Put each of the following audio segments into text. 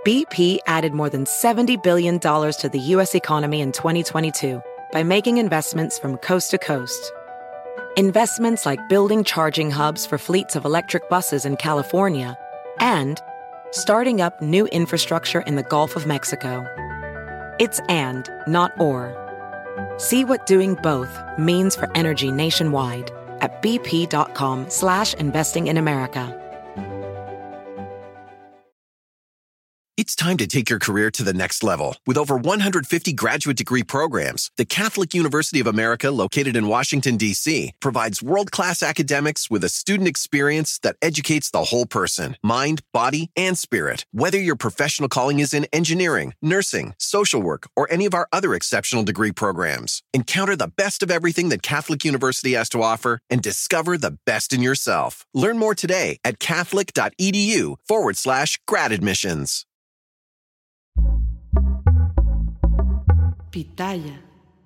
BP added more than $70 billion to the U.S. economy in 2022 by making investments from coast to coast. Investments like building charging hubs for fleets of electric buses in California and starting up new infrastructure in the Gulf of Mexico. It's and, not or. See what doing both means for energy nationwide at bp.com/investing in America. It's time to take your career to the next level. With over 150 graduate degree programs, the Catholic University of America, located in Washington, D.C., provides world-class academics with a student experience that educates the whole person, mind, body, and spirit. Whether your professional calling is in engineering, nursing, social work, or any of our other exceptional degree programs, encounter the best of everything that Catholic University has to offer and discover the best in yourself. Learn more today at catholic.edu/grad admissions. Pitaya.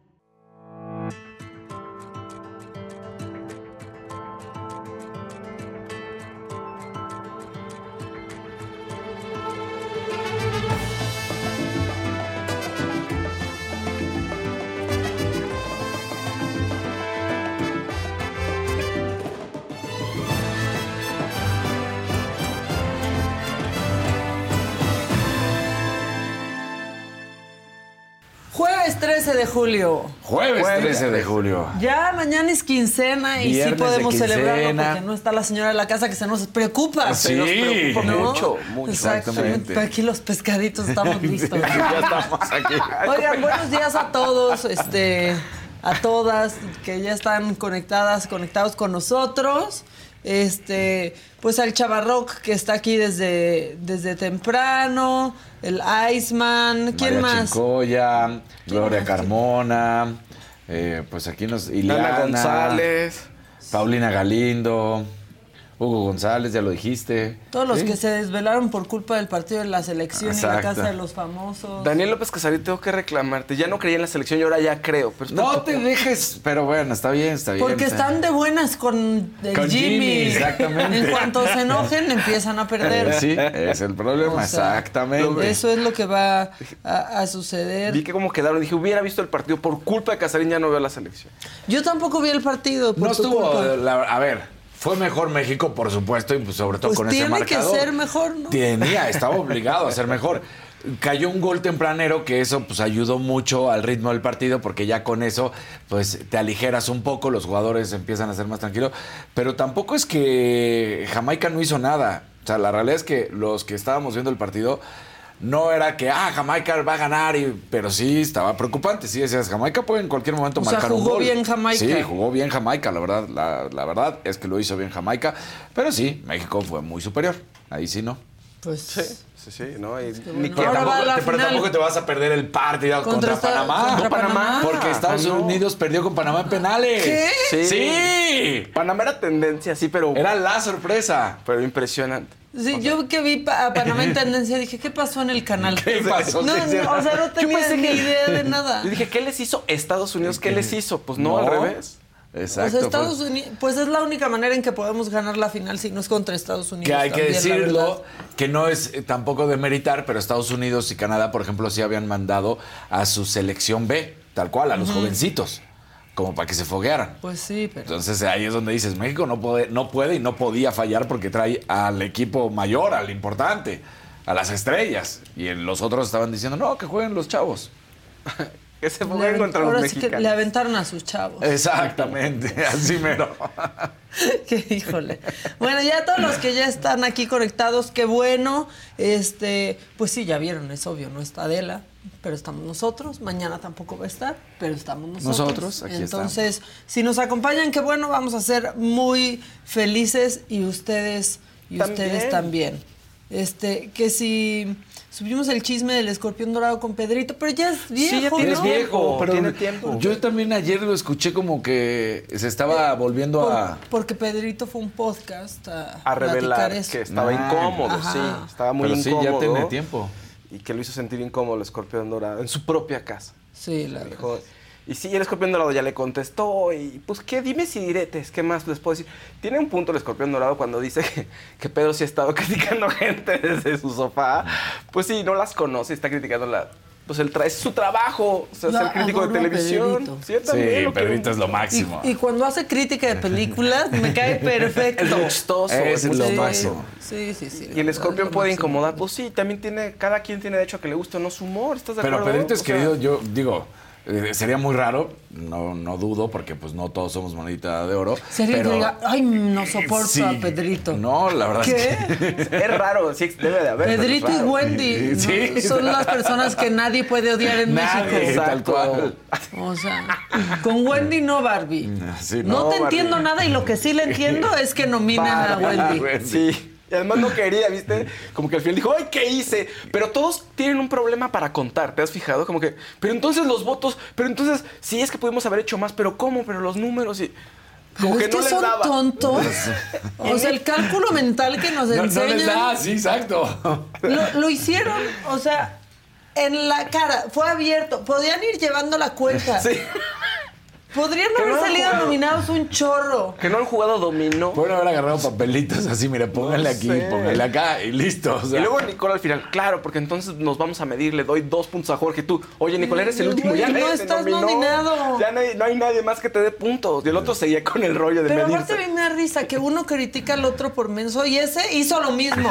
Jueves 13 de julio. Jueves 13 de julio. Ya mañana es quincena y Viernes sí podemos de quincena. celebrarlo porque no está la señora de la casa que se nos preocupa. Sí, nos preocupa, ¿no? mucho. Exactamente. Pero aquí los pescaditos estamos listos. Ya estamos aquí. Oigan, buenos días a todos, a todas que ya están conectados con nosotros. Pues al Chavarrock que está aquí desde temprano, el Iceman, ¿quién María más? Chincoya, Gloria Carmona, pues aquí Ileana Ana González, Paulina Galindo, Hugo González, ya lo dijiste. Todos los ¿Sí? que se desvelaron por culpa del partido de la selección y la Exacto. casa de los famosos. Daniel López Casarín, tengo que reclamarte. Ya no creía en la selección y ahora ya creo. Pero No te dejes, pero bueno, está bien. Porque están de buenas con el Con Jimmy, exactamente. En cuanto se enojen, empiezan a perder. Sí, es el problema, O sea, exactamente. Eso es lo que va a suceder. Vi que cómo quedaron. Dije, hubiera visto el partido. Por culpa de Casarín ya no veo la selección. Yo tampoco vi el partido. Por No tu estuvo, culpa. a ver, fue mejor México, por supuesto, y pues sobre todo Pues con ese tiene que marcador. ser mejor, ¿no? Estaba obligado a ser mejor. Cayó un gol tempranero que eso pues ayudó mucho al ritmo del partido porque ya con eso pues te aligeras un poco, los jugadores empiezan a ser más tranquilos, pero tampoco es que Jamaica no hizo nada. O sea, la realidad es que los que estábamos viendo el partido no era que Jamaica va a ganar, pero sí estaba preocupante. Sí, decías, Jamaica puede en cualquier momento marcar un gol. Jugó bien Jamaica. Sí, jugó bien Jamaica, la verdad. La verdad es que lo hizo bien Jamaica. Pero sí, México fue muy superior. Ahí sí no. Pues Sí, ¿no? Y bueno. ni que Ahora va a la Pero final. tampoco te vas a perder el partido contra Panamá. contra Panamá. Porque Estados Unidos perdió con Panamá en penales. ¿Qué? Sí. Panamá era tendencia, sí, pero Era la sorpresa. pero impresionante. Sí, yo que vi a Panamá en tendencia dije, ¿qué pasó en el canal? ¿Qué pasó? No, o sea, no tenía pensé ni que- idea de nada. Yo dije, ¿qué les hizo Estados Unidos? ¿Qué les hizo? Pues no, al revés. Exacto. O sea, Estados Unidos, pues es la única manera en que podemos ganar la final si no es contra Estados Unidos. Que hay que también, la decirlo, verdad. que no es tampoco de meritar, pero Estados Unidos y Canadá, por ejemplo, sí habían mandado a su selección B, tal cual, a los jovencitos, como para que se foguearan. Pues sí, pero... Entonces ahí es donde dices, México no puede y no podía fallar porque trae al equipo mayor, al importante, a las estrellas. Y los otros estaban diciendo, no, que jueguen los chavos. Que se pongan contra los Ahora sí que mexicanos. le aventaron a sus chavos. Exactamente, así mero. Que híjole. Bueno, ya todos los que ya están aquí conectados, qué bueno. Pues sí, ya vieron, es obvio, no está Adela, pero estamos nosotros. Mañana tampoco va a estar, pero estamos nosotros. Nosotros, aquí Entonces, si nos acompañan, qué bueno, vamos a ser muy felices y ustedes también. Que si subimos el chisme del escorpión dorado con Pedrito, pero ya es viejo, Sí, ya tiene ¿no? viejo, pero Tiene tiempo. Yo también ayer lo escuché como que se estaba volviendo a... Porque Pedrito fue un podcast A revelar platicar eso. que estaba Ah, incómodo, ajá. sí. Estaba muy Pero sí, incómodo. ya tiene tiempo. Y que lo hizo sentir incómodo el escorpión dorado en su propia casa. Sí, la Dijo, verdad. y sí, el escorpión dorado ya le contestó. Y pues, ¿qué? Dime si diretes. ¿Qué más les puedo decir? Tiene un punto el escorpión dorado cuando dice que Pedro sí ha estado criticando gente desde su sofá. Pues sí, no las conoce, está criticando pues es su trabajo, o sea, ser crítico de adoro a televisión. Pedrito. Sí, yo también lo quiero Pedrito es lo mucho. máximo. Y cuando hace crítica de películas, me cae perfecto. Es muy chistoso. Es muy lo chistoso. máximo. Sí. Y el escorpión Es lo puede máximo. incomodar. Pues sí, también cada quien tiene derecho a que le guste o no su humor, ¿estás de Pero acuerdo? Pedrito es O sea, querido, yo digo, sería muy raro, no dudo, porque pues no todos somos monedita de oro. Sería pero que diga, ay, no soporto sí. a Pedrito. No, la verdad es ¿Qué? que... Es raro, sí, debe de haber. pero es Pedrito y raro. Wendy Sí. ¿no? Son las personas que nadie puede odiar en Nadie, México. tal cual. O sea, con Wendy no Barbie. Sí, no te Barbie. entiendo nada y lo que sí le entiendo es que nominen a Barbie. Wendy. Sí. Y además no quería, ¿viste? Como que al final dijo, ¡ay, qué hice! Pero todos tienen un problema para contar, ¿te has fijado? Como que, pero entonces los votos, pero entonces, sí es que pudimos haber hecho más, pero ¿cómo? Pero los números y... Pero Como es que que no les son daba. tontos. O sea, el cálculo mental que nos No enseñan. les da, sí, exacto. Lo hicieron, o sea, en la cara. Fue abierto. Podían ir llevando la cuenta. Sí. Podrían Que haber no han salido jugado. nominados un chorro. Que no han jugado dominó. Pueden haber agarrado papelitos así, mira, pónganle No aquí, sé. pónganle acá y listo. O sea, Y luego Nicole al final, claro, porque entonces nos vamos a medir, le doy 2 puntos a Jorge. Tú, oye, Nicole, eres el último, Güey, ya no nadie te estás nominó. nominado. Ya no hay nadie más que te dé puntos. Y el otro seguía con el rollo de Pero medirse. aparte a mí me da risa que uno critica al otro por menso y ese hizo lo mismo.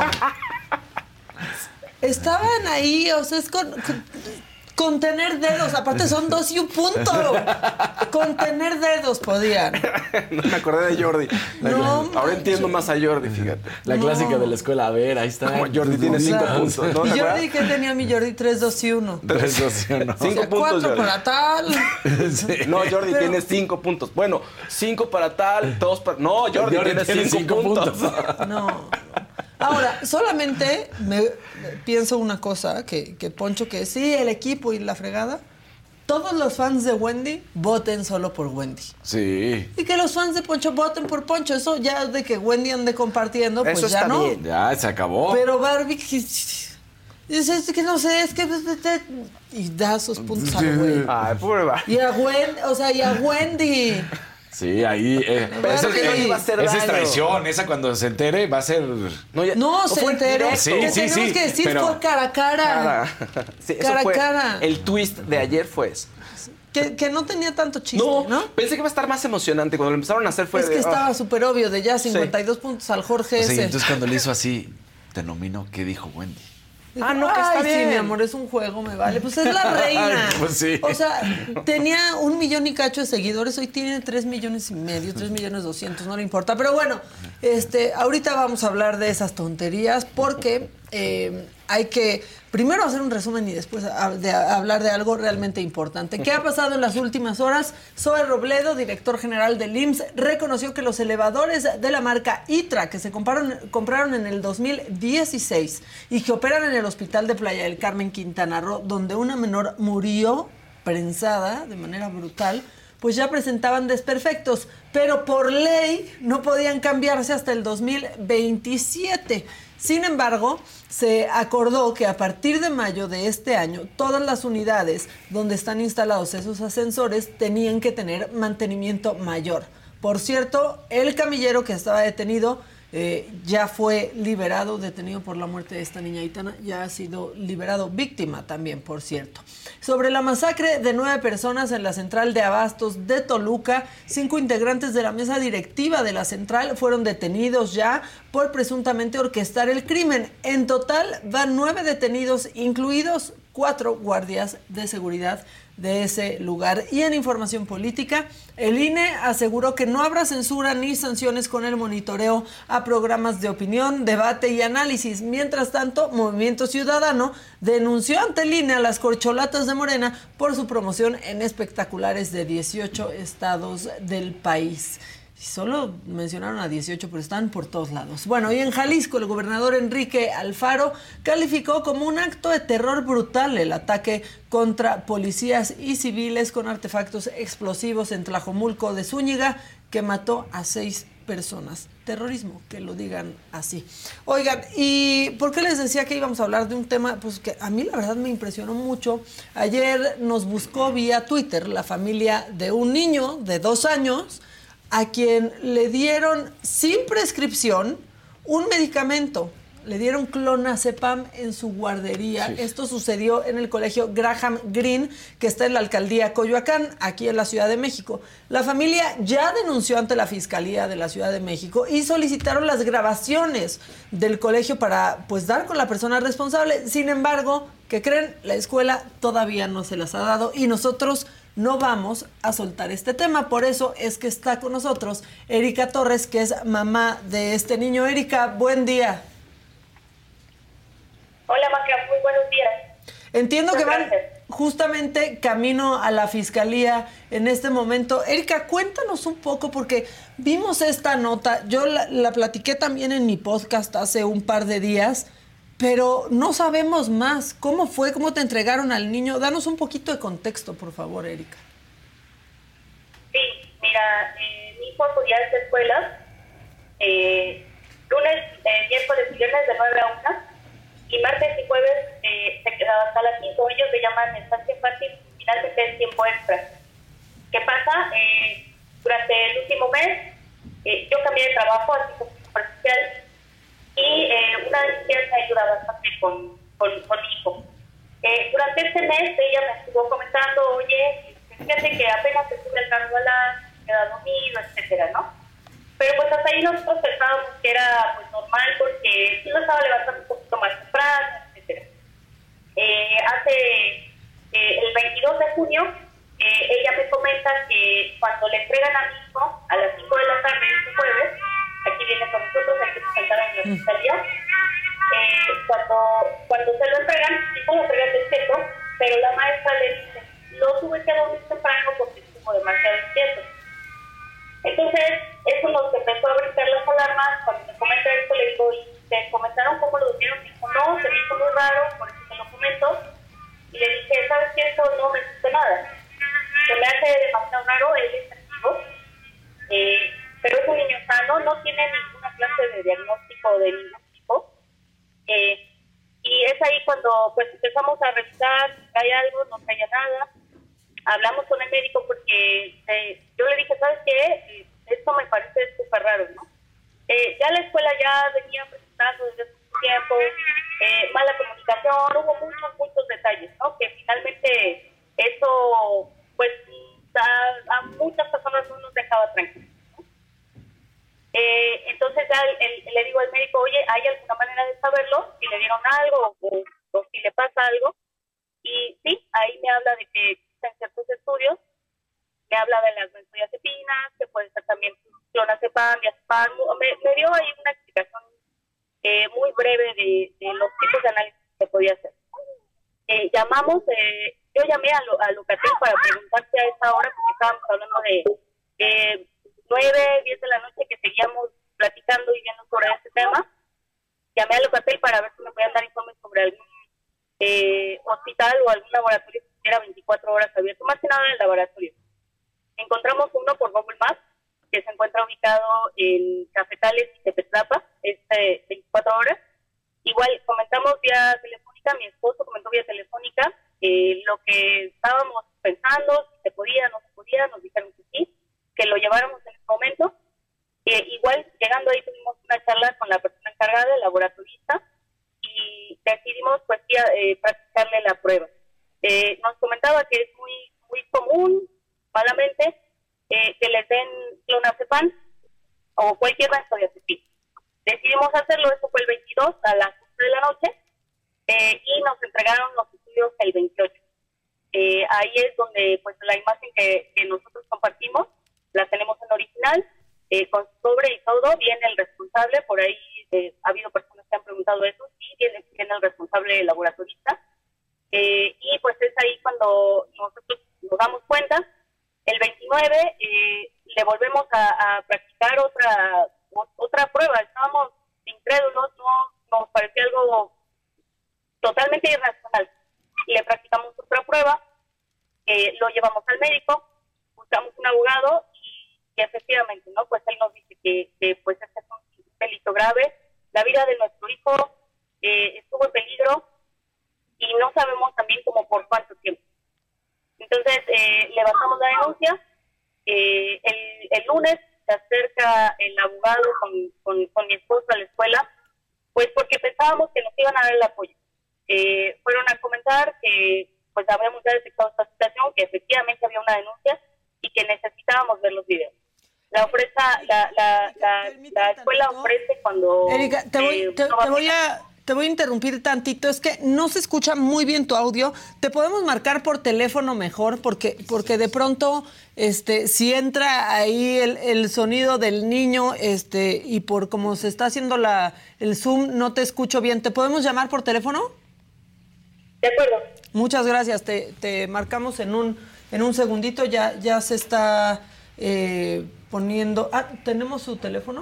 Estaban ahí, o sea, es con tener dedos. Aparte son 2 y un punto. Con tener dedos podían. No me acordé de Jordi. No Ahora manches. entiendo más a Jordi, fíjate. la clásica de la escuela, a ver, ahí está. Como Jordi tiene 5 puntos, ¿no? ¿Te Y Jordi, acuerdas? ¿qué tenía mi Jordi? 3, 2 y 1. Eso sí o no. 5 puntos, 4 Jordi. para tal. No, Jordi Pero- tiene 5 puntos. Bueno, 5 para tal, 2 para... No, Jordi tiene 5 cinco puntos. No. Ahora, solamente me pienso una cosa, que Poncho, que sí, el equipo y la fregada, todos los fans de Wendy voten solo por Wendy. Sí. Y que los fans de Poncho voten por Poncho. Eso ya de que Wendy ande compartiendo, pues Eso ya está no. bien. Ya, se acabó. Pero Barbie, es que no sé, es que... Y da sus puntos a Wendy. Ay, pobre va. Y a Wendy, o sea, y a Wendy. Sí, ahí. Pero Esa, que no iba a hacer esa es daño. traición. Esa cuando se entere va a ser. No, se fue enteró. directo. Sí, que sí, tenemos sí, que decir pero- fue cara a cara. Cara. Sí, eso Cara a fue cara. el twist de ayer fue eso. Que no tenía tanto chiste, ¿no? Pensé que iba a estar más emocionante. Cuando lo empezaron a hacer fue Es que de, estaba ah. súper obvio, de ya 52 puntos al Jorge O sea, y ese. entonces cuando le hizo así, te nomino, ¿qué dijo Wendy? Dijo, Ah, no, que está "Ay, bien". sí, mi amor, es un juego, me vale. Pues es la reina. Pues sí. O sea, tenía 1 millón y cacho de seguidores, hoy tiene 3,5 millones, 3,200,000, no le importa. Pero bueno, ahorita vamos a hablar de esas tonterías porque hay que primero hacer un resumen y después hablar de algo realmente importante. ¿Qué ha pasado en las últimas horas? Zoe Robledo, director general del IMSS, reconoció que los elevadores de la marca ITRA que se compraron en el 2016 y que operan en el hospital de Playa del Carmen, Quintana Roo, donde una menor murió prensada de manera brutal, pues ya presentaban desperfectos, pero por ley no podían cambiarse hasta el 2027. Sin embargo, se acordó que a partir de mayo de este año, todas las unidades donde están instalados esos ascensores tenían que tener mantenimiento mayor. Por cierto, el camillero que estaba detenido ya fue liberado, detenido por la muerte de esta niña Aitana, ya ha sido liberado, víctima también, por cierto. Sobre la masacre de 9 personas en la central de abastos de Toluca, 5 integrantes de la mesa directiva de la central fueron detenidos ya por presuntamente orquestar el crimen. En total van 9 detenidos, incluidos 4 guardias de seguridad de ese lugar. Y en información política, el INE aseguró que no habrá censura ni sanciones con el monitoreo a programas de opinión, debate y análisis. Mientras tanto, Movimiento Ciudadano denunció ante el INE a las corcholatas de Morena por su promoción en espectaculares de 18 estados del país. Y solo mencionaron a 18, pero están por todos lados. Bueno, y en Jalisco, el gobernador Enrique Alfaro calificó como un acto de terror brutal el ataque contra policías y civiles con artefactos explosivos en Tlajomulco de Zúñiga, que mató a 6 personas. Terrorismo, que lo digan así. Oigan, ¿y por qué les decía que íbamos a hablar de un tema? Pues que a mí la verdad me impresionó mucho. Ayer nos buscó vía Twitter la familia de un niño de 2 años a quien le dieron sin prescripción un medicamento. le dieron clonazepam en su guardería. Esto sucedió en el colegio Graham Greene, que está en la alcaldía Coyoacán, aquí en la Ciudad de México. La familia ya denunció ante la Fiscalía de la Ciudad de México y solicitaron las grabaciones del colegio para, pues, dar con la persona responsable. Sin embargo, ¿qué creen? La escuela todavía no se las ha dado y nosotros no vamos a soltar este tema. Por eso es que está con nosotros Erika Torres, que es mamá de este niño. Erika, buen día. Hola, Maca, muy buenos días. Entiendo que van Gracias. justamente camino a la fiscalía en este momento. Erika, cuéntanos un poco, porque vimos esta nota. Yo la platiqué también en mi podcast hace un par de días, pero no sabemos más. ¿Cómo fue? ¿Cómo te entregaron al niño? Danos un poquito de contexto, por favor, Erika. Sí, mira, mi hijo acudía a esta escuela lunes, miércoles y viernes de 9 a 1 y martes y jueves se quedaba hasta las 5. Ellos le llaman estancia infantil, finalmente es tiempo extra. ¿Qué pasa? Durante el último mes yo cambié de trabajo, así como presencial, y una de mis tías me ayuda bastante con mi hijo. Durante este mes ella me estuvo comentando, oye, fíjate que apenas estuve al cargo me queda dormido, etcétera, ¿no? Pero pues hasta ahí nosotros pensábamos que era pues normal porque sí lo estaba levantando un poquito más temprano, etcétera. El 22 de junio ella me comenta que cuando le entregan a mi hijo a las 5 de la tarde, este jueves, aquí viene con nosotros, hay que presentar en la fiscalía, cuando se lo entregan, sí se lo entregan discreto, pero la maestra le dice, lo tuve que dormir temprano porque estuvo demasiado inquieto. Entonces, eso nos empezó a brincar las alarmas. Cuando me comenta esto, le digo, ¿y te comentaron cómo lo durmieron? Me dijo, no, se me hizo muy raro, por eso te lo comento. Y le dije, ¿sabes qué? Esto no me dice nada. Se me hace demasiado raro, él es activo, pero es un niño sano, no tiene ninguna clase de diagnóstico de ningún tipo. Y es ahí cuando pues empezamos a revisar si hay algo, no que haya nada. Hablamos con el médico porque yo le dije, ¿sabes qué? Esto me parece súper raro, ¿no? Ya la escuela ya venía presentando desde hace un tiempo mala comunicación, hubo muchos detalles, ¿no? Que finalmente eso, pues, a muchas personas no nos dejaba tranquilos, ¿no? Entonces ya le digo al médico, oye, ¿hay alguna manera de saberlo? Si le dieron algo o si le pasa algo. Y sí, ahí me habla de que existen ciertos estudios, me habla de las benzodiazepinas, que puede ser también clonazepam, diazepam. Me dio ahí una explicación muy breve de los tipos de análisis que podía hacer. Yo llamé a Locatel para preguntar si a esa hora, porque estábamos hablando de 9, 10 de la noche, que seguíamos platicando y viendo sobre este tema. Llamé a Locatel para ver si me podían dar informes sobre algún hospital o algún laboratorio que estuviera 24 horas abierto, más que nada el laboratorio. Encontramos uno por Google Maps que se encuentra ubicado en Cafetales y Tepetlapa, 24 horas. Igual comentamos vía telefónica, mi esposo comentó vía telefónica lo que estábamos pensando, si se podía, no se podía, nos dijeron que sí, que lo lleváramos en ese momento. Igual llegando ahí tuvimos una charla con la persona encargada, el laboratorista, y decidimos pues practicarle la prueba. Nos comentaba que es muy común, malamente, que les den clonazepam o cualquier benzodiazepina. Decidimos hacerlo, eso fue el 22 a las 11 de la noche, y nos entregaron los estudios el 28. Ahí es donde pues la imagen que nosotros compartimos la tenemos en original, con su sobre y todo. Viene el responsable, por ahí ha habido personas que han preguntado eso, sí, viene el responsable laboratorista, y pues es ahí cuando nosotros nos damos cuenta. El 29 le volvemos a practicar otra prueba. Estábamos incrédulos, no nos parecía algo totalmente irracional. Le practicamos otra prueba, lo llevamos al médico, buscamos un abogado y efectivamente, ¿no? Pues él nos dice que pues este es un delito grave. La vida de nuestro hijo estuvo en peligro y no sabemos también como por cuánto tiempo. Entonces, levantamos la denuncia. El lunes se acerca el abogado con mi esposo a la escuela pues porque pensábamos que nos iban a dar el apoyo. Fueron a comentar que pues habíamos ya detectado esta situación, que efectivamente había una denuncia y que necesitábamos ver los videos. La escuela ofrece cuando... Erika, te voy a interrumpir tantito. Es que no se escucha muy bien tu audio. ¿Te podemos marcar por teléfono mejor? Porque de pronto, si entra ahí el sonido del niño, y por como se está haciendo el Zoom, no te escucho bien. ¿Te podemos llamar por teléfono? De acuerdo. Muchas gracias. Te marcamos en un segundito. Ya se está poniendo... ¿tenemos su teléfono?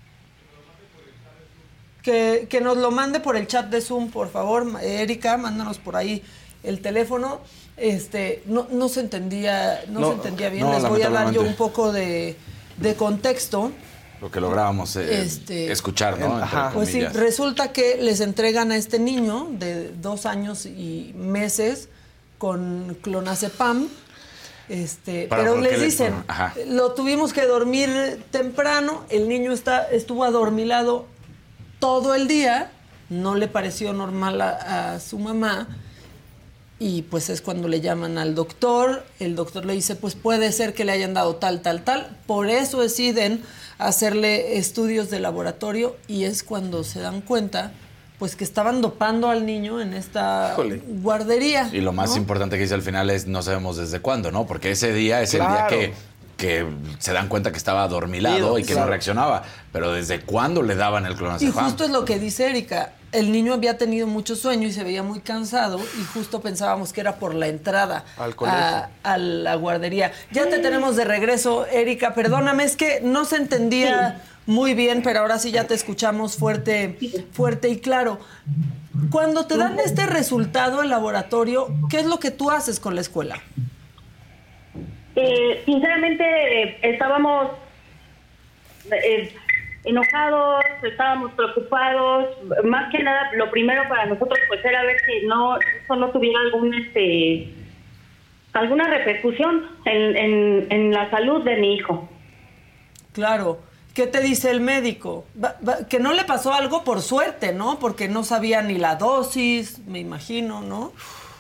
Que nos lo mande por el chat de Zoom, por favor. Erika, mándanos por ahí el teléfono. No se entendía bien. Les voy a dar yo un poco de contexto. Lo que lográbamos escuchar, ¿no? Pues sí, resulta que les entregan a este niño de 2 años y meses con clonazepam. Pero les dicen, lo tuvimos que dormir temprano. El niño estuvo adormilado todo el día, no le pareció normal a su mamá, y pues es cuando le llaman al doctor. El doctor le dice, pues puede ser que le hayan dado tal. Por eso deciden hacerle estudios de laboratorio, y es cuando se dan cuenta pues que estaban dopando al niño en esta guardería. Y lo más importante que dice al final es, no sabemos desde cuándo, ¿no? Porque ese día es el día que se dan cuenta que estaba adormilado y que no reaccionaba. Pero ¿desde cuándo le daban el clonazepam? Y justo es lo que dice Erika. El niño había tenido mucho sueño y se veía muy cansado, y justo pensábamos que era por la entrada a la guardería. Ya te tenemos de regreso, Erika. Perdóname, es que no se entendía muy bien, pero ahora sí ya te escuchamos fuerte y claro. Cuando te dan este resultado en laboratorio, ¿qué es lo que tú haces con la escuela? Sinceramente estábamos enojados, estábamos preocupados. Más que nada, lo primero para nosotros pues era ver que eso no tuviera alguna repercusión en la salud de mi hijo. Claro. ¿Qué te dice el médico? Que no le pasó algo por suerte, ¿no? Porque no sabía ni la dosis, me imagino, ¿no?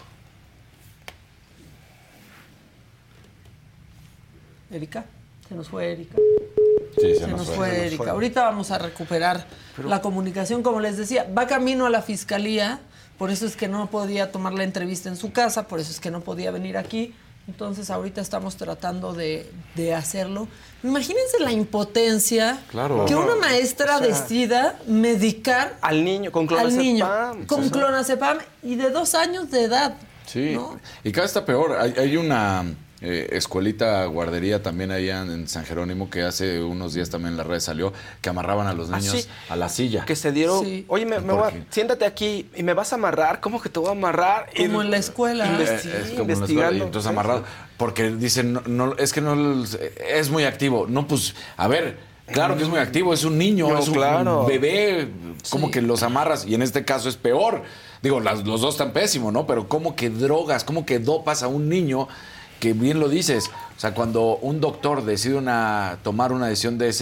Erika, se nos fue Erika. Sí, se nos fue Erika. Ahorita vamos a recuperar la comunicación. Como les decía, va camino a la fiscalía, por eso es que no podía tomar la entrevista en su casa, por eso es que no podía venir aquí. Entonces ahorita estamos tratando de hacerlo. Imagínense la impotencia que una maestra decida medicar al niño con clonazepam. Clonazepam y de 2 años de edad. Sí, ¿no? Y cada vez está peor. Hay una escuelita, guardería también allá en San Jerónimo, que hace unos días también en las redes salió, que amarraban a los niños a la silla. Que se dieron, oye, siéntate aquí y me vas a amarrar. ¿Cómo que te voy a amarrar? Como en la escuela. Es como en la escuela, y entonces amarrado. Porque dicen, es que no es muy activo. No, pues, a ver, claro que es muy activo, es un niño, es un bebé, como que los amarras, y en este caso es peor. Digo, los dos están pésimos, ¿no? Pero ¿cómo que drogas, cómo que dopas a un niño? Que bien lo dices, o sea, cuando un doctor decide tomar una decisión de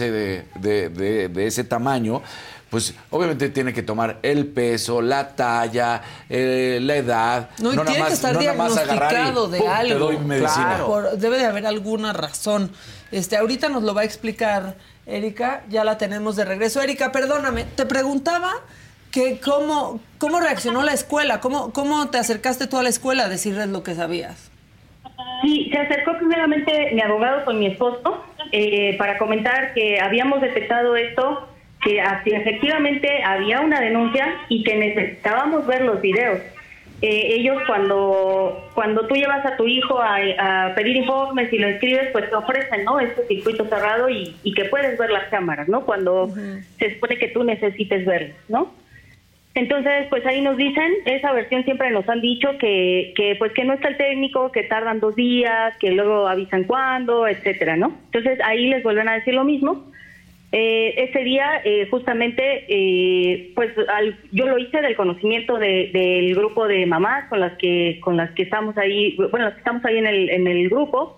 ese tamaño, pues obviamente tiene que tomar el peso, la talla, la edad. No tiene que estar diagnosticado de algo. Te doy medicina. Claro. Debe de haber alguna razón. Ahorita nos lo va a explicar Erika, ya la tenemos de regreso. Erika, perdóname, te preguntaba que cómo reaccionó la escuela, cómo te acercaste tú a la escuela a decirles lo que sabías. Sí, se acercó primeramente mi abogado con mi esposo para comentar que habíamos detectado esto, que efectivamente había una denuncia y que necesitábamos ver los videos. Ellos cuando tú llevas a tu hijo a pedir informes y lo inscribes, pues te ofrecen, ¿no? Este circuito cerrado y que puedes ver las cámaras, ¿no? Cuando se supone que tú necesites verlas, ¿no? Entonces, pues ahí nos dicen, esa versión siempre nos han dicho que pues que no está el técnico, que tardan 2 días, que luego avisan cuándo, etcétera, ¿no? Entonces ahí les vuelven a decir lo mismo. Ese día, justamente, pues yo lo hice del conocimiento del grupo de mamás con las que estamos ahí, bueno, las que estamos ahí en el grupo.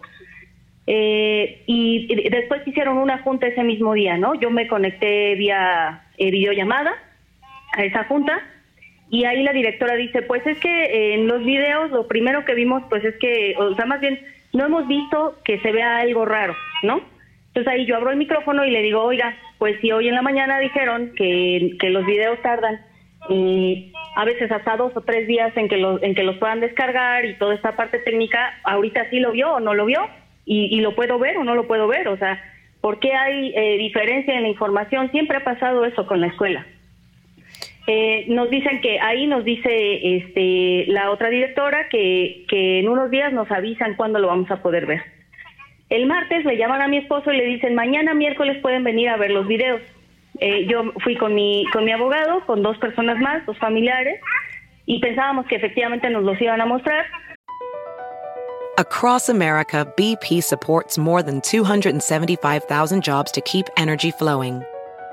Y después hicieron una junta ese mismo día, ¿no? Yo me conecté vía videollamada. esa junta, y ahí la directora dice, pues es que en los videos lo primero que vimos, pues es que, o sea, más bien, no hemos visto que se vea algo raro, ¿no? Entonces ahí yo abro el micrófono y le digo, oiga, pues si hoy en la mañana dijeron que los videos tardan a veces hasta 2 o 3 días en que los puedan descargar y toda esta parte técnica, ahorita sí lo vio o no lo vio, y lo puedo ver o no lo puedo ver, o sea, ¿por qué hay diferencia en la información? Siempre ha pasado eso con la escuela. Nos dicen que ahí nos dice la otra directora que en unos días nos avisan cuándo lo vamos a poder ver. El martes le llaman a mi esposo y le dicen, mañana miércoles pueden venir a ver los videos. Yo fui con mi abogado, con 2 personas más, 2 familiares, y pensábamos que efectivamente nos los iban a mostrar. Across America, BP supports more than 275,000 jobs to keep energy flowing.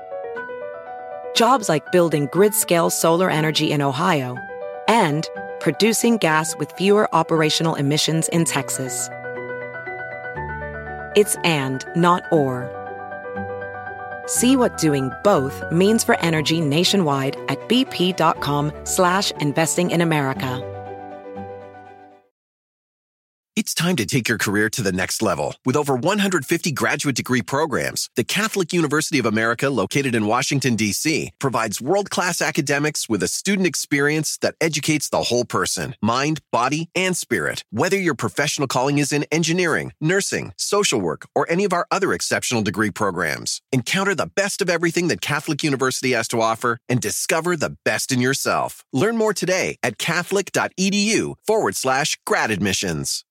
Jobs like building grid-scale solar energy in Ohio and producing gas with fewer operational emissions in Texas. It's and, not or. See what doing both means for energy nationwide at bp.com/investing in America. It's time to take your career to the next level. With over 150 graduate degree programs, the Catholic University of America, located in Washington, D.C., provides world-class academics with a student experience that educates the whole person, mind, body, and spirit. Whether your professional calling is in engineering, nursing, social work, or any of our other exceptional degree programs, encounter the best of everything that Catholic University has to offer and discover the best in yourself. Learn more today at catholic.edu/grad admissions.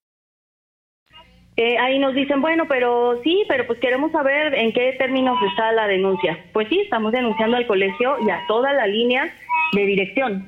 Ahí nos dicen, bueno, pero pues queremos saber en qué términos está la denuncia. Pues sí, estamos denunciando al colegio y a toda la línea de dirección.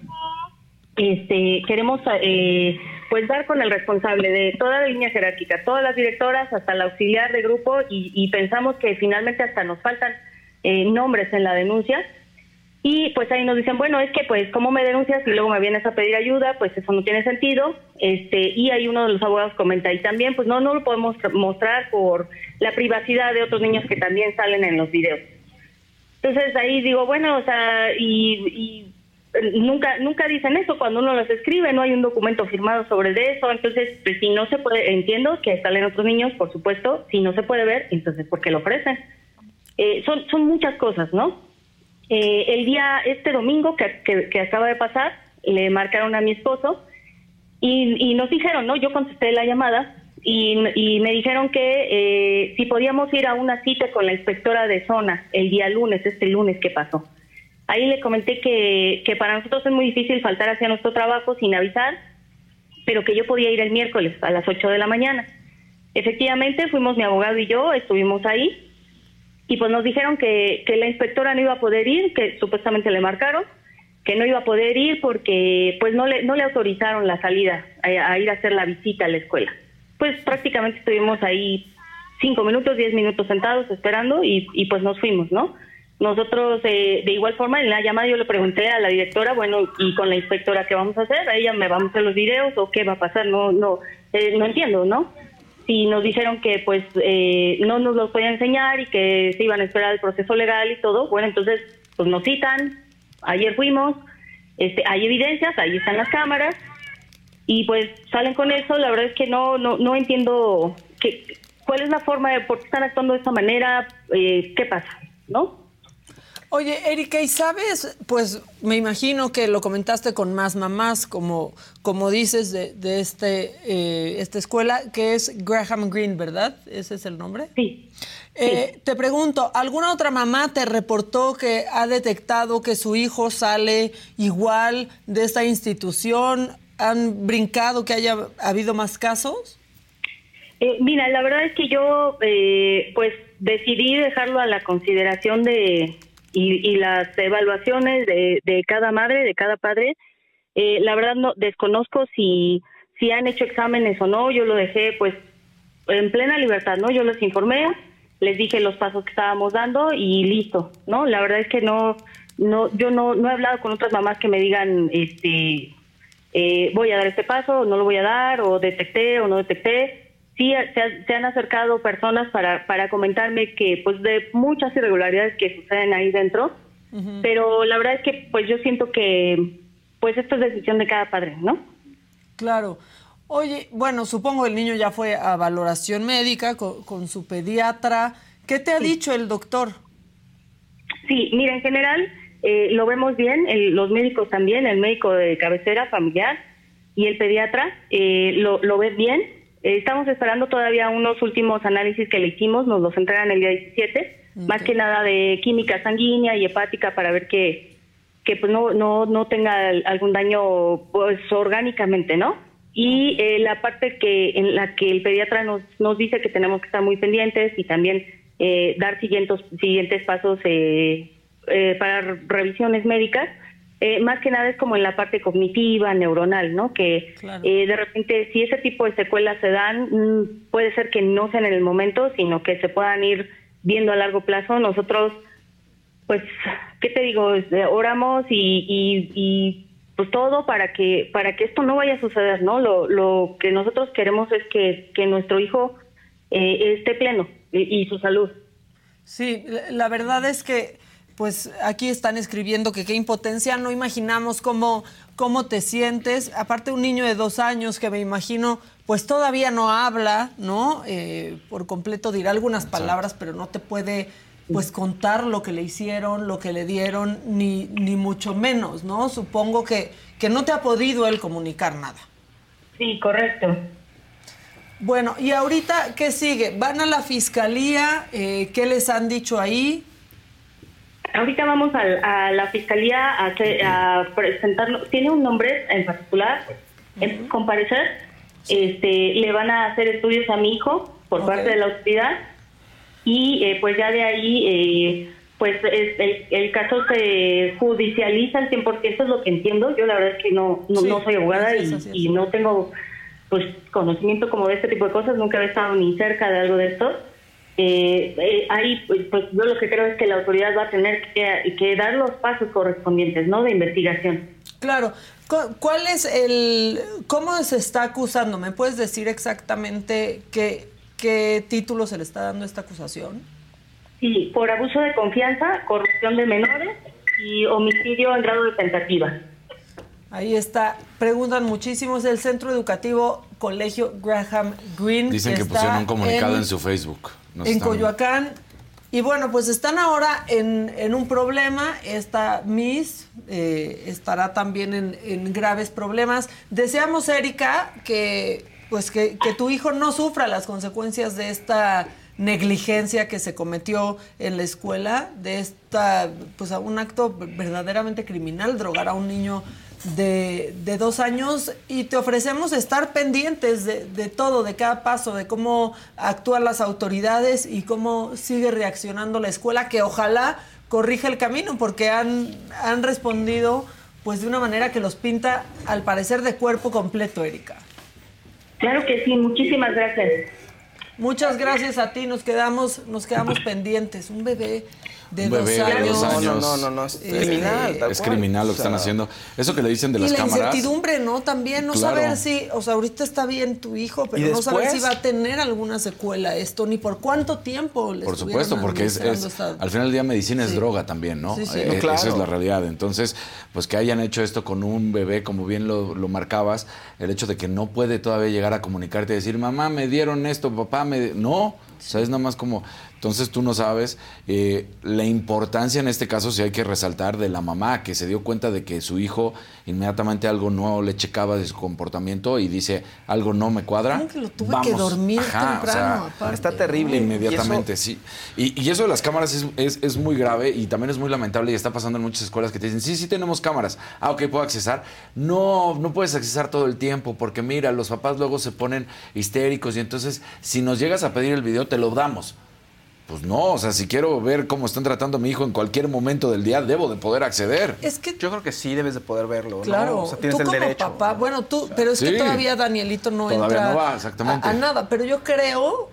Queremos pues dar con el responsable de toda la línea jerárquica, todas las directoras, hasta la auxiliar de grupo, y pensamos que finalmente hasta nos faltan nombres en la denuncia. Y pues ahí nos dicen, bueno, es que pues ¿cómo me denuncias y luego me vienes a pedir ayuda? Pues eso no tiene sentido. Y ahí uno de los abogados comenta, y también pues no lo podemos mostrar por la privacidad de otros niños que también salen en los videos. Entonces ahí digo, bueno, o sea, y nunca dicen eso cuando uno los escribe, no hay un documento firmado sobre eso. Entonces, pues, si no se puede, entiendo que salen otros niños, por supuesto, si no se puede ver, entonces ¿por qué lo ofrecen? Son muchas cosas, ¿no? Este domingo que acaba de pasar, le marcaron a mi esposo y nos dijeron, ¿no? Yo contesté la llamada y me dijeron que si podíamos ir a una cita con la inspectora de zona el día lunes, este lunes que pasó. Ahí le comenté que para nosotros es muy difícil faltar hacia nuestro trabajo sin avisar, pero que yo podía ir el miércoles a las 8 de la mañana. Efectivamente, fuimos mi abogado y yo, estuvimos ahí. Y pues nos dijeron que la inspectora no iba a poder ir, que supuestamente le marcaron, que no iba a poder ir porque pues no le autorizaron la salida a ir a hacer la visita a la escuela. Pues prácticamente estuvimos ahí 5 minutos, 10 minutos sentados esperando y pues nos fuimos, ¿no? Nosotros de igual forma en la llamada yo le pregunté a la directora, bueno, ¿y con la inspectora qué vamos a hacer? ¿A ella me va a mostrar los videos o qué va a pasar? No entiendo, ¿no? Y nos dijeron que pues no nos los podían enseñar y que se iban a esperar el proceso legal y todo. Bueno, entonces pues nos citan, ayer fuimos, hay evidencias, ahí están las cámaras y pues salen con eso. La verdad es que no entiendo cuál es la forma de por qué están actuando de esta manera, qué pasa, ¿no? Oye, Erika, ¿y sabes? Pues me imagino que lo comentaste con más mamás, como dices, de esta escuela, que es Graham Greene, ¿verdad? ¿Ese es el nombre? Sí. Te pregunto, ¿alguna otra mamá te reportó que ha detectado que su hijo sale igual de esta institución? ¿Han brincado que haya habido más casos? Mira, la verdad es que yo pues decidí dejarlo a la consideración y las evaluaciones de cada madre, de cada padre. La verdad no desconozco si han hecho exámenes o no. Yo lo dejé pues en plena libertad, ¿no? Yo les informé, les dije los pasos que estábamos dando y listo, ¿no? La verdad es que yo no he hablado con otras mamás que me digan voy a dar este paso, no lo voy a dar, o detecté o no detecté. Sí, se han acercado personas para comentarme que pues de muchas irregularidades que suceden ahí dentro, pero la verdad es que pues yo siento que pues esto es decisión de cada padre, ¿no? Claro. Oye, bueno, supongo el niño ya fue a valoración médica con su pediatra. ¿Qué te ha dicho el doctor? Sí, mira, en general lo vemos bien, los médicos también, el médico de cabecera familiar y el pediatra lo ven bien. Estamos esperando todavía unos últimos análisis que le hicimos, nos los entregan el día 17, más que nada de química sanguínea y hepática para ver que pues no tenga algún daño pues orgánicamente, ¿no? Y la parte en la que el pediatra nos dice que tenemos que estar muy pendientes y también dar siguientes pasos para revisiones médicas, más que nada es como en la parte cognitiva, neuronal, ¿no? Que Claro. De repente, si ese tipo de secuelas se dan, puede ser que no sean en el momento, sino que se puedan ir viendo a largo plazo. Nosotros, pues, ¿qué te digo? Oramos y pues todo para que esto no vaya a suceder, ¿no? Lo que nosotros queremos es que nuestro hijo esté pleno y su salud. Sí, la verdad es que, pues aquí están escribiendo que qué impotencia, no imaginamos cómo te sientes. Aparte un niño de 2 años que me imagino, pues todavía no habla, ¿no? Por completo dirá algunas palabras, pero no te puede, pues, contar lo que le hicieron, lo que le dieron, ni mucho menos, ¿no? Supongo que no te ha podido él comunicar nada. Sí, correcto. Bueno, y ahorita, ¿qué sigue? ¿Van a la fiscalía? ¿Qué les han dicho ahí? Ahorita vamos a la fiscalía a presentarlo. Tiene un nombre en particular, comparecer. Le van a hacer estudios a mi hijo por parte de la autoridad y pues ya de ahí pues el caso se judicializa al 100%, eso es lo que entiendo. Yo la verdad es que no soy abogada y no tengo pues conocimiento como de este tipo de cosas, nunca he estado ni cerca de algo de esto. Ahí pues yo lo que creo es que la autoridad va a tener que dar los pasos correspondientes, ¿no? De investigación. Claro. ¿Cuál es cómo se está acusando? ¿Me puedes decir exactamente qué título se le está dando a esta acusación? Sí, por abuso de confianza, corrupción de menores y homicidio en grado de tentativa. Ahí está. Preguntan muchísimo. Es el Centro Educativo Colegio Graham Greene. Dicen que pusieron un comunicado en su Facebook. En Coyoacán. Y bueno, pues están ahora en un problema. Esta Miss estará también en graves problemas. Deseamos, Erika, que tu hijo no sufra las consecuencias de esta negligencia que se cometió en la escuela, de pues un acto verdaderamente criminal, drogar a un niño de 2 años, y te ofrecemos estar pendientes de todo, de cada paso, de cómo actúan las autoridades y cómo sigue reaccionando la escuela, que ojalá corrija el camino, porque han respondido pues de una manera que los pinta al parecer de cuerpo completo, Erika. Claro que sí, muchísimas gracias. Muchas gracias a ti, nos quedamos pendientes. Un bebé de 2 años. No, es criminal. Es criminal lo que están haciendo. Eso que le dicen de las cámaras. Y la incertidumbre, ¿no? También no saber si, o sea, ahorita está bien tu hijo, pero no saber si va a tener alguna secuela esto, ni por cuánto tiempo le Por supuesto, porque al final del día medicina es droga también, ¿no? Sí. Esa es la realidad. Entonces, pues que hayan hecho esto con un bebé, como bien lo marcabas, el hecho de que no puede todavía llegar a comunicarte y decir, mamá, me dieron esto, papá, no, o sea, es nada más como... Entonces tú no sabes la importancia en este caso, si hay que resaltar, de la mamá, que se dio cuenta de que su hijo inmediatamente algo no le checaba de su comportamiento y dice, algo no me cuadra. Creo que lo tuve que dormir temprano. Aparte, está terrible. Inmediatamente, sí. Y eso de las cámaras es muy grave y también es muy lamentable y está pasando en muchas escuelas que te dicen, sí tenemos cámaras. Ok, ¿puedo accesar? No puedes accesar todo el tiempo porque mira, los papás luego se ponen histéricos y entonces si nos llegas a pedir el video te lo damos. Pues no, o sea, si quiero ver cómo están tratando a mi hijo en cualquier momento del día, debo de poder acceder. Es que yo creo que sí debes de poder verlo, claro, ¿no? O sea, tienes tú el como derecho. papá, bueno, pero es que todavía Danielito no todavía entra no va, exactamente. a nada, pero yo creo,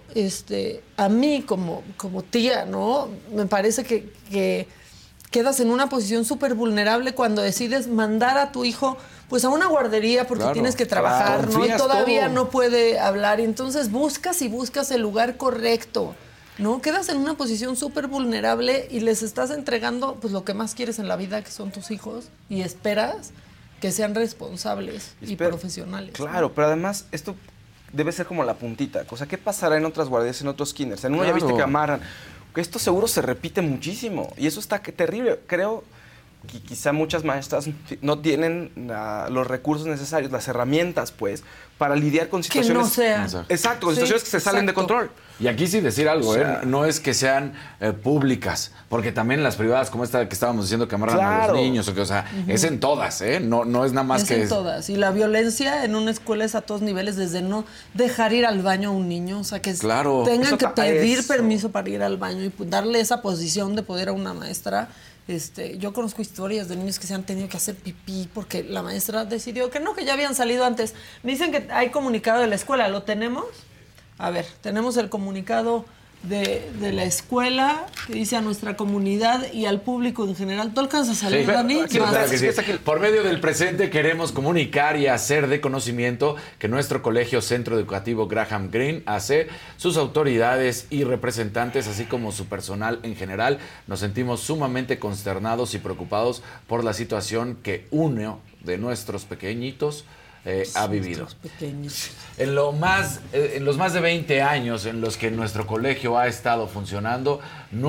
a mí como tía, ¿no? Me parece que quedas en una posición súper vulnerable cuando decides mandar a tu hijo pues a una guardería porque tienes que trabajar, ¿no? Y todavía no puede hablar y entonces buscas el lugar correcto. ¿no? Quedas en una posición súper vulnerable y les estás entregando pues lo que más quieres en la vida, que son tus hijos, y esperas que sean responsables y profesionales. Claro, pero además esto debe ser como la puntita. O sea, ¿qué pasará en otras guarderías, en otros kinders? En uno ya viste que amarran. Esto seguro se repite muchísimo y eso está terrible. Creo que quizá muchas maestras no tienen los recursos necesarios, las herramientas, pues, para lidiar con situaciones... Que no sean. Exacto, con situaciones que se salen de control. Y aquí sí decir algo, no es que sean públicas, porque también las privadas, como esta que estábamos diciendo, que amarran a los niños, o sea, es en todas, no es nada más que... Es en todas. Y la violencia en una escuela es a todos niveles, desde no dejar ir al baño a un niño, o sea, que tengan que pedir permiso para ir al baño y darle esa posición de poder a una maestra. Yo conozco historias de niños que se han tenido que hacer pipí porque la maestra decidió que no, que ya habían salido antes. Me dicen que hay comunicado de la escuela, ¿lo tenemos? A ver, tenemos el comunicado de la escuela que dice a nuestra comunidad y al público en general. ¿Tú alcanzas a leer, Dani? Claro que sí. Por medio del presente queremos comunicar y hacer de conocimiento que nuestro colegio Centro Educativo Graham Greene AC, sus autoridades y representantes, así como su personal en general, nos sentimos sumamente consternados y preocupados por la situación que uno de nuestros pequeñitos ha vivido. En los más de 20 años en los que nuestro colegio ha estado funcionando,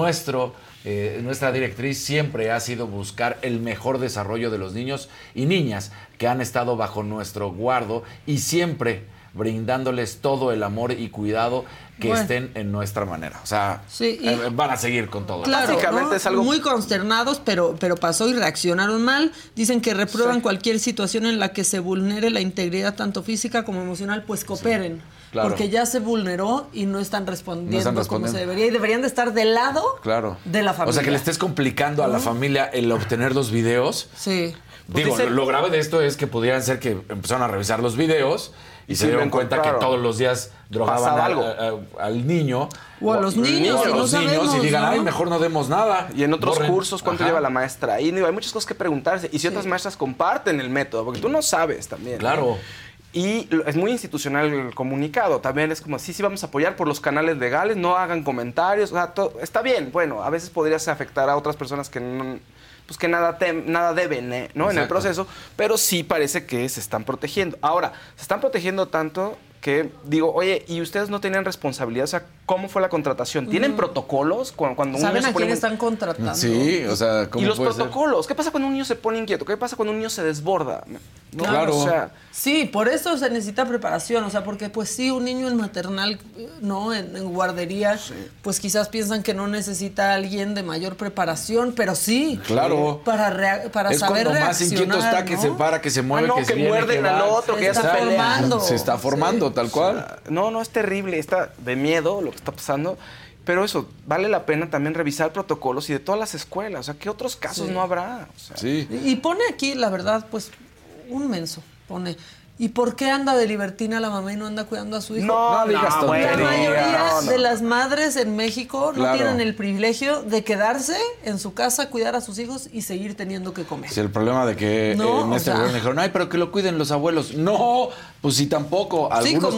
nuestra directriz siempre ha sido buscar el mejor desarrollo de los niños y niñas que han estado bajo nuestro guardo y siempre brindándoles todo el amor y cuidado que estén en nuestra manera. O sea, van a seguir con todo. Claro, básicamente es algo muy consternados, pero pasó y reaccionaron mal. Dicen que reprueban cualquier situación en la que se vulnere la integridad tanto física como emocional, pues cooperen. Claro. Porque ya se vulneró y no están respondiendo como se debería. Y deberían de estar del lado de la familia. O sea, que le estés complicando a la familia el obtener los videos. Sí. Digo, lo grave de esto es que pudieran ser que empezaron a revisar los videos y se dieron cuenta que todos los días drogaban al niño. O a los niños. Y digan, ay, mejor no demos nada. Y en otros cursos, ¿cuánto lleva la maestra ahí? Hay muchas cosas que preguntarse. Y si otras maestras comparten el método, porque tú no sabes también. Claro. Y es muy institucional el comunicado. También es como, sí, vamos a apoyar por los canales legales, no hagan comentarios. O sea, está bien. Bueno, a veces podrías afectar a otras personas que no... pues que nada deben, ¿no? En el proceso, pero sí parece que se están protegiendo. Ahora, se están protegiendo tanto que digo, oye, ¿y ustedes no tenían responsabilidad? O sea, ¿cómo fue la contratación? ¿Tienen protocolos cuando un niño ¿Saben se a quién están contratando? Sí, o sea, ¿cómo ¿Y los protocolos? ¿Qué pasa cuando un niño se pone inquieto? ¿Qué pasa cuando un niño se desborda? ¿No? Claro. O sea, sí, por eso se necesita preparación, o sea, porque pues sí, un niño en maternal, ¿no? En guardería, pues quizás piensan que no necesita a alguien de mayor preparación, pero sí. Claro. Para es saber cuando más inquieto está, ¿no? Que se para, que se mueve, que se viene, muerden al otro, que ya se formando. Se está formando, tal cual. No, es terrible, está de miedo lo que está pasando. Pero eso, vale la pena también revisar protocolos y de todas las escuelas. O sea, ¿qué otros casos no habrá? O sea, Y pone aquí, la verdad, pues, un menso. Pone, ¿y por qué anda de libertina la mamá y no anda cuidando a su hijo? No digas tonterías. La mayoría de las madres en México no tienen el privilegio de quedarse en su casa, cuidar a sus hijos y seguir teniendo que comer. Sí, el problema de que en este gobierno dijeron, ay, pero que lo cuiden los abuelos. No, pues sí, tampoco.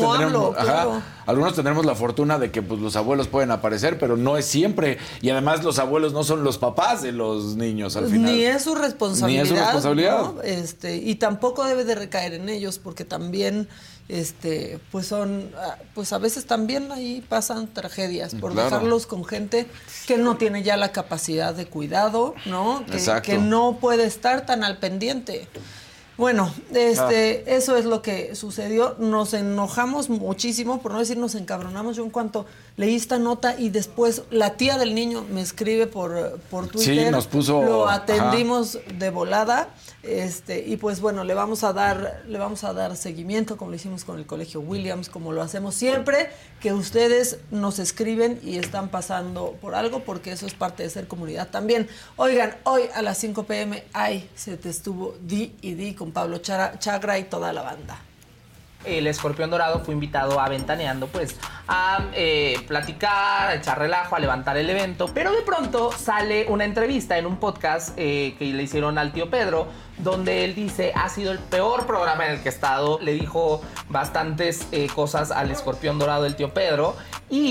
Algunos tendremos la fortuna de que pues, los abuelos pueden aparecer, pero no es siempre. Y además los abuelos no son los papás de los niños al final. Ni es su responsabilidad. ¿No? Y tampoco debe de recaer en ellos, porque también pues son, pues a veces también ahí pasan tragedias por dejarlos con gente que no tiene ya la capacidad de cuidado, ¿no? Que no puede estar tan al pendiente. Bueno, eso es lo que sucedió. Nos enojamos muchísimo, por no decir nos encabronamos. Yo en cuanto leí esta nota y después la tía del niño me escribe por Twitter. Sí, nos puso... Lo atendimos de volada. Y pues bueno, le vamos a dar seguimiento, como lo hicimos con el Colegio Williams, como lo hacemos siempre, que ustedes nos escriben y están pasando por algo, porque eso es parte de ser comunidad también. Oigan, hoy a las 5 p.m. se te estuvo D&D con Pablo Chagra y toda la banda. El Escorpión Dorado fue invitado a Ventaneando, pues, a platicar, a echar relajo, a levantar el evento. Pero de pronto sale una entrevista en un podcast que le hicieron al tío Pedro, donde él dice, ha sido el peor programa en el que he estado. Le dijo bastantes cosas al Escorpión Dorado del tío Pedro. Y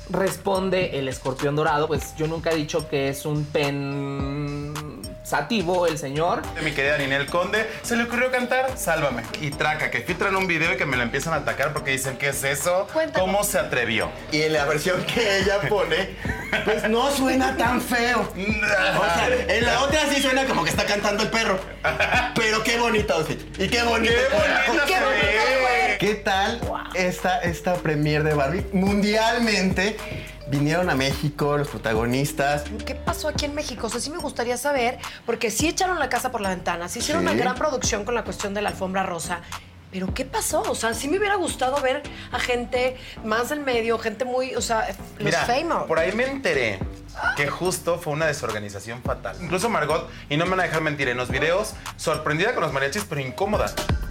responde el escorpión dorado, pues yo nunca he dicho que es un pensativo el señor. Mi querida Ninel Conde, se le ocurrió cantar Sálvame. Y traca, que filtran un video y que me lo empiezan a atacar porque dicen, ¿qué es eso? Cuéntame. ¿Cómo se atrevió? Y en la versión que ella pone, pues no suena tan feo. O sea, en la otra sí suena como que está cantando el perro. Pero qué bonito outfit. Y qué bonito. ¡Qué bonita se ve! ¿Qué tal esta premiere de Barbie? Mundialmente vinieron a México los protagonistas. ¿Qué pasó aquí en México? O sea, sí me gustaría saber, porque sí echaron la casa por la ventana, sí hicieron una gran producción con la cuestión de la alfombra rosa. Pero ¿qué pasó? O sea, sí me hubiera gustado ver a gente más del medio, gente muy, o sea, los famous. Por ahí me enteré que justo fue una desorganización fatal. Incluso Margot, y no me van a dejar mentir, en los videos, sorprendida con los mariachis, pero incómoda.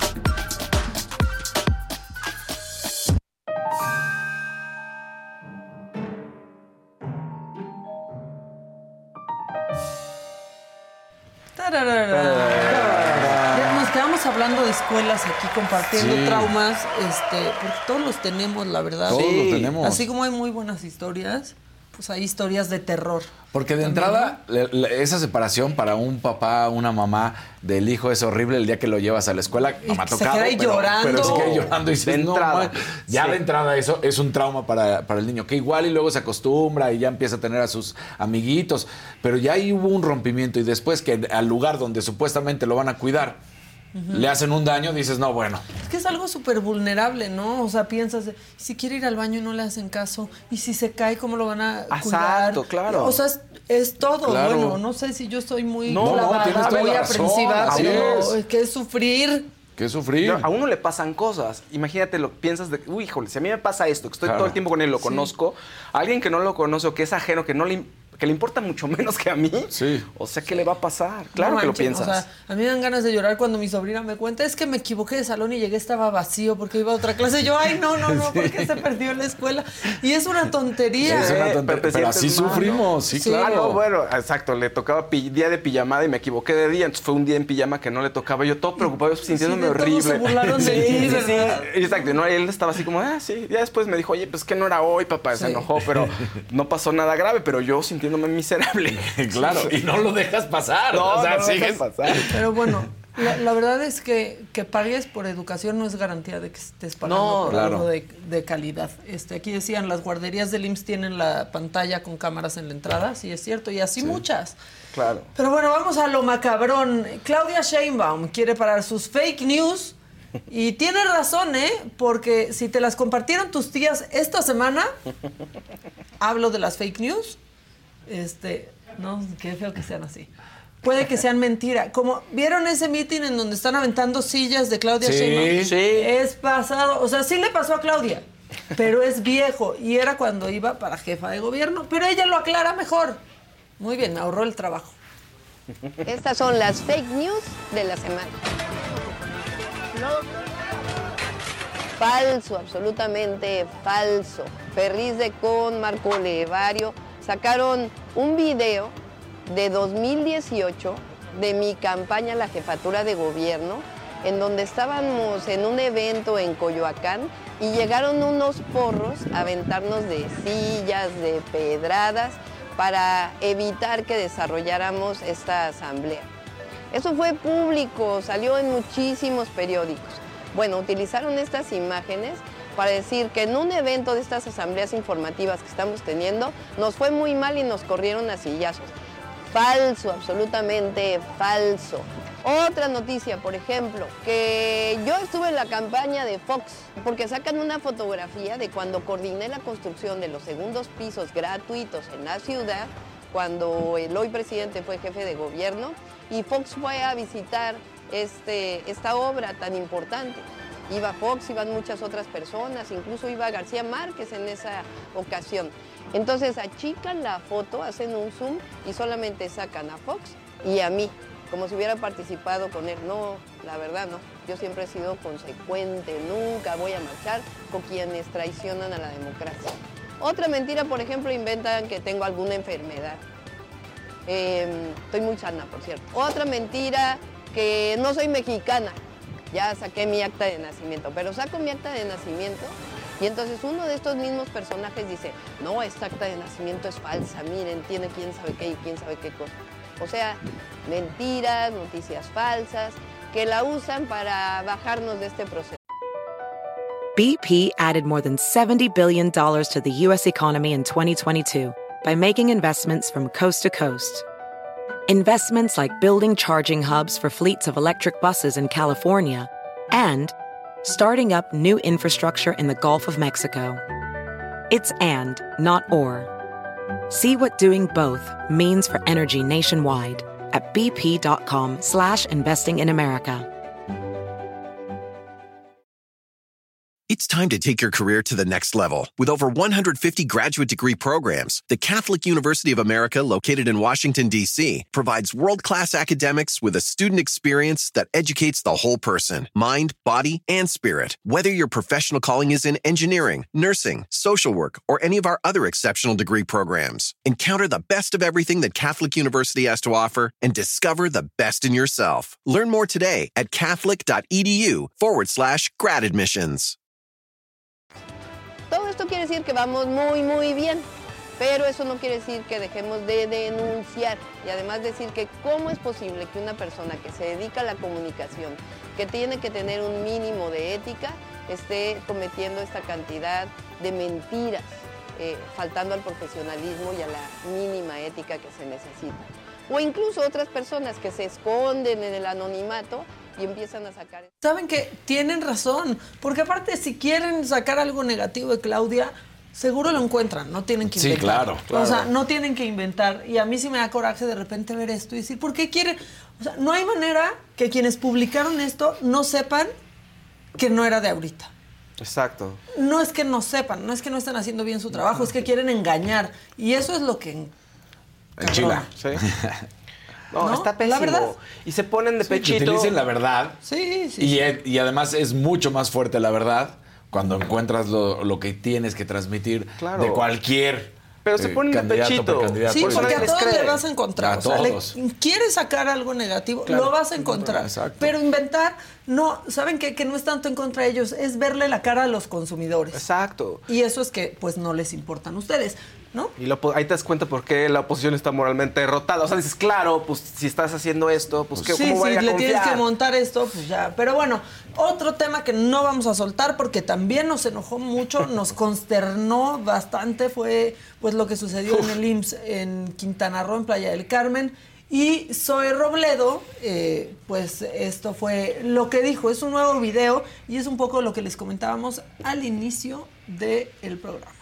Ya nos quedamos hablando de escuelas aquí, compartiendo traumas, porque todos los tenemos, la verdad. Todos los tenemos. Así como hay muy buenas historias, pues hay historias de terror. Porque de entrada, esa separación para un papá, una mamá del hijo es horrible el día que lo llevas a la escuela. Y Mamá se tocado, queda ahí llorando. pero se queda llorando y dices, De entrada. ya Sí. de entrada eso es un trauma para el niño, que igual y luego se acostumbra y ya empieza a tener a sus amiguitos. Pero ya ahí hubo un rompimiento y después que al lugar donde supuestamente lo van a cuidar, le hacen un daño, dices, no, bueno. Es que es algo súper vulnerable, ¿no? O sea, piensas, si quiere ir al baño y no le hacen caso, y si se cae, ¿cómo lo van a cuidar? Exacto, claro. O sea, es todo. Claro. Bueno, no sé si yo soy muy No, clavada, tienes toda muy la razón, aprensiva, así pero es. que es sufrir. ¿Qué sufrir? A uno le pasan cosas. Imagínate, lo piensas de, uy, híjole, si a mí me pasa esto, que estoy todo el tiempo con él, lo conozco, a alguien que no lo conoce o que es ajeno, que le importa mucho menos que a mí. Sí. O sea, ¿qué le va a pasar? Claro No que lo manchen, piensas. O sea, a mí me dan ganas de llorar cuando mi sobrina me cuenta, es que me equivoqué de salón y llegué, estaba vacío porque iba a otra clase. Y yo, ay, no, porque se perdió en la escuela. Y es una tontería. Es una tontería, te pero así sientes mal, sufrimos, sí, Sí. claro. Ah, no, bueno, exacto, le tocaba día de pijamada y me equivoqué de día, entonces fue un día en pijama que no le tocaba, yo todo preocupado, sintiéndome de todos horrible. se burlaron de ti, ¿verdad? Exacto, no, él estaba así como, sí, ya después me dijo, oye, pues que no era hoy, papá, se enojó, pero no pasó nada grave, pero yo sintiéndome miserable. Claro, y no lo dejas pasar. No, o sea, no lo sigues. dejas pasar. Pero bueno, la verdad es que pagues por educación no es garantía de que estés pagando No, por claro. algo de calidad. Aquí decían, las guarderías del IMSS tienen la pantalla con cámaras en la entrada, sí es cierto, y así muchas. Claro. Pero bueno, vamos a lo macabrón. Claudia Sheinbaum quiere parar sus fake news y tiene razón, porque si te las compartieron tus tías esta semana, hablo de las fake news, no, qué feo que sean así. Puede que sean mentira. Como, ¿vieron ese meeting en donde están aventando sillas de Claudia Sheinbaum? Sí. Es pasado, o sea, sí le pasó a Claudia, pero es viejo y era cuando iba para jefa de gobierno, pero ella lo aclara mejor. Muy bien, me ahorró el trabajo. Estas son las fake news de la semana. Falso, absolutamente falso. Perrice con Marco Levario sacaron un video de 2018 de mi campaña a la jefatura de gobierno, en donde estábamos en un evento en Coyoacán y llegaron unos porros a aventarnos de sillas, de pedradas, para evitar que desarrolláramos esta asamblea. Eso fue público, salió en muchísimos periódicos. Bueno, utilizaron estas imágenes para decir que en un evento de estas asambleas informativas que estamos teniendo, nos fue muy mal y nos corrieron a sillazos. Falso, absolutamente falso. Otra noticia, por ejemplo, que yo estuve en la campaña de Fox, porque sacan una fotografía de cuando coordiné la construcción de los segundos pisos gratuitos en la ciudad, cuando el hoy presidente fue jefe de gobierno, y Fox fue a visitar esta obra tan importante. Iba Fox, iban muchas otras personas, incluso iba García Márquez en esa ocasión. Entonces achican la foto, hacen un zoom y solamente sacan a Fox y a mí, como si hubiera participado con él. No, la verdad no. Yo siempre he sido consecuente, nunca voy a marchar con quienes traicionan a la democracia. Otra mentira, por ejemplo, inventan que tengo alguna enfermedad. Estoy muy sana, por cierto. Otra mentira, que no soy mexicana. Ya saqué mi acta de nacimiento, pero saco mi acta de nacimiento Y entonces uno de estos mismos personajes dice, no, esta acta de nacimiento es falsa, miren, tiene quién sabe qué y quién sabe qué cosa. O sea, mentiras, noticias falsas, que la usan para bajarnos de este proceso. BP added more than $70 billion to the U.S. economy in 2022 by making investments from coast to coast. Investments like building charging hubs for fleets of electric buses in California and starting up new infrastructure in the Gulf of Mexico. It's and, not or. See what doing both means for energy nationwide at bp.com/investing in America. It's time to take your career to the next level. With over 150 graduate degree programs, the Catholic University of America, located in Washington, D.C., provides world-class academics with a student experience that educates the whole person, mind, body, and spirit. Whether your professional calling is in engineering, nursing, social work, or any of our other exceptional degree programs, encounter the best of everything that Catholic University has to offer and discover the best in yourself. Learn more today at catholic.edu/grad admissions. Todo esto quiere decir que vamos muy, muy bien, pero eso no quiere decir que dejemos de denunciar y además decir que cómo es posible que una persona que se dedica a la comunicación, que tiene que tener un mínimo de ética, esté cometiendo esta cantidad de mentiras, faltando al profesionalismo y a la mínima ética que se necesita. O incluso otras personas que se esconden en el anonimato y empiezan a sacar... Saben que tienen razón, porque aparte si quieren sacar algo negativo de Claudia, seguro lo encuentran, no tienen que inventar. Sí, claro. O sea, no tienen que inventar. Y a mí sí me da coraje de repente ver esto y decir, ¿por qué quieren? O sea, no hay manera que quienes publicaron esto no sepan que no era de ahorita. Exacto. No es que no sepan, no es que no estén haciendo bien su trabajo, es que quieren engañar. Y eso es lo que... Enchila. Sí. No, está pésimo. La verdad. Y se ponen de pechito. Que utilicen la verdad. Sí. Y además es mucho más fuerte la verdad cuando encuentras lo que tienes que transmitir de cualquier Pero se ponen de pechito. Sí, porque a todos le vas a encontrar. A todos. ¿Quieres sacar algo negativo? Claro, lo vas a encontrar. Exacto. Pero inventar, no, ¿saben qué? Que no es tanto en contra de ellos, es verle la cara a los consumidores. Exacto. Y eso es que, pues, no les importan a ustedes, ¿no? Y ahí te das cuenta por qué la oposición está moralmente derrotada. O sea, dices, claro, pues si estás haciendo esto, pues ¿cómo voy a le confiar? tienes que montar esto, pues ya. Pero bueno, otro tema que no vamos a soltar porque también nos enojó mucho, nos consternó bastante, fue pues lo que sucedió en el IMSS en Quintana Roo, en Playa del Carmen. Y Zoe Robledo, pues esto fue lo que dijo. Es un nuevo video y es un poco lo que les comentábamos al inicio del programa.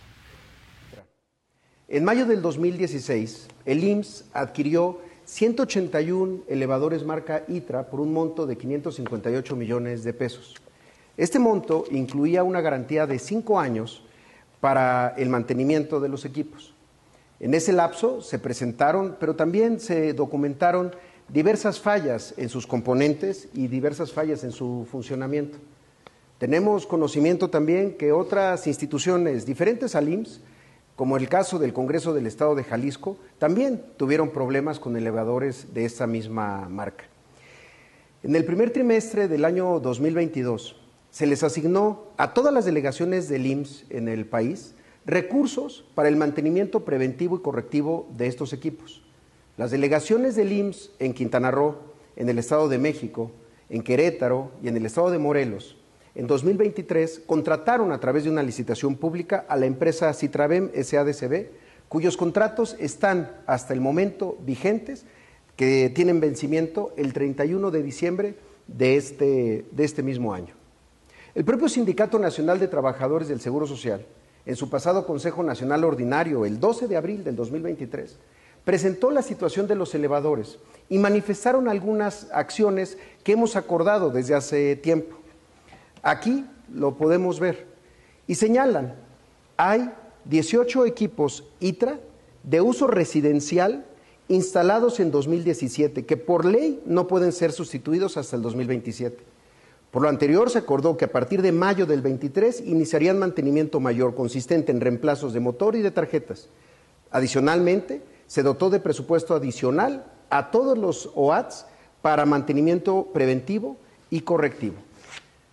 En mayo del 2016, el IMSS adquirió 181 elevadores marca ITRA por un monto de 558 millones de pesos. Este monto incluía una garantía de 5 años para el mantenimiento de los equipos. En ese lapso se presentaron, pero también se documentaron diversas fallas en sus componentes y diversas fallas en su funcionamiento. Tenemos conocimiento también que otras instituciones diferentes al IMSS, como el caso del Congreso del Estado de Jalisco, también tuvieron problemas con elevadores de esta misma marca. En el primer trimestre del año 2022, se les asignó a todas las delegaciones del IMSS en el país recursos para el mantenimiento preventivo y correctivo de estos equipos. Las delegaciones del IMSS en Quintana Roo, en el Estado de México, en Querétaro y en el Estado de Morelos, en 2023 contrataron a través de una licitación pública a la empresa Citravem SADCB, cuyos contratos están hasta el momento vigentes, que tienen vencimiento el 31 de diciembre de este mismo año. El propio Sindicato Nacional de Trabajadores del Seguro Social, en su pasado Consejo Nacional Ordinario, el 12 de abril del 2023, presentó la situación de los elevadores y manifestaron algunas acciones que hemos acordado desde hace tiempo. Aquí lo podemos ver y señalan, hay 18 equipos ITRA de uso residencial instalados en 2017 que por ley no pueden ser sustituidos hasta el 2027. Por lo anterior se acordó que a partir de mayo del 23 iniciarían mantenimiento mayor consistente en reemplazos de motor y de tarjetas. Adicionalmente, se dotó de presupuesto adicional a todos los OATs para mantenimiento preventivo y correctivo.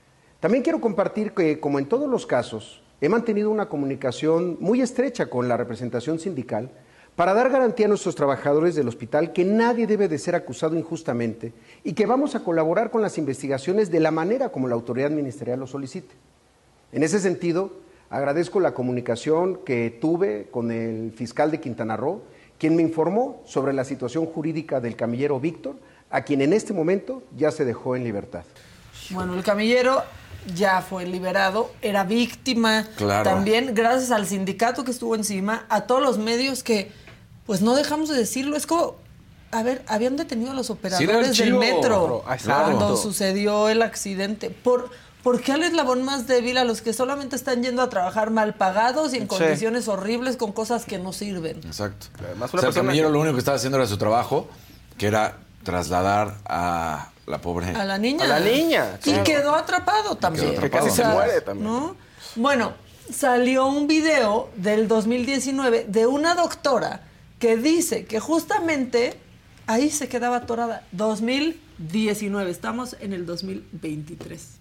También quiero compartir que, como en todos los casos, he mantenido una comunicación muy estrecha con la representación sindical para dar garantía a nuestros trabajadores del hospital que nadie debe de ser acusado injustamente y que vamos a colaborar con las investigaciones de la manera como la autoridad ministerial lo solicite. En ese sentido, agradezco la comunicación que tuve con el fiscal de Quintana Roo, quien me informó sobre la situación jurídica del camillero Víctor, a quien en este momento ya se dejó en libertad. Bueno, el camillero ya fue liberado, era víctima Claro. también, gracias al sindicato que estuvo encima, a todos los medios que, pues no dejamos de decirlo, es como, a ver, habían detenido a los operadores era el del chivo. metro Exacto. cuando sucedió el accidente. ¿Por qué al eslabón más débil, a los que solamente están yendo a trabajar mal pagados y en Sí. condiciones horribles con cosas que no sirven? Exacto. Además, O una sea, el persona camillero que- lo único que estaba haciendo era su trabajo, que era trasladar a la pobre... A la niña. A la niña, Y claro. quedó atrapado también. Que casi se muere también. ¿No? Bueno, salió un video del 2019 de una doctora que dice que justamente ahí se quedaba atorada. 2019, estamos en el 2023.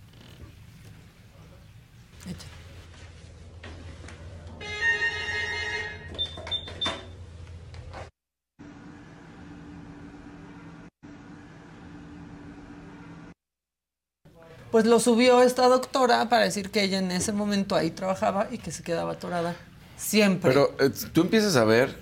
Échale. Pues lo subió esta doctora para decir que ella en ese momento ahí trabajaba y que se quedaba atorada siempre. Pero tú empiezas a ver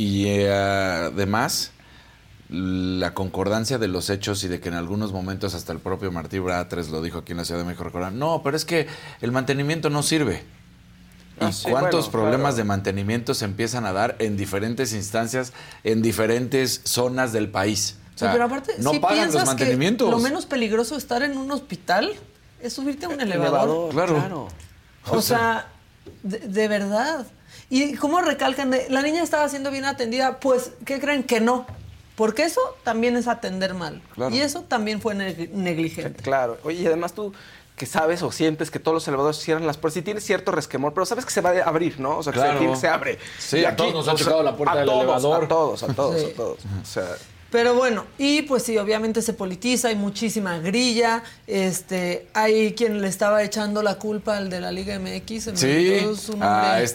además la concordancia de los hechos y de que en algunos momentos hasta el propio Martí Batres lo dijo aquí en la Ciudad de México, recordaron, no, pero es que el mantenimiento no sirve. ¿Y sí, cuántos bueno, problemas claro. de mantenimiento se empiezan a dar en diferentes instancias, en diferentes zonas del país? O sea, pero aparte, no si pagan los piensas mantenimientos. que lo menos peligroso de estar en un hospital es subirte a un elevador. Claro. O sea, de verdad. ¿Y cómo recalcan? La niña estaba siendo bien atendida. Pues, ¿qué creen? Que no. Porque eso también es atender mal. Claro. Y eso también fue negligente. Claro. Oye, y además tú que sabes o sientes que todos los elevadores cierran las puertas y tienes cierto resquemor, pero sabes que se va a abrir, ¿no? O sea, que Claro. se abre. Sí, Y a todos nos ha tocado la puerta a del todos, elevador. A todos. Sí. O sea, Pero bueno, y pues sí, obviamente se politiza, hay muchísima grilla, hay quien le estaba echando la culpa al de la Liga MX, se me Sí, olvidó su nombre. a Ay,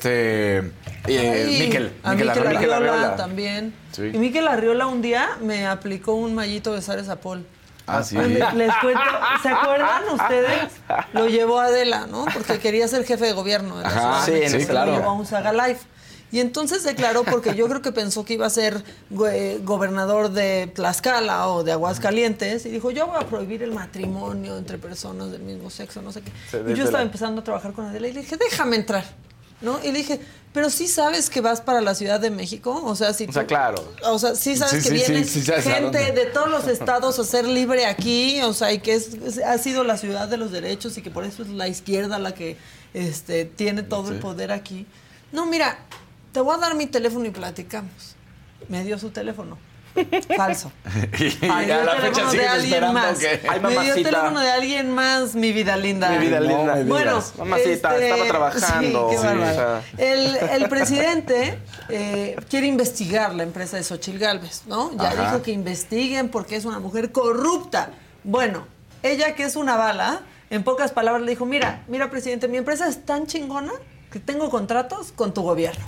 Miquel Arriola Arriola. también. Sí. Y Miquel Arriola un día me aplicó un mallito de Sares a Paul. Ah, sí. Les cuento, ¿se acuerdan ustedes? Lo llevó Adela, ¿no? Porque quería ser jefe de gobierno de la Ajá, Ciudad de sí, México. claro. Lo llevó a un Saga Live. Y entonces declaró, porque yo creo que pensó que iba a ser gobernador de Tlaxcala o de Aguascalientes, y dijo, yo voy a prohibir el matrimonio entre personas del mismo sexo, no sé qué. Y yo estaba empezando a trabajar con Adela y le dije, déjame entrar, ¿no? Y le dije, pero sí sabes que vas para la Ciudad de México, o sea, si claro. O sea, sí sabes Sí, que sí, viene sí, sabes a gente dónde. de todos los estados a ser libre aquí, o sea, y que ha sido la ciudad de los derechos y que por eso es la izquierda la que tiene todo el poder aquí. No, mira, te voy a dar mi teléfono y platicamos. Me dio su teléfono. Falso. Y Me dio a la el fecha teléfono de siguen alguien esperando más. que... Ay, Me dio el mamacita. teléfono de alguien más, mi vida linda. Mi vida linda. No me Bueno, digas. Mamacita, estaba trabajando. Sí, qué Sí, bárbaro. o sea. El presidente quiere investigar la empresa de Xóchitl Gálvez, ¿no? Ya Ajá. dijo que investiguen porque es una mujer corrupta. Bueno, ella que es una bala, en pocas palabras le dijo, mira, presidente, mi empresa es tan chingona que tengo contratos con tu gobierno.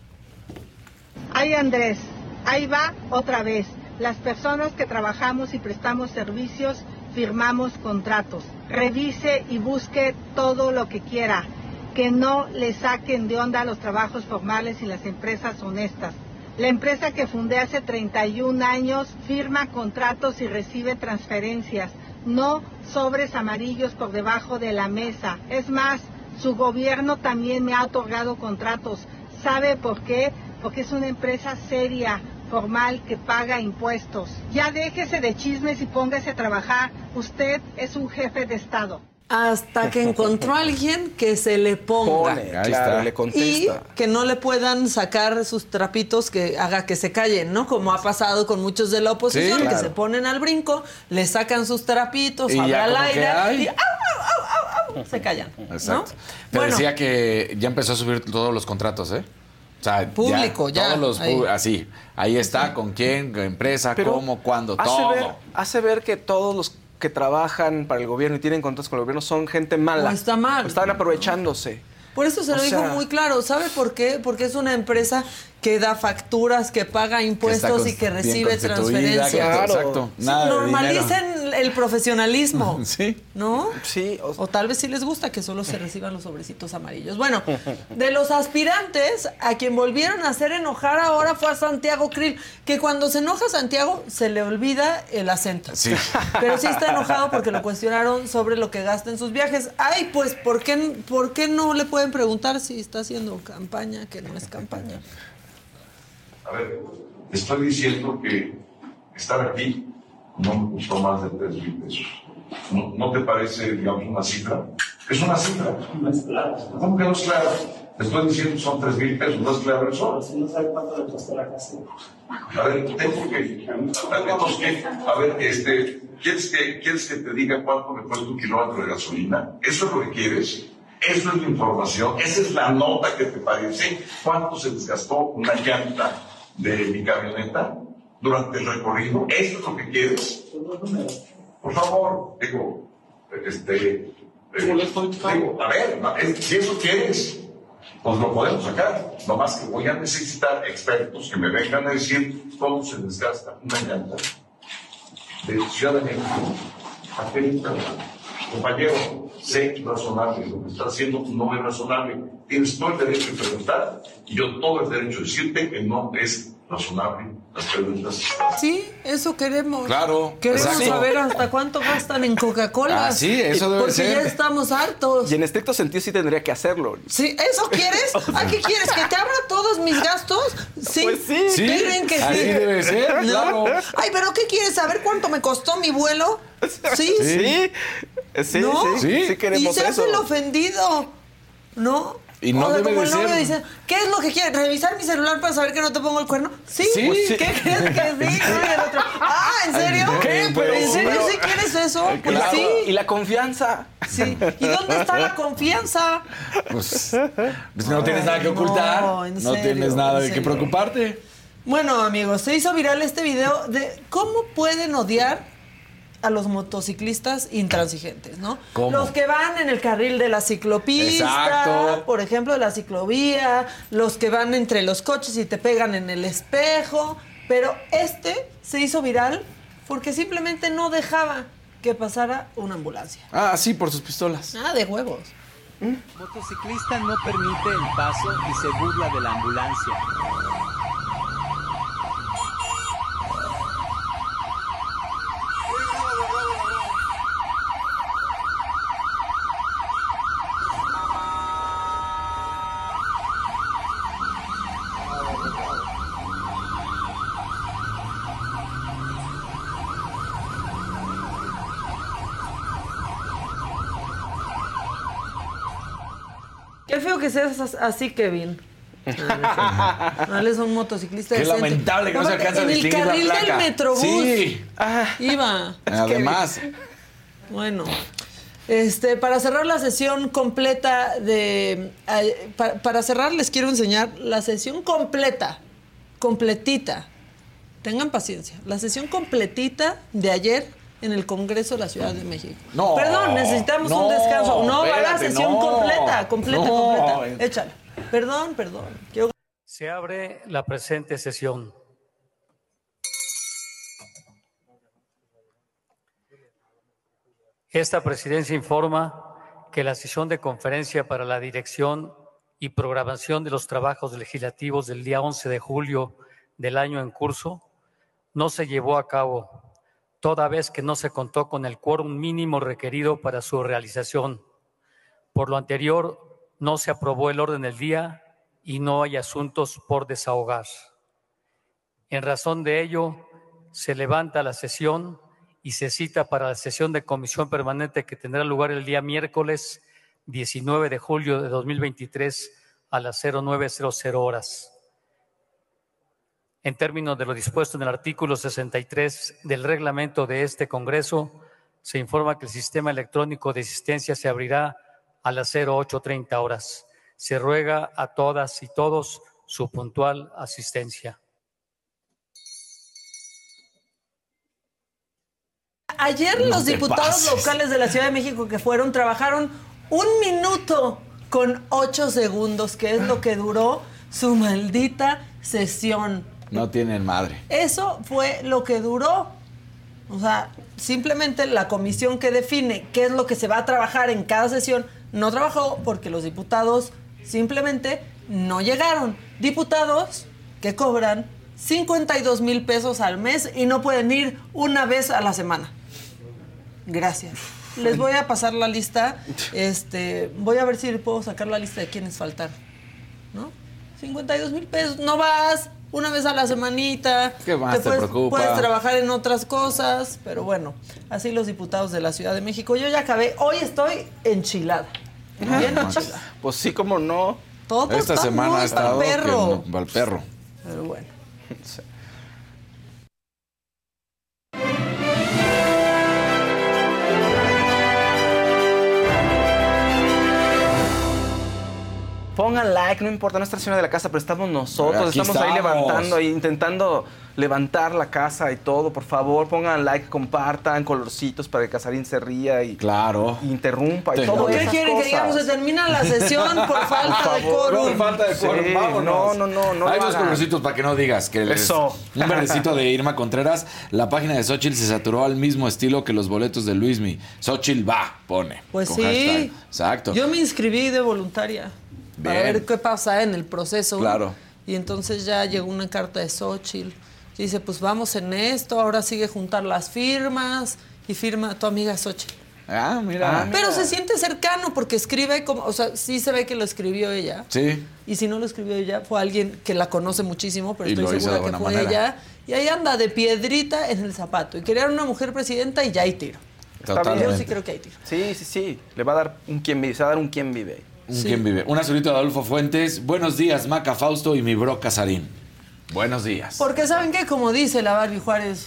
Ay, Andrés, ahí va otra vez. Las personas que trabajamos y prestamos servicios firmamos contratos. Revise y busque todo lo que quiera. Que no le saquen de onda los trabajos formales y las empresas honestas. La empresa que fundé hace 31 años firma contratos y recibe transferencias, no sobres amarillos por debajo de la mesa. Es más, su gobierno también me ha otorgado contratos. ¿Sabe por qué? Porque es una empresa seria, formal, que paga impuestos. Ya déjese de chismes y póngase a trabajar. Usted es un jefe de Estado. Hasta que encontró a alguien que se le ponga. Pone, Ahí claro, está. le Y contesta. que no le puedan sacar sus trapitos que haga que se callen, ¿no? Como ha pasado con muchos de la oposición, Sí, que claro. se ponen al brinco, le sacan sus trapitos, Y ya habla al como que, aire ay. y ¡au, au, au, au! Se callan. Exacto. ¿no? Te Bueno, decía que ya empezó a subir todos los contratos, ¿eh? O sea, Público, ya, Todos los ahí. así. Ahí está, con quién, qué empresa, Pero cómo, cuándo, hace todo. Ver que todos los que trabajan para el gobierno y tienen contratos con el gobierno son gente mala. No está mal. Están aprovechándose. Por eso se lo dijo muy claro. ¿Sabe por qué? Porque es una empresa que da facturas, que paga impuestos y que recibe transferencias. Claro. Exacto. Nada Normalicen el profesionalismo. Sí. ¿No? Sí. O tal vez sí les gusta que solo se reciban los sobrecitos amarillos. Bueno, de los aspirantes, a quien volvieron a hacer enojar ahora fue a Santiago Krill, que cuando se enoja Santiago se le olvida el acento. Sí. Pero sí está enojado porque lo cuestionaron sobre lo que gasta en sus viajes. Ay, pues, ¿por qué no le pueden preguntar si está haciendo campaña, que no es campaña? A ver, estoy diciendo que estar aquí no me costó más de 3,000 pesos. ¿No te parece, digamos, una cifra? Es una cifra. No es clara. ¿Cómo que no es clara? Te estoy diciendo que son 3,000 pesos. ¿No es claro eso? Si no sabe cuánto le costó la casa. A ver, tengo que... A ver, ¿quieres que te diga cuánto me cuesta un kilómetro de gasolina? ¿Eso es lo que quieres? Eso es la información, esa es la nota que te parece. ¿Cuánto se desgastó una llanta de mi camioneta durante el recorrido? ¿Eso es lo que quieres? Por favor, a ver, si eso quieres, pues lo podemos sacar. Nomás que voy a necesitar expertos que me vengan a decir cómo se desgasta una llanta de Ciudad de México a Querétaro. Compañero, sé razonable, lo que está haciendo no es razonable. Tienes todo el derecho de preguntar y yo todo el derecho de decirte que no es razonable las preguntas. Sí, eso queremos. Claro. Queremos exacto. saber hasta cuánto gastan en Coca-Cola. Sí, eso debe porque ser. Ya estamos hartos. Y en estricto sentido sí tendría que hacerlo. Sí, ¿eso quieres? ¿A qué quieres? ¿Que te abra todos mis gastos? Sí. Pues sí. ¿Creen que así sí? debe ser, ¿No? claro. Ay, ¿pero qué quieres? ¿Saber cuánto me costó mi vuelo? Sí. ¿No? Sí queremos y se hace eso. el ofendido, ¿no? Y no debe como de el novio ser. dice, ¿qué es lo que quieres? ¿Revisar mi celular para saber que no te pongo el cuerno? Sí. Sí. ¿Qué crees que sí? Y el otro, ¿en serio? ¿Qué? Pero ¿En serio sí. sí quieres eso? Pues Claro. sí. Y la confianza. Sí. ¿Y dónde está la confianza? Pues no tienes nada que ocultar. No, en serio, tienes nada en de qué serio. preocuparte. Bueno, amigos, se hizo viral este video de cómo pueden odiar a los motociclistas intransigentes, ¿no? ¿Cómo? Los que van en el carril de la ciclopista, Exacto. por ejemplo, de la ciclovía, los que van entre los coches y te pegan en el espejo, pero se hizo viral porque simplemente no dejaba que pasara una ambulancia. Ah, sí, por sus pistolas. Ah, de huevos. Motociclista no permite el paso y se burla de la ambulancia. Qué feo que seas así, Kevin. Él es un motociclista Qué decente. lamentable que no se alcanza a distinguir la En el carril placa. del Metrobús. Sí. Iba. Además. Bueno. Para cerrar la sesión completa para cerrar les quiero enseñar la sesión completita. Tengan paciencia. La sesión completita de ayer en el Congreso de la Ciudad de México. No. Perdón, necesitamos un descanso. No, va la espérate, sesión no. completa. Échala. Perdón. Se abre la presente sesión. Esta presidencia informa que la sesión de conferencia para la dirección y programación de los trabajos legislativos del día 11 de julio del año en curso no se llevó a cabo, toda vez que no se contó con el quórum mínimo requerido para su realización. Por lo anterior, no se aprobó el orden del día y no hay asuntos por desahogar. En razón de ello, se levanta la sesión y se cita para la sesión de comisión permanente que tendrá lugar el día miércoles 19 de julio de 2023 a las 09:00 horas. En términos de lo dispuesto en el artículo 63 del reglamento de este Congreso, se informa que el sistema electrónico de asistencia se abrirá a las 08:30 horas. Se ruega a todas y todos su puntual asistencia. ayer los diputados locales de la Ciudad de México que trabajaron 1 minuto con 8 segundos, que es lo que duró su maldita sesión. No tienen madre. Eso fue lo que duró. O sea, simplemente la comisión que define qué es lo que se va a trabajar en cada sesión no trabajó porque los diputados simplemente no llegaron. Diputados que cobran 52,000 pesos al mes y no pueden ir una vez a la semana. Gracias. Les voy a pasar la lista. Voy a ver si puedo sacar la lista de quienes faltaron, ¿no? 52,000 pesos. No vas una vez a la semanita. ¿Qué más te preocupa? Puedes trabajar en otras cosas, pero bueno, así los diputados de la Ciudad de México. Yo ya acabé. Hoy estoy enchilada. Bien enchilada. Pues sí, cómo no. Todo esta está semana muy ha estado perro. al perro. Pero bueno. Sí. Pongan like, no importa, no está la señora de la casa, pero estamos nosotros, estamos ahí levantando, ahí intentando levantar la casa y todo. Por favor, pongan like, compartan, colorcitos para que Casarín se ría y interrumpa y todo. ¿Por qué quieren que digamos se termina la sesión por falta de quórum? Por falta de quórum, Sí, vámonos. no Hay lo dos hagan. colorcitos para que no digas que Eso. Un verdecito de Irma Contreras. La página de Xóchitl se saturó al mismo estilo que los boletos de Luismi. Xóchitl va, pone. Pues con sí. hashtag. Exacto. Yo me inscribí de voluntaria. Para Bien. ver qué pasa en el proceso. Claro. Y entonces ya llegó una carta de Xóchitl. Dice, pues vamos en esto, ahora sigue juntar las firmas. Y firma tu amiga Xóchitl. Ah, mira. Pero se siente cercano porque escribe como, o sea, sí se ve que lo escribió ella. Sí. Y si no lo escribió ella, fue alguien que la conoce muchísimo, pero Y estoy lo hizo segura de que buena fue manera. ella. Y ahí anda de piedrita en el zapato. Y quería una mujer presidenta y ya hay tiro. Totalmente. Yo sí creo que hay tiro. Sí. Le va a dar un quién vive, se va a dar un quién vive. ¿Quién vive? Un azulito de Adolfo Fuentes. Buenos días, Maca Fausto y mi bro Casarín. Buenos días. Porque ¿saben qué? Como dice la Barbie Juárez.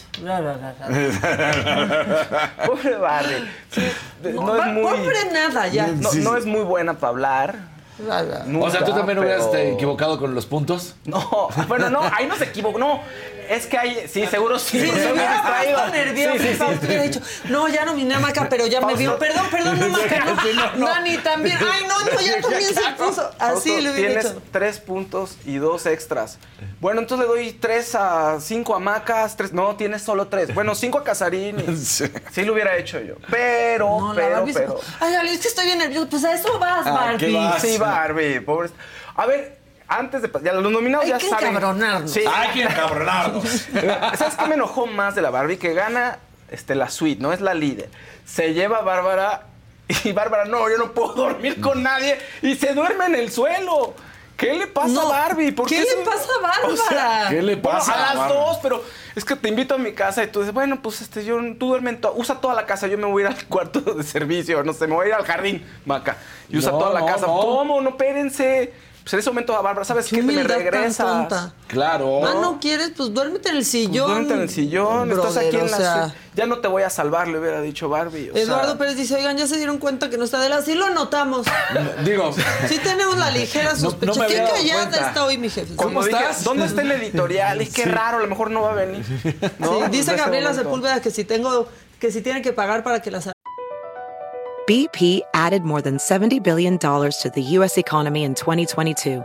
Pobre Barbie. No es muy... Pobre nada ya. No es muy buena para hablar. O sea, ¿tú también hubieras pero- equivocado con los puntos? No, bueno, no, ahí no se equivocó. No, es que hay... Sí, seguro sí. Sí, porque se me hubiera distraigo. puesto nervioso. Sí. Fausto hubiera dicho, no, ya nominé a Maca, pero ya me vio. Perdón, no, Maca, no. Dani también. Ay, no, ya también se puso. Así Fausto, le hubiera tienes dicho. 3 puntos y 2 extras. Bueno, entonces le doy 3 a 5 a Macas, 3... No, tienes solo 3. Bueno, 5 a Casarín. Sí lo hubiera hecho yo. Pero, No, la Barbie se- Ay, Ale, es que estoy bien nervioso. Pues a eso vas, Barbie. ¿qué vas? Sí, Barbie, pobre. A ver, antes de... Ya, los nominados Hay ya que saben. encabronarnos. Sí. Hay que encabronarnos. ¿Sabes qué me enojó más de la Barbie? Que gana la suite, no es la líder. Se lleva a Bárbara y Bárbara, no, yo no puedo dormir con nadie y se duerme en el suelo. ¿Qué le pasa a Barbie? ¿Por ¿Qué le pasa a Bárbara? O sea, ¿Qué le bueno, pasa a a las Bárbara? dos, pero es que te invito a mi casa y tú dices, bueno, pues tú duerme usa toda la casa, yo me voy a ir al cuarto de servicio, no sé, me voy a ir al jardín, Maca. Y usa No, toda la no, casa. no. ¿Cómo? No, espérense. Pues en ese momento a Bárbara, ¿sabes qué? Me humildad tan regresas. tonta. Claro. Ah, ¿no quieres? Pues duérmete en el sillón. Duérmete en el sillón, estás brother, aquí en o la sea. suite. Ya no te voy a salvar, le hubiera dicho Barbie. o Eduardo sea. Pérez dice, oigan, ya se dieron cuenta que no está Adela. Sí lo notamos. Digo, Sí tenemos la ligera sospecha. no me Qué había dado callada cuenta. está hoy mi jefe. Como dije, estás? ¿dónde está el editorial? Y qué raro, a lo mejor no va a venir. ¿No? Sí, dice Desde ese Gabriela momento. Sepúlveda que si tienen que pagar para que las... BP added more than $70 billion to the U.S. economy in 2022.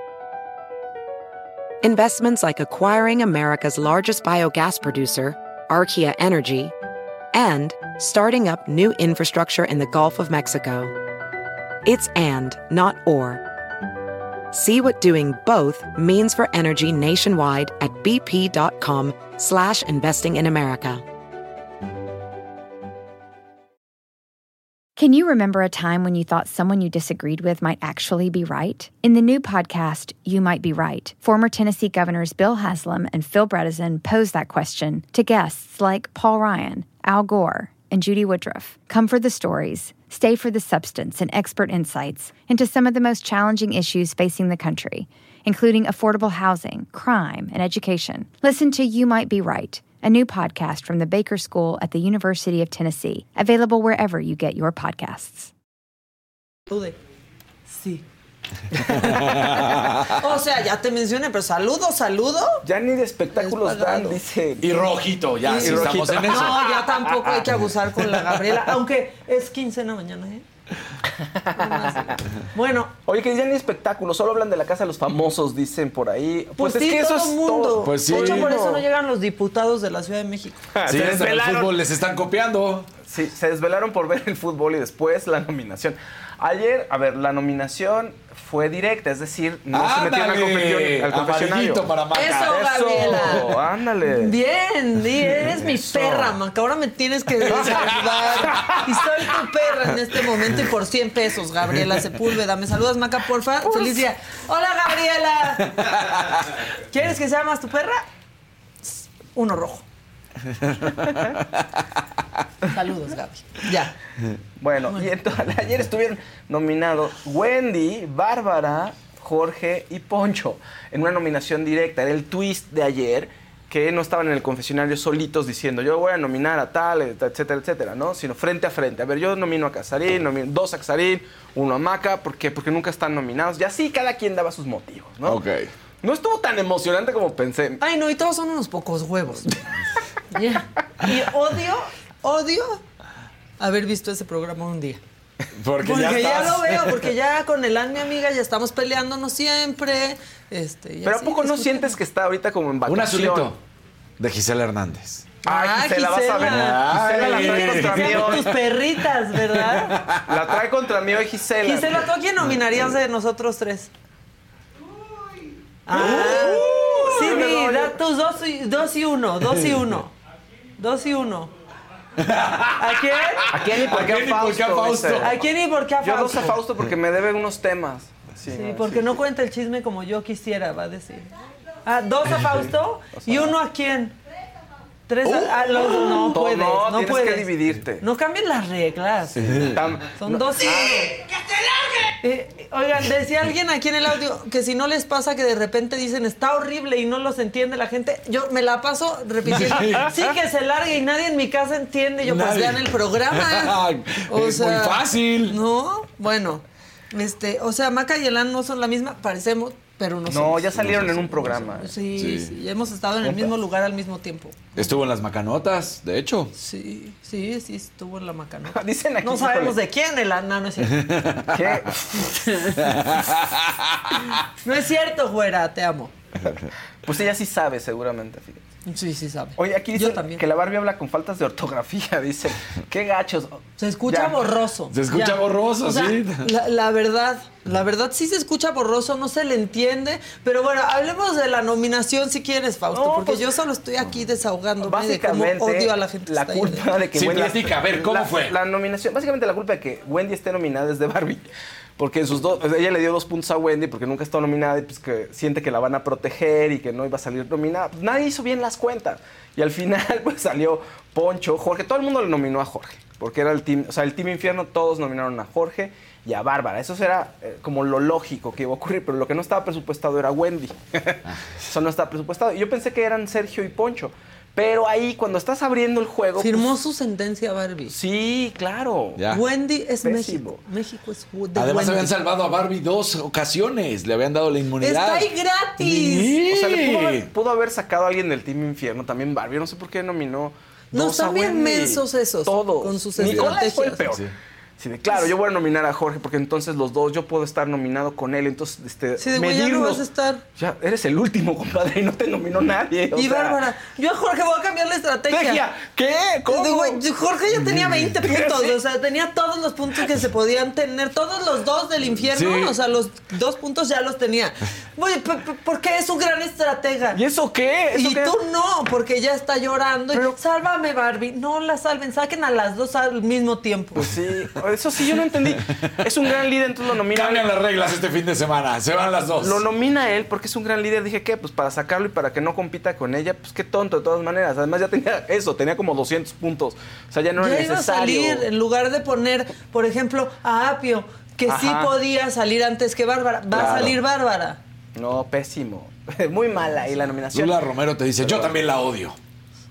Investments like acquiring America's largest biogas producer, Archaea Energy, and starting up new infrastructure in the Gulf of Mexico. It's and, not or. See what doing both means for energy nationwide at bp.com/investing in America. Can you remember a time when you thought someone you disagreed with might actually be right? In the new podcast, You Might Be Right, former Tennessee governors Bill Haslam and Phil Bredesen pose that question to guests like Paul Ryan, Al Gore, and Judy Woodruff. Come for the stories, stay for the substance and expert insights into some of the most challenging issues facing the country, including affordable housing, crime, and education. Listen to You Might Be Right, a new podcast from the Baker School at the University of Tennessee, available wherever you get your podcasts. Sí. O sea, ya te mencioné, pero saludo. Ya ni de espectáculos dan, dice. Y rojito, ya, si estamos en eso. No, ya tampoco hay que abusar con la Gabriela, aunque es quincena mañana, ¿eh? Bueno. Oye, que ya ni espectáculos, solo hablan de la casa de los famosos, dicen por ahí. Pues es sí, que eso todo es el mundo. todo. Pues sí. De hecho, por eso no llegan los diputados de la Ciudad de México. Sí, en el fútbol les están copiando. Sí, se desvelaron por ver el fútbol y después la nominación. Ayer, a ver, la nominación fue directa, es decir, no se metieron al confesionario. Para Maca. Eso, Gabriela. Ándale. Bien, eres mi perra, Maca. Ahora me tienes que saludar. Y soy tu perra en este momento y por 100 pesos, Gabriela Sepúlveda. ¿Me saludas, Maca, porfa? Feliz día. Hola, Gabriela. ¿Quieres que sea más tu perra? Uno rojo. Saludos, Gaby. Ya. Bueno, y entonces ayer estuvieron nominados Wendy, Bárbara, Jorge y Poncho en una nominación directa. Era el twist de ayer, que no estaban en el confesionario solitos diciendo yo voy a nominar a tal, etcétera, etcétera, ¿no? Sino frente a frente. A ver, yo nomino a Casarín, 2 a Casarín, 1 a Maca, porque nunca están nominados. Y así cada quien daba sus motivos, ¿no? Ok. No estuvo tan emocionante como pensé. Ay, no, y todos son unos pocos huevos. Yeah. Y odio haber visto ese programa un día. Porque ya lo veo, porque ya con mi amiga, ya estamos peleándonos siempre. Pero ¿a poco no sientes que está ahorita como en vacación? Un azulito de Gisela Hernández. Ay, Gisela, vas a ver. Gisela la trae contra mí hoy. Tus perritas, ¿verdad? La trae contra mí hoy Gisela. Gisela, ¿tú a quién nominarías de nosotros tres? Sí, da tus 2 y 1. 2 y 1. ¿A quién? ¿A quién y por qué a Fausto? ¿A quién y por qué a Fausto? Yo 2 a Fausto porque me debe unos temas. Sí, porque no cuenta el chisme como yo quisiera, va a decir. 2 a Fausto y 1 a quién. 3 a los... No puedes, no tienes puedes. que dividirte. No cambies las reglas. Son 2 y 1. ¡Que se largue! Oigan, decía alguien aquí en el audio que si no les pasa que de repente dicen está horrible y no los entiende la gente, yo me la paso repitiendo, sí que se largue y nadie en mi casa entiende. Yo pues vean el programa. Es muy fácil. No, bueno, o sea, Maca y Elán no son la misma, parecemos, pero no somos. No, ya salieron en un programa. Sí, hemos estado en el mismo lugar al mismo tiempo. Estuvo en las Macanotas, de hecho. Sí, estuvo en la Macanota. Dicen aquí. No sabemos de quién, Elán. No es cierto. ¿Qué? No es cierto, güera, te amo. Pues ella sí sabe, seguramente, fíjate. Sí sabe. Oye, aquí dicen que la Barbie habla con faltas de ortografía, dice. Qué gachos. Se escucha borroso. Se escucha borroso, o sea, sí. La verdad sí se escucha borroso, no se le entiende. Pero bueno, hablemos de la nominación si quieres, Fausto, porque yo solo estoy aquí desahogándome básicamente, de cómo odio a la gente. La culpa de que sí, Wendy... platica, a ver, ¿cómo fue? La nominación, básicamente la culpa de que Wendy esté nominada es de Barbie. Porque en ella le dio 2 puntos a Wendy porque nunca ha estado nominada y pues que siente que la van a proteger y que no iba a salir nominada. Pues nadie hizo bien las cuentas. Y al final pues salió Poncho, Jorge. Todo el mundo le nominó a Jorge. Porque era el team, o sea, el Team Infierno, todos nominaron a Jorge y a Bárbara. Eso era como lo lógico que iba a ocurrir. Pero lo que no estaba presupuestado era Wendy. Eso no estaba presupuestado. Y yo pensé que eran Sergio y Poncho. Pero ahí, cuando estás abriendo el juego... Firmó su sentencia Barbie. Sí, claro. Ya. Wendy es Pésimo. México es de Además, Wendy. habían salvado a Barbie 2 ocasiones. Le habían dado la inmunidad. ¡Está ahí gratis! Sí. O sea, pudo haber sacado a alguien del Team Infierno, también Barbie. No sé por qué nominó No, 2 a están bien Wendy. mensos esos. Todos. Con sus Nicolás estrategias. fue el peor. Sí. Sí, claro, yo voy a nominar a Jorge porque entonces los dos, yo puedo estar nominado con él, entonces sí, de güey, ya no vas a estar. Ya, eres el último, compadre, y no te nominó nadie. Y Bárbara, yo a Jorge voy a cambiar la estrategia. ¿Qué? ¿Cómo? Jorge ya tenía 20 puntos, o sea, tenía todos los puntos que se podían tener, todos los 2 del infierno, Sí. o sea, los 2 puntos ya los tenía. Oye, porque es un gran estratega. ¿Y eso qué? ¿Eso Y qué? tú no, porque ya está llorando. Pero- Sálvame, Barbie. No la salven, saquen a las 2 al mismo tiempo. Pues sí, eso sí, yo no entendí. Es un gran líder, entonces lo nomina. Cambian las reglas este fin de semana. Se van las 2. Lo nomina él porque es un gran líder. Dije, ¿qué? Pues para sacarlo y para que no compita con ella, pues qué tonto de todas maneras. Además ya tenía eso, tenía como 200 puntos. O sea, ya no Ya era iba a necesario. salir, en lugar de poner, por ejemplo, a Apio, que sí Ajá. podía salir antes que Bárbara. Va a Claro. salir Bárbara. No, pésimo. Muy mala ahí la nominación. Lula Romero te dice, yo también la odio.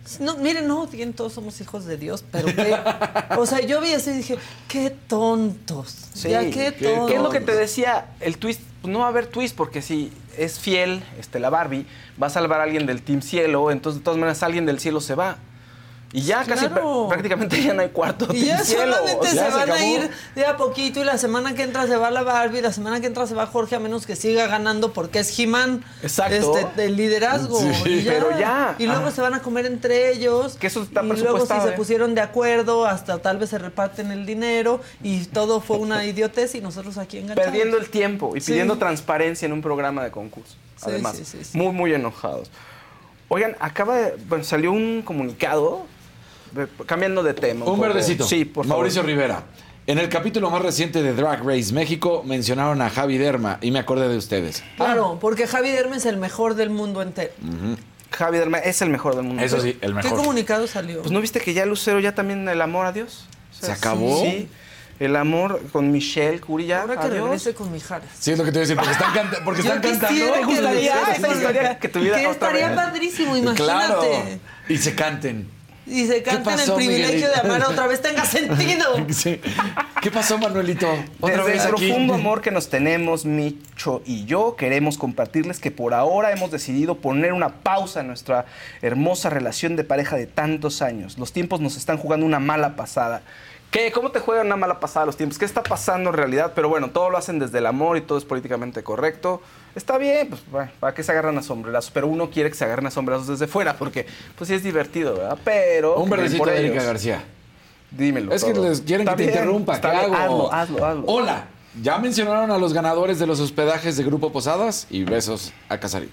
No, miren, no, bien, todos somos hijos de Dios, pero qué. O sea, yo vi eso y dije, qué tontos. Sí. Ya, qué tontos. ¿Qué es lo que te decía? El twist, pues no va a haber twist, porque si es fiel, la Barbie, va a salvar a alguien del Team Cielo, entonces de todas maneras alguien del cielo se va. Y ya casi prácticamente ya no hay cuarto Y ya Team Cielo. solamente se van acabó. a ir de a poquito y la semana que entra se va la Barbie, la semana que entra se va Jorge, a menos que siga ganando porque es He-Man. Exacto. Del liderazgo. Sí, y ya. pero ya. Y luego se van a comer entre ellos. Que eso está y luego si presupuestado, se pusieron de acuerdo, hasta tal vez se reparten el dinero y todo fue una idiotez y nosotros aquí enganchados. Perdiendo el tiempo y Sí. pidiendo transparencia en un programa de concurso. Sí, Además, sí. muy, muy enojados. Oigan, salió un comunicado, cambiando de tema. Un verdecito. Sí, por favor. Mauricio Rivera. En el capítulo más reciente de Drag Race México mencionaron a Javi Derma y me acordé de ustedes. Claro, porque Javi Derma es el mejor del mundo entero. Javi Derma es el mejor del mundo. Eso sí, el mejor. ¿Qué comunicado salió? Pues ¿no viste que ya Lucero ya también el amor a Dios? ¿Se acabó? Sí. El amor con Michelle Curi ya. Ahora que adiós. regrese con Mijares. Sí, es lo que te iba a decir, porque están, cantando. Me gustaría esa historia que tuviera que otra estaría vez. padrísimo, imagínate. Claro. Y se canten. Y se canten pasó, el privilegio Miguelito? de amar otra vez tenga sentido. Sí. ¿Qué pasó, Manuelito? Otra Desde vez el aquí. profundo amor que nos tenemos, Micho y yo, queremos compartirles que por ahora hemos decidido poner una pausa en nuestra hermosa relación de pareja de tantos años. Los tiempos nos están jugando una mala pasada. ¿Qué? ¿Cómo te juegan una mala pasada los tiempos? ¿Qué está pasando en realidad? Pero bueno, todo lo hacen desde el amor y todo es políticamente correcto. Está bien, pues bueno, ¿para qué se agarran a sombrerazos? Pero uno quiere que se agarren a sombrerazos desde fuera, porque pues sí es divertido, ¿verdad? Pero... Un verdecito por de ellos. Erika García. Dímelo. Es que todo. les quieren Está que te bien, interrumpa. está ¿Qué bien, hago? Hazlo. Hola. ¿Ya mencionaron a los ganadores de los hospedajes de Grupo Posadas? Y besos a Casarín.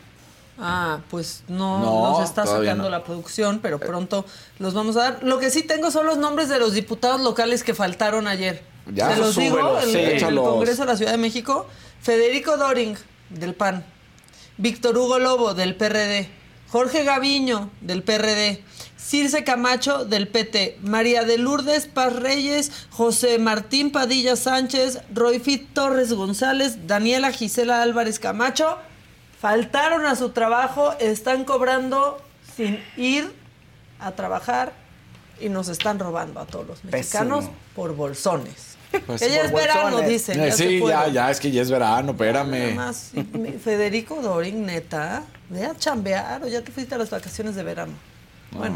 Ah, pues no No, nos está todavía sacando no. la producción, pero pronto los vamos a dar. Lo que sí tengo son los nombres de los diputados locales que faltaron ayer. Ya, Se los digo, súbelos, el, sí. el Échalos. Congreso de la Ciudad de México. Federico Doring, del PAN. Víctor Hugo Lobo, del PRD. Jorge Gaviño, del PRD. Circe Camacho, del PT. María de Lourdes Paz Reyes. José Martín Padilla Sánchez. Royfit Torres González. Daniela Gisela Álvarez Camacho. Faltaron a su trabajo, están cobrando sin ir a trabajar y nos están robando a todos los mexicanos por bolsones. Pues, que ya es por verano, bolsones. dicen. Ya Sí, se fueron. ya, es que ya es verano, espérame. Nada más, Federico Doring, neta, ve a chambear o ya te fuiste a las vacaciones de verano. Bueno,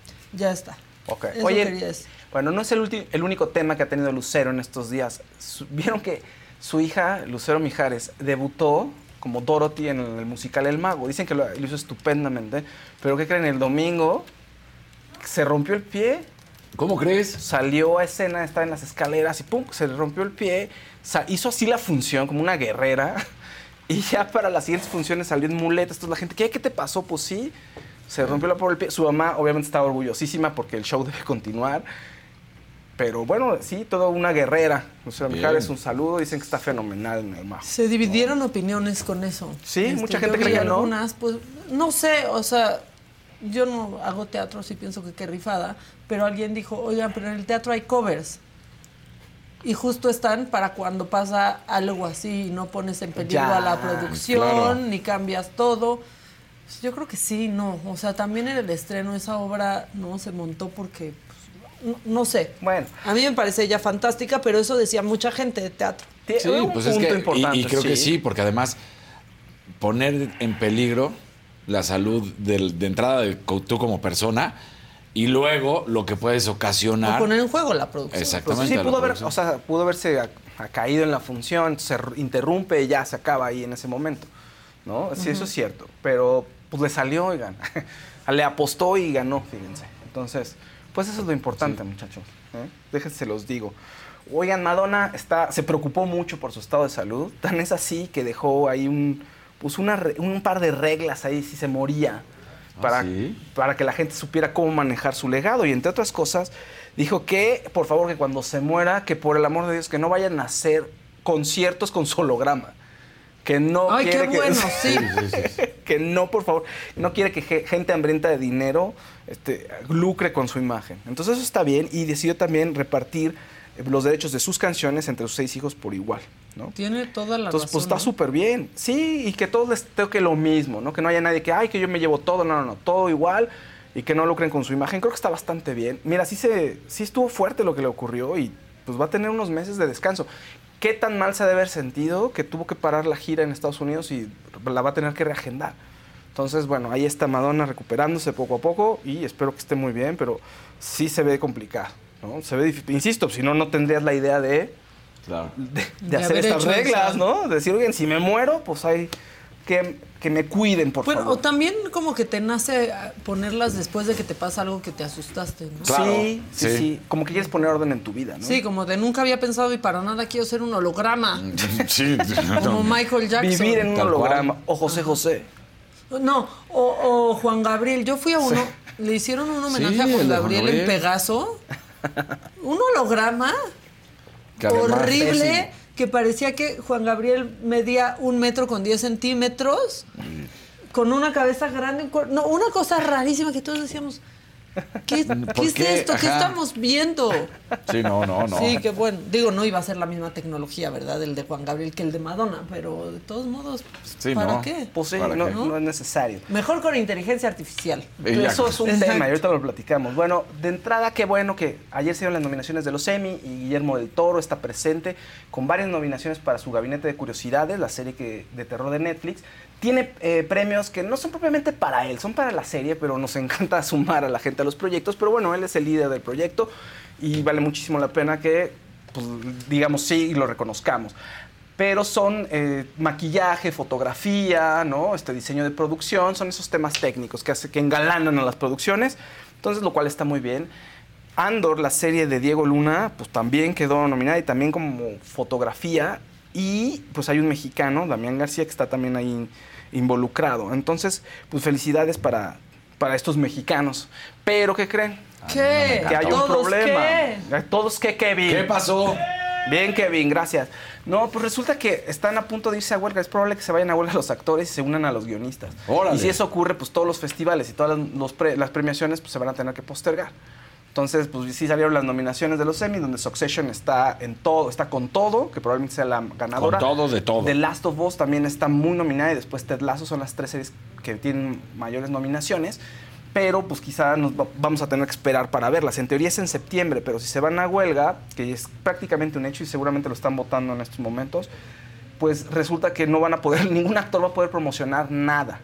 ya está. Ok. Eso Oye, quería decir. bueno, no es el único tema que ha tenido Lucero en estos días. Vieron que su hija, Lucero Mijares, debutó como Dorothy en el musical El Mago. Dicen que lo hizo estupendamente, pero ¿qué creen? El domingo se rompió el pie. ¿Cómo crees? Salió a escena, estaba en las escaleras y ¡pum! Se le rompió el pie. Hizo así la función, como una guerrera. Y ya para las siguientes funciones salió en muletas. Entonces la gente, ¿qué te pasó? Pues sí, se rompió la por el pie. Su mamá obviamente estaba orgullosísima porque el show debe continuar. Pero bueno, sí, toda una guerrera. Lucero Mijares, un saludo. Dicen que está fenomenal en El Mago. Se dividieron opiniones con eso. Sí, mucha gente yo cree vi que no. algunas, pues, no sé, o sea, yo no hago teatro, sí pienso que qué rifada, pero alguien dijo, oigan, pero en el teatro hay covers. Y justo están para cuando pasa algo así y no pones en peligro Ya, a la producción, claro. ni cambias todo. Yo creo que sí, no. O sea, también en el estreno esa obra no se montó porque, pues, no sé. Bueno. A mí me parece ya fantástica, pero eso decía mucha gente de teatro. Sí, pues es que, y creo que sí, porque además poner en peligro la salud de entrada de tú como persona y luego lo que puedes ocasionar. O poner en juego la producción. Exactamente. Pues sí, pudo haberse caído en la función, se interrumpe y ya se acaba ahí en ese momento, ¿no? Sí, eso es cierto. Pero pues le salió, oigan. Le apostó y ganó, fíjense. Entonces, pues eso es lo importante, muchachos. Déjense los digo. Oigan, Madonna se preocupó mucho por su estado de salud. Tan es así que dejó ahí un par de reglas ahí si se moría. Para que la gente supiera cómo manejar su legado. Y entre otras cosas, dijo que, por favor, que cuando se muera, que por el amor de Dios, que no vayan a hacer conciertos con su holograma. Que no Ay, quiere qué bueno, sí. que no, por favor, no quiere que gente hambrienta de dinero lucre con su imagen. Entonces eso está bien y decidió también repartir los derechos de sus canciones entre sus 6 hijos por igual, ¿no? Tiene toda la Entonces, razón. pues está ¿no? súper bien. Sí, y que todos les toque lo mismo, ¿no? Que no haya nadie que, ay, que yo me llevo todo. No, todo igual. y que no lucren con su imagen. Creo que está bastante bien. Mira, sí estuvo fuerte lo que le ocurrió y pues va a tener unos meses de descanso. ¿Qué tan mal se ha de haber sentido que tuvo que parar la gira en Estados Unidos y la va a tener que reagendar? Entonces, bueno, ahí está Madonna recuperándose poco a poco y espero que esté muy bien, pero sí se ve complicado, ¿no? Se ve difícil. Insisto, si no, no tendrías la idea de hacer estas reglas, ¿no? De decir, oigan, si me muero, pues hay que me cuiden, por favor. O también como que te nace ponerlas después de que te pasa algo que te asustaste, ¿no? Claro, sí. Como que quieres poner orden en tu vida, ¿no? Sí, como de nunca había pensado y para nada quiero ser un holograma. Sí. Como Michael Jackson. Vivir en un holograma. O José José. No, o Juan Gabriel. Yo fui a uno, le hicieron un homenaje a Juan Gabriel en Pegaso. Un holograma horrible que parecía que Juan Gabriel medía 1 metro con 10 centímetros, con una cabeza grande. No, una cosa rarísima que todos decíamos, ¿qué es esto? ¿Qué estamos viendo? Sí, no. Sí, que bueno. Digo, no iba a ser la misma tecnología, ¿verdad? El de Juan Gabriel que el de Madonna, pero de todos modos, ¿para qué? Pues sí, no es necesario. Mejor con inteligencia artificial. Eso es un tema y ahorita lo platicamos. Bueno, de entrada, qué bueno que ayer se dieron las nominaciones de los Emmy y Guillermo del Toro está presente con varias nominaciones para su Gabinete de Curiosidades, la serie de terror de Netflix. Tiene premios que no son propiamente para él, son para la serie, pero nos encanta sumar a la gente a los proyectos. Pero bueno, él es el líder del proyecto y vale muchísimo la pena que, pues, digamos, sí, lo reconozcamos. Pero son maquillaje, fotografía, ¿no? Diseño de producción, son esos temas técnicos que engalanan a las producciones. Entonces, lo cual está muy bien. Andor, la serie de Diego Luna, pues también quedó nominada y también como fotografía. Y pues hay un mexicano, Damián García, que está también ahí involucrado. Entonces, pues felicidades para estos mexicanos. Pero, ¿qué creen? ¿Qué? Que hay un problema. ¿Qué? ¿Todos qué, Kevin? ¿Qué pasó? Bien, Kevin, gracias. No, pues resulta que están a punto de irse a huelga. Es probable que se vayan a huelga los actores y se unan a los guionistas. ¡Órale! Y si eso ocurre, pues todos los festivales y todas las premiaciones pues se van a tener que postergar. Entonces, pues sí salieron las nominaciones de los Emmy, donde Succession está con todo, que probablemente sea la ganadora. Con todo de todo. The Last of Us también está muy nominada y después Ted Lasso son las 3 series que tienen mayores nominaciones. Pero pues quizá vamos a tener que esperar para verlas. En teoría es en septiembre, pero si se van a huelga, que es prácticamente un hecho y seguramente lo están votando en estos momentos, pues resulta que no van a poder, ningún actor va a poder promocionar nada.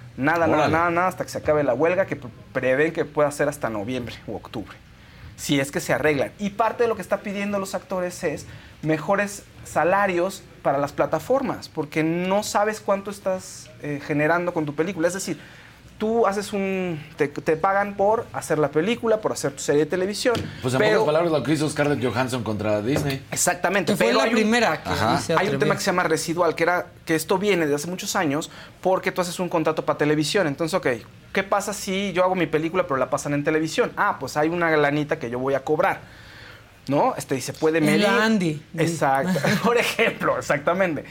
Nada, hasta que se acabe la huelga, que prevén que pueda ser hasta noviembre u octubre, si es que se arreglan. Y parte de lo que está pidiendo los actores es mejores salarios para las plataformas, porque no sabes cuánto estás generando con tu película. Es decir, tú haces te pagan por hacer la película, por hacer tu serie de televisión. Pues en pocas palabras lo que hizo Scarlett Johansson contra Disney. Exactamente. Que fue la primera que hay un tema que se llama residual, que esto viene de hace muchos años porque tú haces un contrato para televisión. Entonces, ok, ¿qué pasa si yo hago mi película pero la pasan en televisión? Pues hay una lanita que yo voy a cobrar, ¿no? Y se puede medir. El Andy. Exacto. Por ejemplo, exactamente.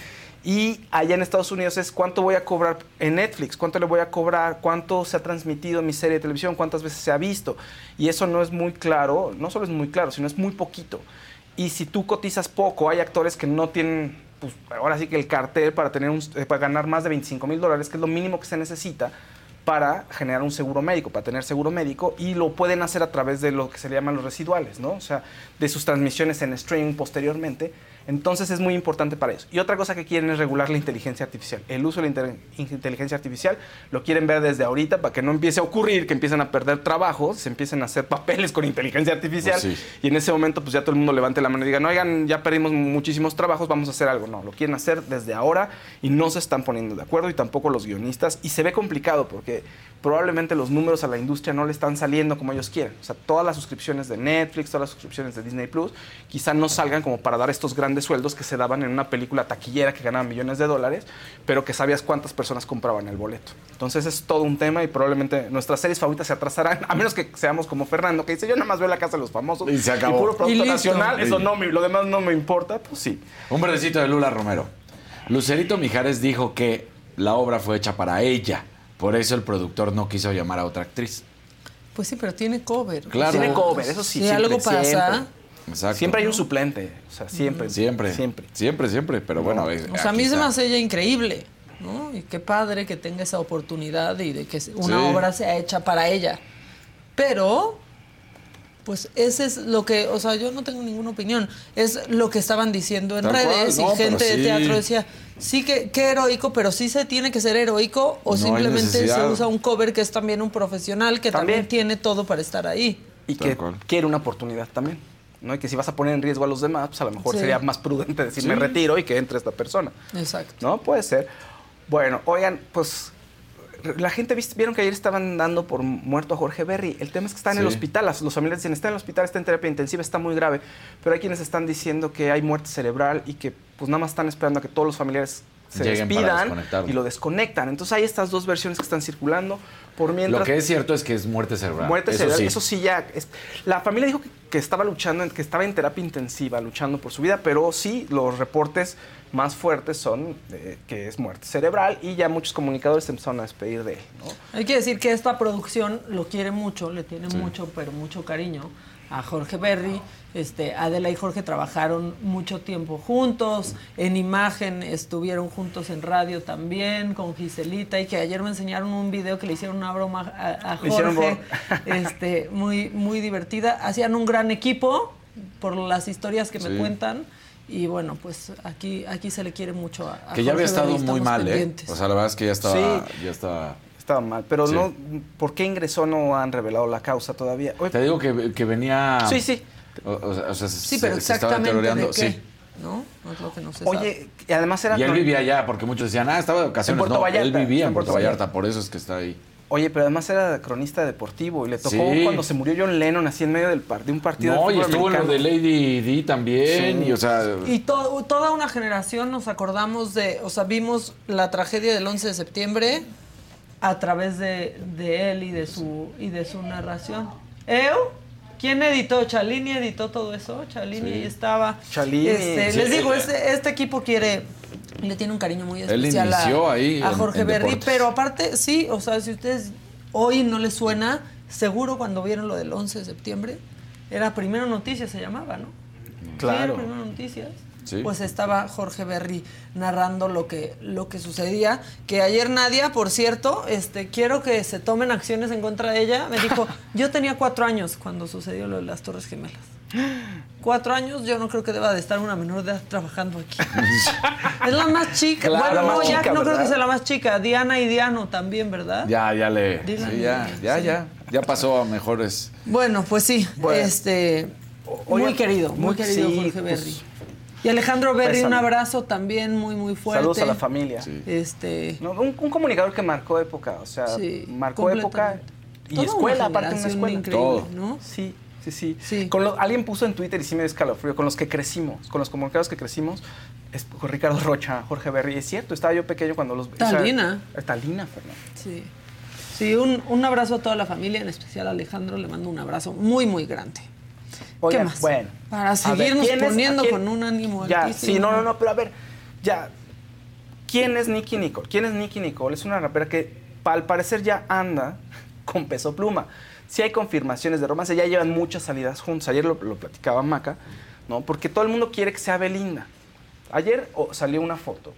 Y allá en Estados Unidos es cuánto voy a cobrar en Netflix, cuánto le voy a cobrar, cuánto se ha transmitido en mi serie de televisión, cuántas veces se ha visto. Y eso no es muy claro, no solo es muy claro, sino es muy poquito. Y si tú cotizas poco, hay actores que no tienen, pues ahora sí que el cartel para ganar más de $25,000, que es lo mínimo que se necesita para generar un seguro médico, para tener seguro médico, y lo pueden hacer a través de lo que se le llaman los residuales, ¿no? O sea, de sus transmisiones en streaming posteriormente. Entonces es muy importante para eso. Y otra cosa que quieren es regular la inteligencia artificial. El uso de la inteligencia artificial lo quieren ver desde ahorita para que no empiece a ocurrir que empiecen a perder trabajos, se empiecen a hacer papeles con inteligencia artificial. Pues sí. Y en ese momento pues ya todo el mundo levante la mano y diga, no, oigan, ya perdimos muchísimos trabajos, vamos a hacer algo. No, lo quieren hacer desde ahora y no se están poniendo de acuerdo y tampoco los guionistas. Y se ve complicado porque probablemente los números a la industria no le están saliendo como ellos quieren. O sea, todas las suscripciones de Netflix, todas las suscripciones de Disney Plus, quizá no salgan como para dar estos grandes sueldos que se daban en una película taquillera que ganaba millones de dólares, pero que sabías cuántas personas compraban el boleto. Entonces es todo un tema y probablemente nuestras series favoritas se atrasarán, a menos que seamos como Fernando, que dice, yo nada más veo La Casa de los Famosos y se acabó. Y puro producto Y nacional, eso no, lo demás no me importa, pues sí. Un verdecito de Lula Romero. Lucerito Mijares dijo que la obra fue hecha para ella. Por eso el productor no quiso llamar a otra actriz. Pues sí, pero tiene cover. Claro. Tiene cover, eso sí. Si siempre, algo pasa... Siempre. Exacto. Siempre hay un suplente, o sea, siempre. Siempre, pero bueno. O sea, a mí se me hace ella increíble, ¿no? Y qué padre que tenga esa oportunidad y de que una obra sea hecha para ella. Pero, pues ese es lo que, o sea, yo no tengo ninguna opinión. Es lo que estaban diciendo en Tal redes cual, no, y gente pero de sí. teatro decía, sí que heroico, pero sí se tiene que ser heroico o No hay simplemente se necesidad. usa un cover que es también un profesional que también tiene todo para estar ahí. Y que quiere una oportunidad también, ¿no? Y que si vas a poner en riesgo a los demás, pues a lo mejor Sí. sería más prudente decir, me Sí. retiro y que entre esta persona. Exacto. ¿No? Puede ser. Bueno, oigan, pues la gente vieron que ayer estaban dando por muerto a Jorge Berry. El tema es que está en el Sí. hospital. Los familiares dicen, está en el hospital, está en terapia intensiva, está muy grave. Pero hay quienes están diciendo que hay muerte cerebral y que pues nada más están esperando a que todos los familiares se Lleguen para despidan desconectarlo. y lo desconectan. Entonces hay estas dos versiones que están circulando. Por mientras, Lo que es cierto es que es muerte cerebral. muerte Eso cerebral, sí. eso sí ya. La familia dijo que estaba luchando, que estaba en terapia intensiva, luchando por su vida, pero sí los reportes más fuertes son que es muerte cerebral y ya muchos comunicadores se empezaron a despedir de él, ¿no? Hay que decir que esta producción lo quiere mucho, le tiene mucho, pero mucho cariño a Jorge Berry. Adela y Jorge trabajaron mucho tiempo juntos, en imagen estuvieron juntos en radio también, con Giselita, y que ayer me enseñaron un video que le hicieron una broma a Le hicieron Jorge, muy, muy divertida. Hacían un gran equipo por las historias que me Sí. cuentan. Y bueno, pues aquí se le quiere mucho a Que ya había Jorge estado Berry, muy estamos mal, pendientes. O sea, la verdad es que ya estaba... Sí. Ya estaba... Estaba mal, pero Sí. no, ¿por qué ingresó? No han revelado la causa todavía. Oye, Te digo que venía... Sí, sí. O sea, Sí, pero se estaba exactamente deteriorando. de qué, Sí. ¿no? No es lo que no se sabe. Oye, y además era... Y él vivía allá, porque muchos decían, estaba de vacaciones. En Puerto No, Vallarta, él vivía en en Puerto Puerto Vallarta, por eso es que está ahí. Oye, pero además era cronista deportivo y le tocó Sí. cuando se murió John Lennon así en medio de un partido No, de y fútbol estuvo en lo americano. de Lady Di también, Sí. y o sea... Y toda una generación nos acordamos o sea, vimos la tragedia del 11 de septiembre a través de él y de su narración. ¿Quién editó? Chalini editó todo eso. Chalini ahí estaba. Chalini, sí. Les digo, este equipo le tiene un cariño muy Él especial inició ahí a en- Jorge en Berry, deportes. pero aparte, sí, o sea, si ustedes hoy no les suena, seguro cuando vieron lo del 11 de septiembre, era Primero Noticias, se llamaba, ¿no? Claro. Sí, era Primero Noticias. Sí. Pues estaba Jorge Berry narrando lo que sucedía. Que ayer Nadia, por cierto, quiero que se tomen acciones en contra de ella. Me dijo, yo tenía 4 años cuando sucedió lo de las Torres Gemelas. 4 años, yo no creo que deba de estar una menor de edad trabajando aquí. Es la más chica. Claro, bueno, la no, más ya chica, no creo ¿verdad? que sea la más chica. Diana y Diano también, ¿verdad? Ya Dylan sí, y ya, Dylan, ya, sí. ya pasó a mejores... Bueno, pues sí, Bueno. muy Oigan, querido sí, Jorge pues, Berry. Y Alejandro Berry, pésame. un abrazo también muy, muy fuerte. Saludos a la familia. No, un comunicador que marcó época, o sea, Sí, marcó época completamente. y Toda escuela, una aparte de una generación escuela. increíble, Todo. ¿no? Sí, sí, sí. Sí. Alguien puso en Twitter y sí me dio escalofrío, con los que crecimos, con los comunicadores que crecimos, con Ricardo Rocha, Jorge Berry, es cierto, estaba yo pequeño cuando los... Talina. Talina, Fernando. Sí. Sí, un abrazo a toda la familia, en especial a Alejandro, le mando un abrazo muy, muy grande. Oigan, ¿Qué más? bueno. Para A ver, seguirnos ¿quién es- poniendo a quién- con un ánimo Ya, altísimo. sí, no, pero a ver, ya. ¿Quién es Nicki Nicole? ¿Quién es Nicki Nicole? Es una rapera que al parecer ya anda con Peso Pluma. Sí hay confirmaciones de romance, ya llevan muchas salidas juntos. Ayer lo platicaba Maca, ¿no? Porque todo el mundo quiere que sea Belinda. Ayer salió una foto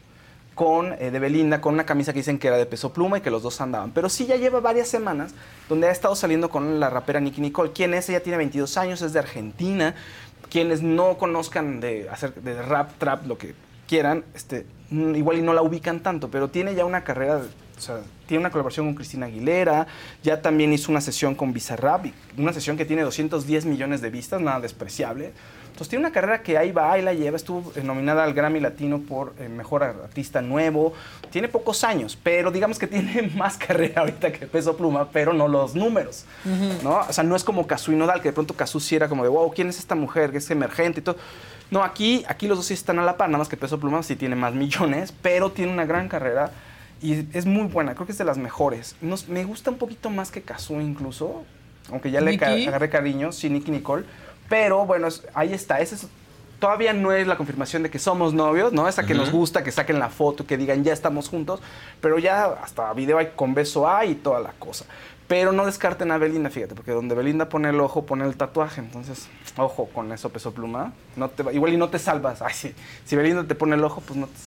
de Belinda con una camisa que dicen que era de Peso Pluma y que los dos andaban. Pero sí ya lleva varias semanas donde ha estado saliendo con la rapera Nicki Nicole. ¿Quién es? Ella tiene 22 años, es de Argentina. Quienes no conozcan de rap, trap, lo que quieran, igual y no la ubican tanto, pero tiene ya una carrera, o sea, tiene una colaboración con Cristina Aguilera, ya también hizo una sesión con Bizarrap, una sesión que tiene 210 millones de vistas, nada despreciable. Entonces tiene una carrera que ahí va, ahí la lleva, estuvo nominada al Grammy Latino por Mejor Artista Nuevo, tiene pocos años, pero digamos que tiene más carrera ahorita que Peso Pluma, pero no los números, ¿no? O sea, no es como Cazzu y Nodal, que de pronto Cazzu sí era como de, wow, ¿quién es esta mujer que es emergente y todo? No, aquí los dos sí están a la par, nada más que Peso Pluma sí tiene más millones, pero tiene una gran carrera y es muy buena, creo que es de las mejores. Me gusta un poquito más que Cazzu incluso, aunque ya le ¿Nicki? agarré cariño, sí, Nicki Nicole. Pero bueno, ahí está. Todavía no es la confirmación de que somos novios, ¿no? Esa que nos gusta, que saquen la foto, que digan ya estamos juntos. Pero ya hasta video hay con beso hay y toda la cosa. Pero no descarten a Belinda, fíjate, porque donde Belinda pone el ojo, pone el tatuaje. Entonces, ojo con eso, Peso Pluma. Igual y no te salvas. Ay, sí. Si Belinda te pone el ojo, pues no te...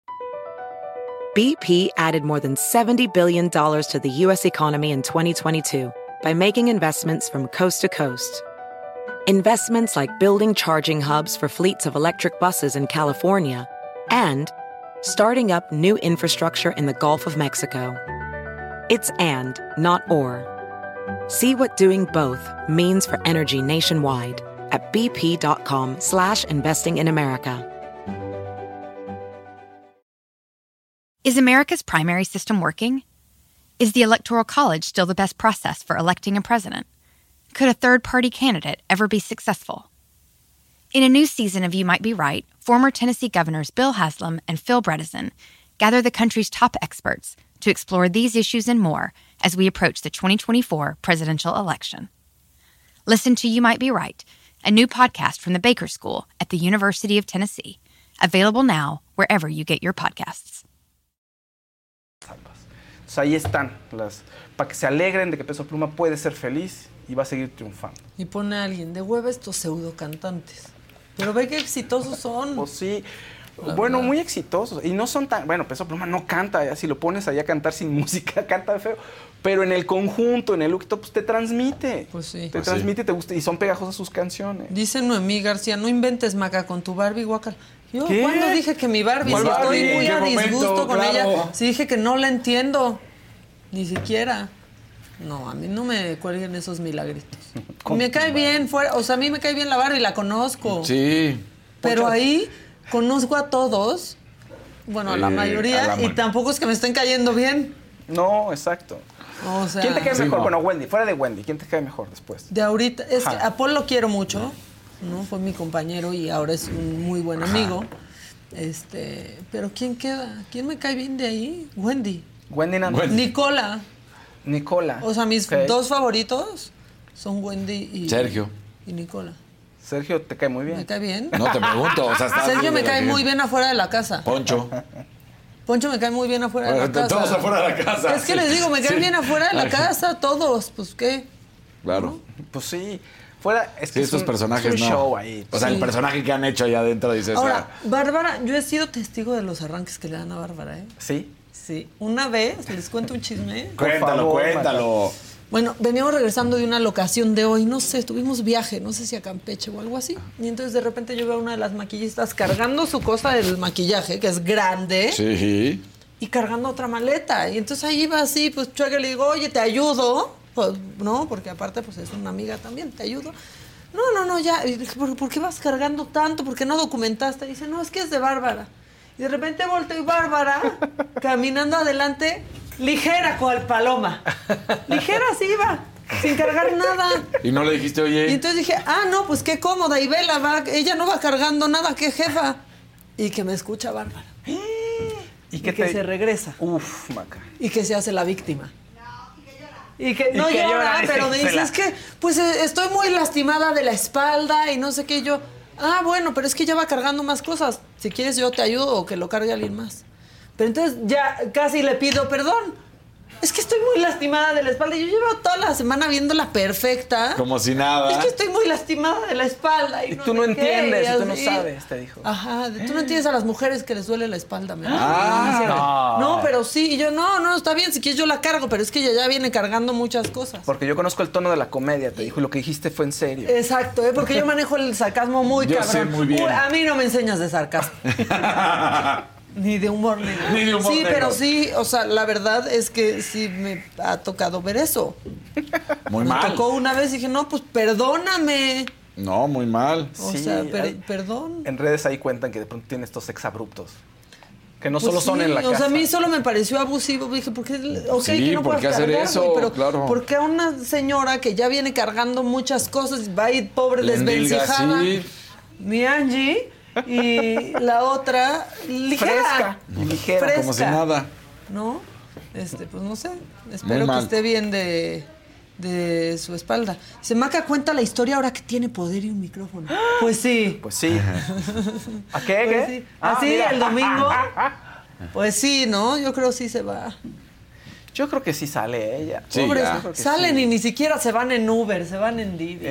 BP added more than $70 billion to the U.S. economy in 2022 by making investments from coast to coast. Investments like building charging hubs for fleets of electric buses in California and starting up new infrastructure in the Gulf of Mexico. It's and, not or. See what doing both means for energy nationwide at bp.com/investing in America. Is America's primary system working? Is the Electoral College still the best process for electing a president? Could a third-party candidate ever be successful? In a new season of You Might Be Right, former Tennessee governors Bill Haslam and Phil Bredesen gather the country's top experts to explore these issues and more as we approach the 2024 presidential election. Listen to You Might Be Right, a new podcast from the Baker School at the University of Tennessee, available now wherever you get your podcasts. Entonces ahí están, para que se alegren de que Peso Pluma puede ser feliz y va a seguir triunfando. Y pone a alguien, de hueva estos pseudo cantantes. Pero ve qué exitosos son. Pues sí, bueno, muy exitosos. Y no son tan... Bueno, Peso Pluma no canta, si lo pones allá a cantar sin música, canta feo. Pero en el conjunto, en el look, pues te transmite. Pues sí. Te transmite, te gusta, y son pegajosas sus canciones. Dice Noemí García, no inventes, Maca, con tu Barbie guacal. Yo, ¿Qué? ¿cuándo dije que mi Barbie? Si estoy muy a disgusto con ella. Si dije que no la entiendo. Ni siquiera. No, a mí no me cuelguen esos milagritos. Me cae bien, fuera, o sea, a mí me cae bien la Barbie, la conozco. Sí. Pero ahí conozco a todos, bueno, a la mayoría, y tampoco es que me estén cayendo bien. No, exacto. O sea, ¿Quién te cae mejor? no. Bueno, Wendy, fuera de Wendy, ¿quién te cae mejor después? de ahorita, es que a Paul lo quiero mucho, ¿no? Fue mi compañero y ahora es un muy buen amigo. Pero ¿quién queda? ¿Quién me cae bien de ahí? Wendy. Wendy Nando. Nicola. O sea, mis dos favoritos son Wendy y Sergio. Y Nicola. Sergio te cae muy bien. ¿Me cae bien? No te pregunto, o sea, estás Sergio me de la cae que- muy bien afuera de la casa. Poncho. Poncho me cae muy bien afuera de la casa. Todos afuera de la casa. Es que les digo, me caen bien afuera de la casa, todos. Pues, ¿qué? Claro. Pues sí. Fuera, es Sí, que estos es un personajes no. show ahí. O sea, el personaje que han hecho allá adentro dices. Ahora, Bárbara, yo he sido testigo de los arranques que le dan a Bárbara, ¿eh? ¿Sí? Sí. Una vez, les cuento un chisme. Cuéntalo. Bueno, veníamos regresando de una locación de hoy, no sé, tuvimos viaje, no sé si a Campeche o algo así. Y entonces de repente yo veo a una de las maquillistas cargando su cosa del maquillaje, que es grande. Sí. Y cargando otra maleta. Y entonces ahí iba así, pues yo le digo, oye, ¿te ayudo? Pues no, porque aparte pues es una amiga también, ¿te ayudo? No, ya. Y dije, ¿por qué vas cargando tanto? ¿Por qué no documentaste? Y dice, no, es que es de Bárbara. Y de repente volteo y Bárbara, caminando adelante, ligera cual paloma. Ligera así iba, sin cargar nada. Y no le dijiste, oye. Y entonces dije, no, pues qué cómoda. Y Vela ella no va cargando nada, qué jefa. Y que me escucha Bárbara. Y que se regresa. Uf, Maca. Y que se hace la víctima. Y que no que llora, llora, pero me dice, es que, pues estoy muy lastimada de la espalda y no sé qué. Y yo, bueno, pero es que ya va cargando más cosas. Si quieres yo te ayudo o que lo cargue alguien más. Pero entonces ya casi le pido perdón. Es que estoy muy lastimada de la espalda. Yo llevo toda la semana viéndola perfecta. Como si nada. Es que estoy muy lastimada de la espalda. Y tú no entiendes, y tú no sabes, te dijo. Ajá, tú no entiendes a las mujeres que les duele la espalda. No. No, pero sí. Y yo, no, está bien, si quieres yo la cargo, pero es que ella ya viene cargando muchas cosas. Porque yo conozco el tono de la comedia, te dijo, y lo que dijiste fue en serio. Exacto, porque yo manejo el sarcasmo muy Yo cabrón. sé muy bien. A mí no me enseñas de sarcasmo. Ni de humor negro. Ni de humor sí, negro. pero sí, o sea, la verdad es que sí me ha tocado ver eso. Muy Me mal. tocó una vez y dije, no, pues perdóname. No, muy mal. O sea, perdón. En redes ahí cuentan que de pronto tiene estos exabruptos. Que no Pues solo son sí, en la casa. O sea, a mí solo me pareció abusivo. Dije, ¿por qué? Ok, Sí, que no ¿por puedas qué hacer cargar, eso? güey, pero Claro. ¿por qué a una señora que ya viene cargando muchas cosas, va a ir pobre, Le endilga, desvencijada? sí. Mi Angie y la otra ligera. Fresca. Y ligera. Fresca. Como si nada. ¿No? Pues no sé. Muy Espero que mal. esté bien de su espalda. Se Maca cuenta la historia ahora que tiene poder y un micrófono. Pues sí. Pues sí. ¿A qué? Pues ¿Qué? sí. Así mira. el domingo. Pues sí, ¿no? Yo creo sí se va. Yo creo que sí sale ella. Sí, Pobres, ya. salen y ni siquiera se van en Uber, se van en Didi.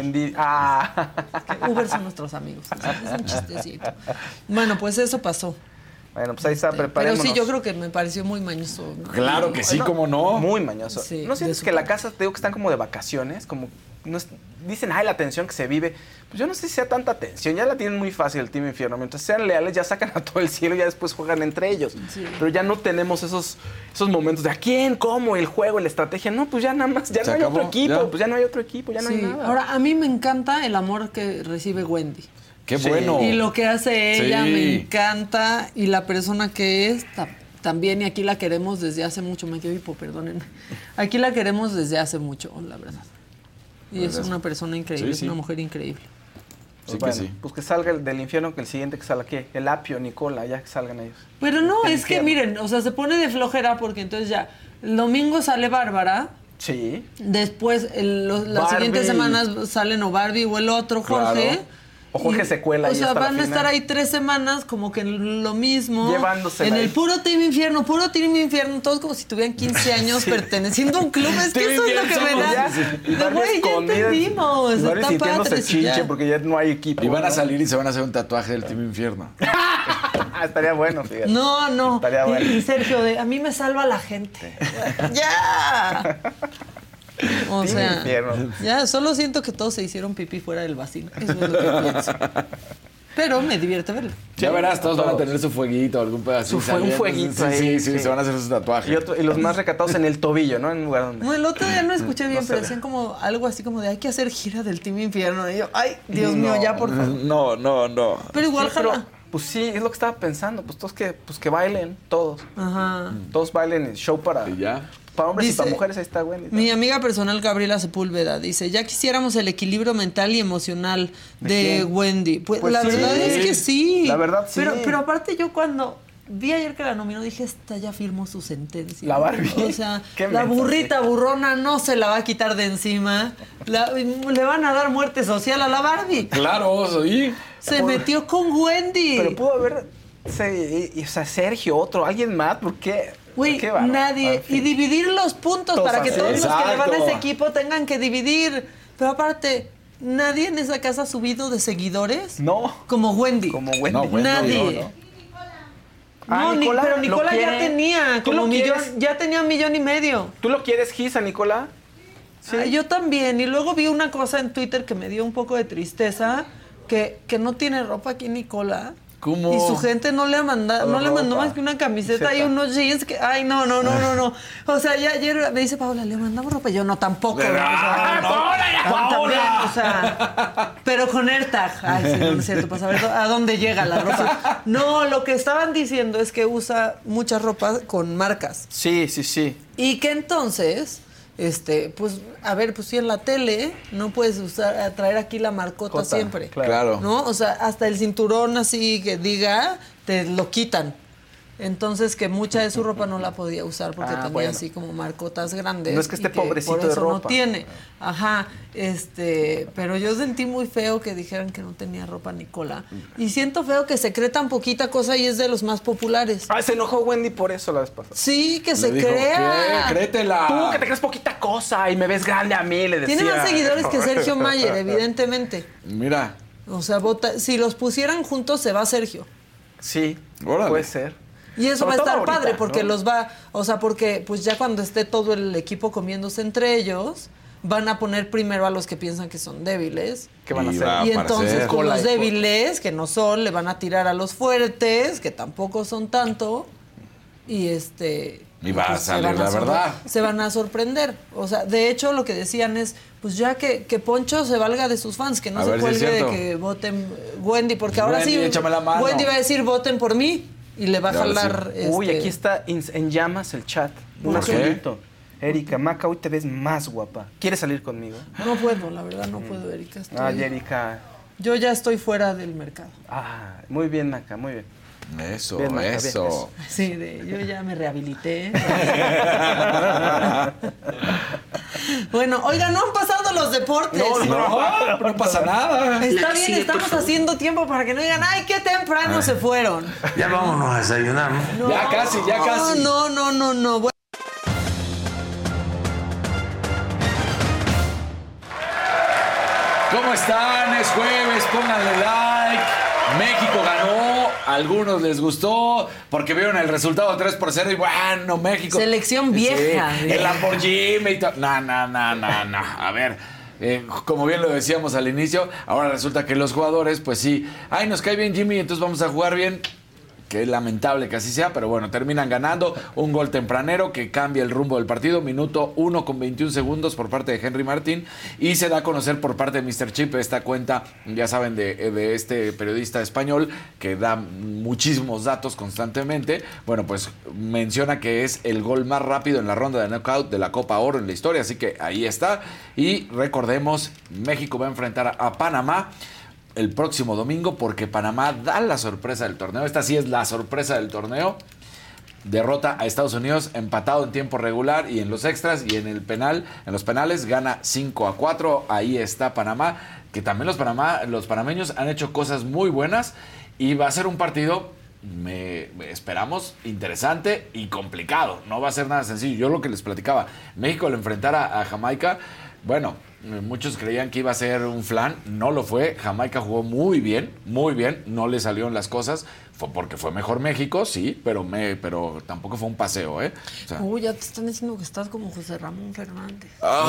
Que Uber son nuestros amigos. Es un chistecito. Bueno, pues eso pasó. Bueno, pues ahí está, Pero preparémonos. sí, yo creo que me pareció muy mañoso. Claro que sí, cómo no. Muy mañoso. Sí, ¿No sientes que la casa, te digo que están como de vacaciones? Como dicen, ay, la tensión que se vive. Pues yo no sé si sea tanta tensión. Ya la tienen muy fácil el Team Infierno. Mientras sean leales, ya sacan a todo el cielo y ya después juegan entre ellos. Sí. Pero ya no tenemos esos momentos de a quién, cómo, el juego, la estrategia. No, pues ya nada más, ya no hay otro equipo. Pues ya no hay otro equipo, ya no hay nada. Ahora, a mí me encanta el amor que recibe Wendy. ¡Qué bueno! Y lo que hace ella Sí. me encanta. Y la persona que es también. Y aquí la queremos desde hace mucho. Me quedo hipo, perdónenme. Aquí la queremos desde hace mucho, la verdad. Y es una persona increíble, es una mujer increíble. Sí, bueno, que sí. Pues que salga el del infierno, que el siguiente que salga, ¿qué? El Apio, Nicola, ya que salgan ellos. Pero no, El es que miren, o sea, se pone de flojera porque entonces ya, el domingo sale Bárbara. Sí. Después, las siguientes semanas salen o Barbie o el otro, Jorge. Claro. O Jorge se cuela O y sea, hasta van la a estar ahí 3 semanas como que en lo mismo. Llevándosela en ahí. el puro Team Infierno, todos como si tuvieran 15 años perteneciendo a un club. Es que eso es lo que me da. Y De, güey, ya entendimos. Y Está sintiéndose padre, chinche ya. porque ya no hay equipo. Y van a salir y se van a hacer un tatuaje del Team Infierno. Estaría bueno, fíjate. No. Estaría bueno. Y Sergio, a mí me salva la gente. ¡Ya! O Team sea, Infierno. ya solo siento que todos se hicieron pipí fuera del vacío. Eso es lo que pienso. Pero me divierte verlo. Ya verás, todos van a tener su fueguito, algún pedacito. Un fueguito ahí. Sí, se van a hacer sus tatuajes. Y los más recatados en el tobillo, ¿no? En un lugar donde... No, el otro día no escuché bien, no pero se decían como algo así como de hay que hacer gira del Team Infierno. Y yo, ay, Dios mío, ya por favor. No. Pero igual, Sí, pero, jala. pues sí, es lo que estaba pensando. Pues todos que bailen, todos. Ajá. Todos bailen el show para... Y ya. Para hombres Dice- y para mujeres, ahí está Wendy. Mi amiga personal Gabriela Sepúlveda dice, ya quisiéramos el equilibrio mental y emocional de quién? Wendy. Pues la sí. verdad es que sí. La verdad, sí. Pero aparte yo cuando vi ayer que la nominó dije, esta ya firmó su sentencia. La Barbie. O sea, Qué la mensa, burrita burrona no se la va a quitar de encima. Le van a dar muerte social a la Barbie. Claro, sí. Se metió con Wendy. Pero pudo haber... o sea, Sergio, otro, alguien más, ¿por qué? Güey, ¿Qué bárbaro? nadie. En fin. Y dividir los puntos Todos para que así. todos los que le van a ese Exacto. equipo tengan que dividir. Pero aparte, nadie en esa casa ha subido de seguidores. No. Como Wendy. Como Wendy. No, Wendy Nadie. no. No, Nicola, pero ¿lo Nicola ya quiere? tenía ¿Tú como lo millón, quieres? ya tenía 1,5 millones. ¿Tú lo quieres, Gisa, Nicola? Sí. Ah, yo también. Y luego vi una cosa en Twitter que me dio un poco de tristeza, que no tiene ropa aquí Nicola. ¿Cómo? Y su gente no le mandó ropa. más que una camiseta y unos jeans que, ay, no. O sea, ya ayer me dice Paola, le mandamos ropa. Y yo no, tampoco. ¿no? O sea, también, o sea, pero con AirTag. Ay, sí, no es cierto, para saber a dónde llega la ropa. No, lo que estaban diciendo es que usa mucha ropa con marcas. Sí. Y que entonces, pues, a ver, pues sí en la tele no puedes traer aquí la marcota Jota, siempre. Claro. ¿No? O sea, hasta el cinturón así que diga, te lo quitan. Entonces, que mucha de su ropa no la podía usar porque tenía bueno. así como marcotas grandes. No es que esté y pobrecito por de eso no ropa. tiene. Ajá, pero yo sentí muy feo que dijeran que no tenía ropa Nicola. Y siento feo que se cree tan poquita cosa y es de los más populares. Ah, se enojó Wendy por eso la vez pasada. Sí, que Le se dijo, crea. ¿qué? Créetela. Tú que te crees poquita cosa y me ves grande a mí, le decía. Tiene más seguidores que Sergio Mayer, evidentemente. Mira. O sea, si los pusieran juntos, se va Sergio. Sí, Órale. puede ser. Y eso Sobre va a todo estar ahorita, padre porque ¿no? los va, o sea, porque pues ya cuando esté todo el equipo comiéndose entre ellos, van a poner primero a los que piensan que son débiles. ¿Qué van a Y hacer? va a Y entonces aparecer. con los Cola y débiles, que no son, le van a tirar a los fuertes, que tampoco son tanto. Y Y va a se salir van la verdad. Se van a sorprender. O sea, de hecho, lo que decían es, pues ya que Poncho se valga de sus fans, que no A se ver si es cuelgue de cierto. que voten Wendy, porque ahora Wendy, sí échame la mano. Wendy va a decir voten por mí y le va a Ahora jalar. Uy, aquí está en llamas el chat. Un ¿Por qué? azulito. Erika, Maca, hoy te ves más guapa. ¿Quieres salir conmigo? No puedo, la verdad no puedo, Erika. Erika. Yo ya estoy fuera del mercado. Ah, muy bien, Maca, muy bien. Eso, Bien, Maca, bien, eso. eso. Sí, yo ya me rehabilité. Bueno, oigan, no han pasado los deportes. No pasa nada. Está bien, estamos haciendo tiempo para que no digan, ay, qué temprano se fueron. Ya vámonos a desayunar, ¿no? Ya casi. No. Bueno, ¿Cómo están? Es jueves, pónganle like. México ganó A algunos les gustó porque vieron el resultado 3-0 y bueno, México. Selección vieja. Sí, el Lamborghini y todo. No. A ver. Como bien lo decíamos al inicio, ahora resulta que los jugadores, pues sí, ay, nos cae bien Jimmy, entonces vamos a jugar bien. Qué lamentable que así sea, pero bueno, terminan ganando un gol tempranero que cambia el rumbo del partido, minuto 1 con 21 segundos por parte de Henry Martín, y se da a conocer por parte de Mr. Chip esta cuenta, ya saben, de este periodista español que da muchísimos datos constantemente. Bueno, pues menciona que es el gol más rápido en la ronda de knockout de la Copa Oro en la historia, así que ahí está. Y recordemos, México va a enfrentar a Panamá el próximo domingo porque Panamá da la sorpresa del torneo. Esta sí es la sorpresa del torneo. Derrota a Estados Unidos empatado en tiempo regular y en los extras y en los penales gana 5-4. Ahí está Panamá, que también los panameños han hecho cosas muy buenas y va a ser un partido, esperamos, interesante y complicado. No va a ser nada sencillo. Yo lo que les platicaba, México al enfrentar a Jamaica, bueno, muchos creían que iba a ser un flan, no lo fue. Jamaica jugó muy bien, no le salieron las cosas. Fue porque fue mejor México, sí, pero tampoco fue un paseo, ¿eh? O sea, ya te están diciendo que estás como José Ramón Fernández.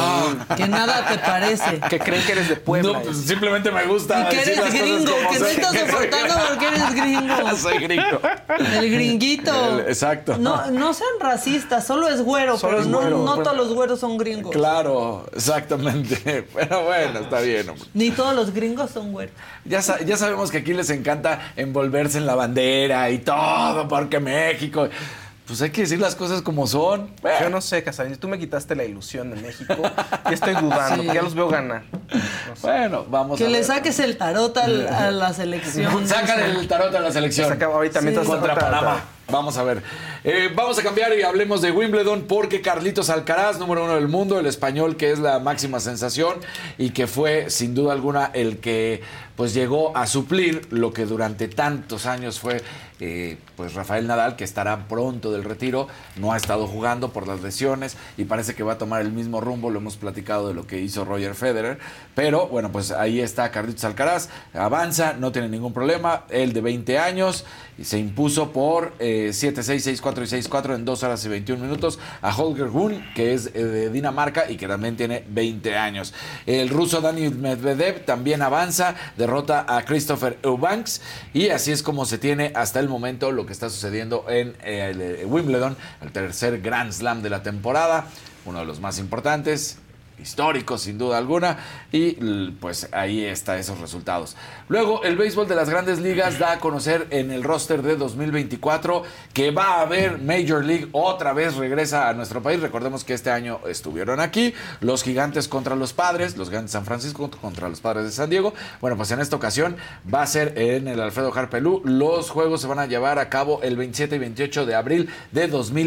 Que nada te parece. Que creen que eres de Puebla. No, pues simplemente me gusta. Y que eres gringo, que no estás soportando porque eres gringo. Soy gringo. El gringuito. Exacto. No sean racistas, solo es güero, pero no todos los güeros son gringos. Claro, exactamente. Pero bueno, está bien, hombre. Ni todos los gringos son güeros. Ya sabemos que aquí les encanta envolverse en la bandera y todo, porque México. Pues hay que decir las cosas como son. Yo no sé, Casarín, tú me quitaste la ilusión de México. Ya estoy dudando, porque ya los veo ganar. No sé. Bueno, vamos a ver. Que le saques el tarot a la selección. Sácale el tarot a la selección. Ahorita mientras contra Panamá. Vamos a ver. Vamos a cambiar y hablemos de Wimbledon porque Carlitos Alcaraz, número 1 del mundo, el español que es la máxima sensación y que fue sin duda alguna el que pues llegó a suplir lo que durante tantos años fue pues Rafael Nadal, que estará pronto del retiro. No ha estado jugando por las lesiones y parece que va a tomar el mismo rumbo. Lo hemos platicado de lo que hizo Roger Federer, pero bueno, pues ahí está Carlitos Alcaraz, avanza, no tiene ningún problema. Él de 20 años y se impuso por 7-6, 6-4 y 6-4 en 2 horas y 21 minutos a Holger Rune, que es de Dinamarca y que también tiene 20 años. El ruso Daniil Medvedev también avanza, derrota a Christopher Eubanks y así es como se tiene hasta el momento lo que está sucediendo en Wimbledon, el tercer Grand Slam de la temporada, uno de los más importantes, históricos sin duda alguna, y pues ahí está esos resultados. Luego el béisbol de las Grandes Ligas da a conocer en el roster de 2024 que va a haber Major League, otra vez regresa a nuestro país. Recordemos que este año estuvieron aquí los Gigantes contra los Padres, los Gigantes de San Francisco contra los Padres de San Diego. Bueno, pues en esta ocasión va a ser en el Alfredo Harpelú. Los juegos se van a llevar a cabo el 27 y 28 de abril de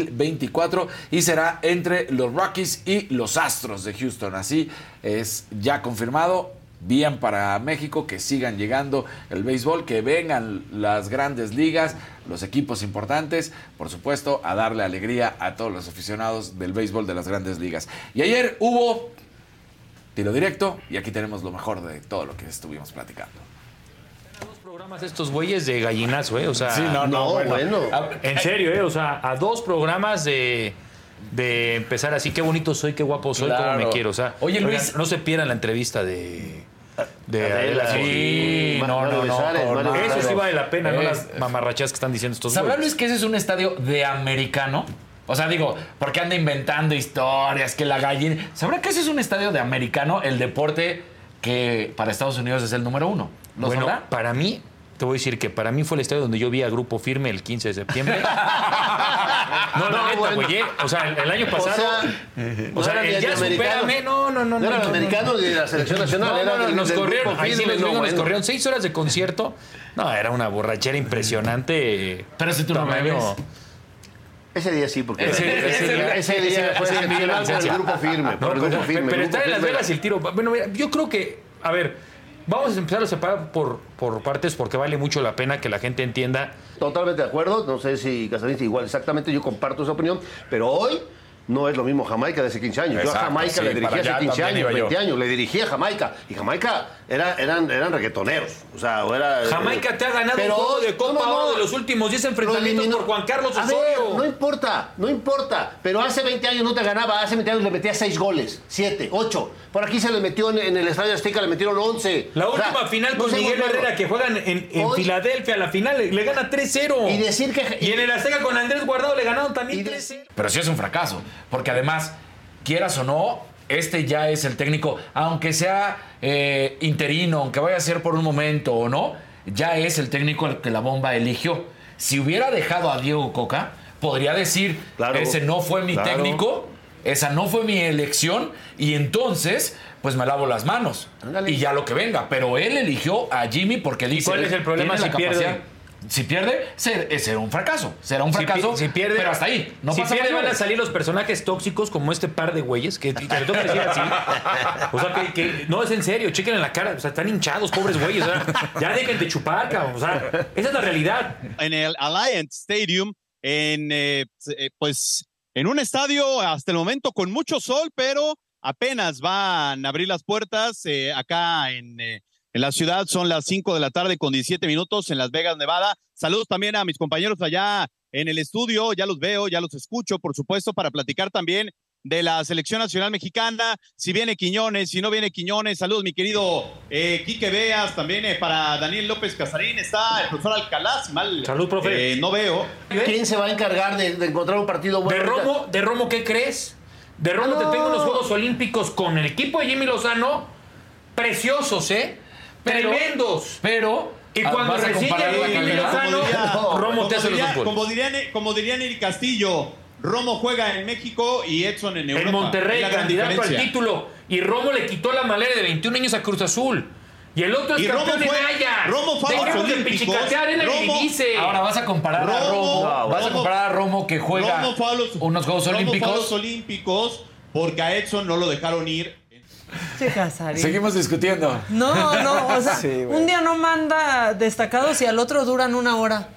2024 y será entre los Rockies y los Astros de Houston. Así es ya confirmado. Bien para México, que sigan llegando el béisbol, que vengan las grandes ligas, los equipos importantes, por supuesto, a darle alegría a todos los aficionados del béisbol de las grandes ligas. Y ayer hubo tiro directo y aquí tenemos lo mejor de todo lo que estuvimos platicando. Dos programas estos güeyes de gallinazo, o sea, sí, bueno. En serio, o sea, a 2 programas de empezar así, qué bonito soy, qué guapo soy, claro. Cómo me quiero, o sea, oye, Luis, no se pierdan la entrevista de Adela. Sí, no. Eso sí vale la pena, no las mamarrachas que están diciendo estos ¿Sabrá Luis que ese es un estadio de americano? O sea, digo, porque anda inventando historias, que la gallina... ¿Sabrá que ese es un estadio de americano, el deporte que para Estados Unidos es el número 1? Bueno, sabrá? Para mí, te voy a decir que para mí fue el estadio donde yo vi a Grupo Firme el 15 de septiembre. Neta, güey. O sea, el año pasado. O sea, el ya supérame. No. No eran americanos de la selección nacional. No, nos corrieron. Ahí sí nos corrieron 6 horas de concierto. No, era una borrachera impresionante. Pero si tú no me ves. Ese día sí, porque ese día fue excepcional por el Grupo Firme. Pero está en Las Vegas el tiro. Bueno, mira, yo creo que, a ver, vamos a empezar a separar por partes porque vale mucho la pena que la gente entienda. Totalmente de acuerdo. No sé si Casarín igual exactamente, yo comparto esa opinión. Pero hoy no es lo mismo Jamaica de hace 15 años. Yo a Exacto, Jamaica sí, le dirigí para hace allá 15 también años, iba yo. 20 años, le dirigí a Jamaica. Y Jamaica eran reggaetoneros. O sea, Jamaica te ha ganado un juego de Copa Oro de los últimos 10 enfrentamientos por Juan Carlos A ver, Osorio. no importa. Pero hace 20 años no te ganaba, hace 20 años le metía 6 goles, 7, 8. Por aquí se le metió en el Estadio Azteca, le metieron 11. La última final con Miguel Herrera, que juegan en Filadelfia, la final le gana 3-0. Y decir que... Y en el Azteca con Andrés Guardado le ganaron también 3-0. Pero sí es un fracaso, porque además, quieras o no, ya es el técnico, aunque sea interino, aunque vaya a ser por un momento o no, ya es el técnico el que la bomba eligió. Si hubiera dejado a Diego Coca, podría decir, ese no fue mi técnico, esa no fue mi elección, y entonces, pues me lavo las manos. Ándale. Y ya lo que venga. Pero él eligió a Jimmy porque dice... ¿Cuál es el problema tiene si la pierde? capacidad. Si pierde, será un fracaso. Será un fracaso, si pierde, pero hasta ahí. No si pasa pierde, mayores. van a salir los personajes tóxicos como este par de güeyes que le toca decir así. O sea, que no es en serio, chequen en la cara. O sea, están hinchados, pobres güeyes. O sea, ya dejen de chupar, cabrón. O sea, esa es la realidad. En el Alliance Stadium, pues en un estadio hasta el momento con mucho sol, pero apenas van a abrir las puertas acá en la ciudad. Son las 5 de la tarde con 17 minutos en Las Vegas, Nevada. Saludos también a mis compañeros allá en el estudio. Ya los veo, ya los escucho, por supuesto, para platicar también de la Selección Nacional Mexicana. Si viene Quiñones, si no viene Quiñones. Saludos, mi querido Quique Beas. También para Daniel López Casarín está el profesor Alcalá. Si mal, salud, profe. no veo. ¿Quién se va a encargar de encontrar un partido bueno? ¿De Romo qué crees? De Romo te tengo unos Juegos Olímpicos con el equipo de Jimmy Lozano. Preciosos, tremendos. Pero... Y cuando recién llegó Jimmy Lozano, Romo te hace los goles. Como diría Neri Castillo, Romo juega en México y Edson en Europa. En Monterrey, Es la gran candidato al diferencia. título. Y Romo le quitó la malera de 21 años a Cruz Azul. Y el otro es Y campeón Romo de fue- Gaya. Romo fue a los Dejemos de Olímpicos. pichicatear en el Romo- Eredivisie. Ahora vas a comparar a Romo. Vas a comparar a Romo que juega Romo fue a los- unos Juegos Romo fue a Olímpicos. los Olímpicos porque a Edson no lo dejaron ir. Che, Casarín. Seguimos discutiendo. No, o sea, Sí, güey. un día no manda destacados y al otro duran 1 hora.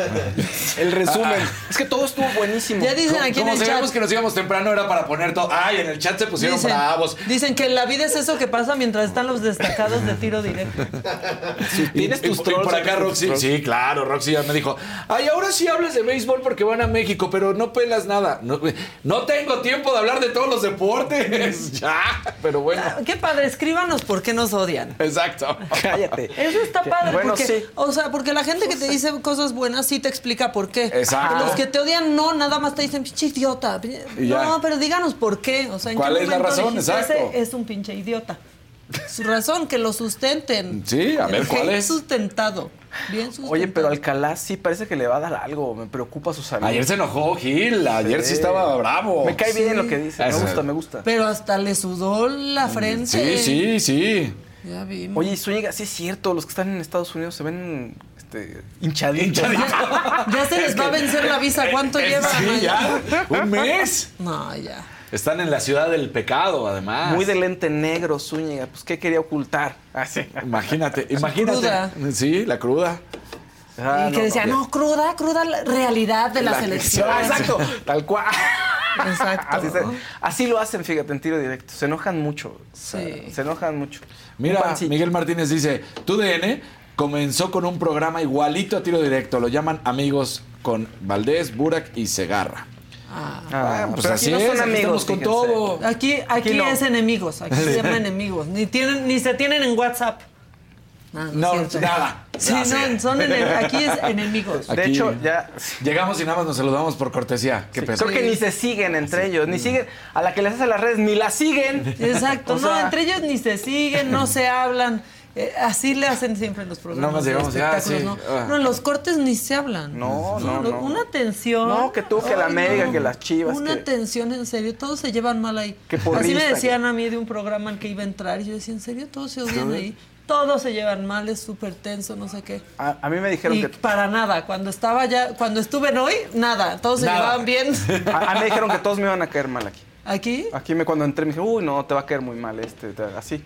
El resumen. Es que todo estuvo buenísimo. Ya dicen aquí en Como el sabíamos chat. que nos íbamos temprano era para poner todo. Ay, en el chat se pusieron bravos. Dicen que la vida es eso que pasa mientras están los destacados de tiro directo. ¿Tienes tus trolls? Por acá Roxy. Sí, claro, Roxy ya me dijo, ay, ahora sí hablas de béisbol porque van a México, pero no pelas nada. No tengo tiempo de hablar de todos los deportes. Ya, pero bueno. Qué padre, escríbanos por qué nos odian. Exacto. Cállate. Eso está padre, Bueno, porque, sí. o sea, porque la gente que te dice cosas buenas sí te explica por qué. Exacto. Los que te odian no, nada más te dicen, pinche idiota. Y ya. No, pero díganos por qué. O sea, ¿en ¿Cuál qué es la momento razón? dijiste, Exacto. ese es un pinche idiota? Su razón, que lo sustenten. Sí, a ver, El ¿cuál hate es? sustentado. Bien sustentado. Oye, pero Alcalá sí parece que le va a dar algo. Me preocupa su salud. Ayer se enojó Gil, ayer sí estaba bravo. Me cae bien Sí. lo que dice. Me gusta. Pero hasta le sudó la frente. Sí. Ya vimos. Oye, Zúñiga, sí es cierto, los que están en Estados Unidos se ven hinchaditos. Ya se les va a vencer la visa. ¿Cuánto llevan? Sí, allá? ya. ¿Un mes? No, ya. Están en la ciudad del pecado, además. Muy de lente negro, Zúñiga. Pues, ¿qué quería ocultar? Así. Imagínate. Cruda. Sí, la cruda. Y que decía, no, cruda la realidad de la selección. Exacto, tal cual. Exacto. Así lo hacen, fíjate, en tiro directo. Se enojan mucho. Sí. Se enojan mucho. Mira, Miguel Martínez dice, TUDN comenzó con un programa igualito a tiro directo. Lo llaman Amigos con Valdés, Burak y Segarra. Pues pero así aquí no son es, aquí amigos, estamos con fíjense. todo. Aquí no. es enemigos. Aquí se llaman enemigos. Ni se tienen en WhatsApp. No, es cierto. nada. Sí, aquí es enemigos. De Aquí hecho, ya llegamos y nada más nos saludamos por cortesía. Qué peso. creo que ni se siguen entre ellos, ni siguen a la que les hace las redes, ni la siguen. Exacto. O sea, No, entre ellos ni se siguen, no se hablan. Así le hacen siempre en los programas. Nada más de llegamos, ya, espectáculos, sí. ¿no? No, en los cortes ni se hablan. No. Una tensión. No, que tú, que la América, que las Chivas. Una que... tensión, en serio. Todos se llevan mal ahí. Qué Así porrista, me decían a mí de un programa al que iba a entrar. Y yo decía, ¿en serio? Todos se odian ahí. Todos se llevan mal, es súper tenso, no sé qué. A mí me dijeron Y que... para nada. Cuando estuve hoy, nada. Todos se llevaban bien. A mí me dijeron que todos me iban a caer mal aquí. ¿Aquí? Aquí cuando entré me dijeron, uy, no, te va a caer muy mal así.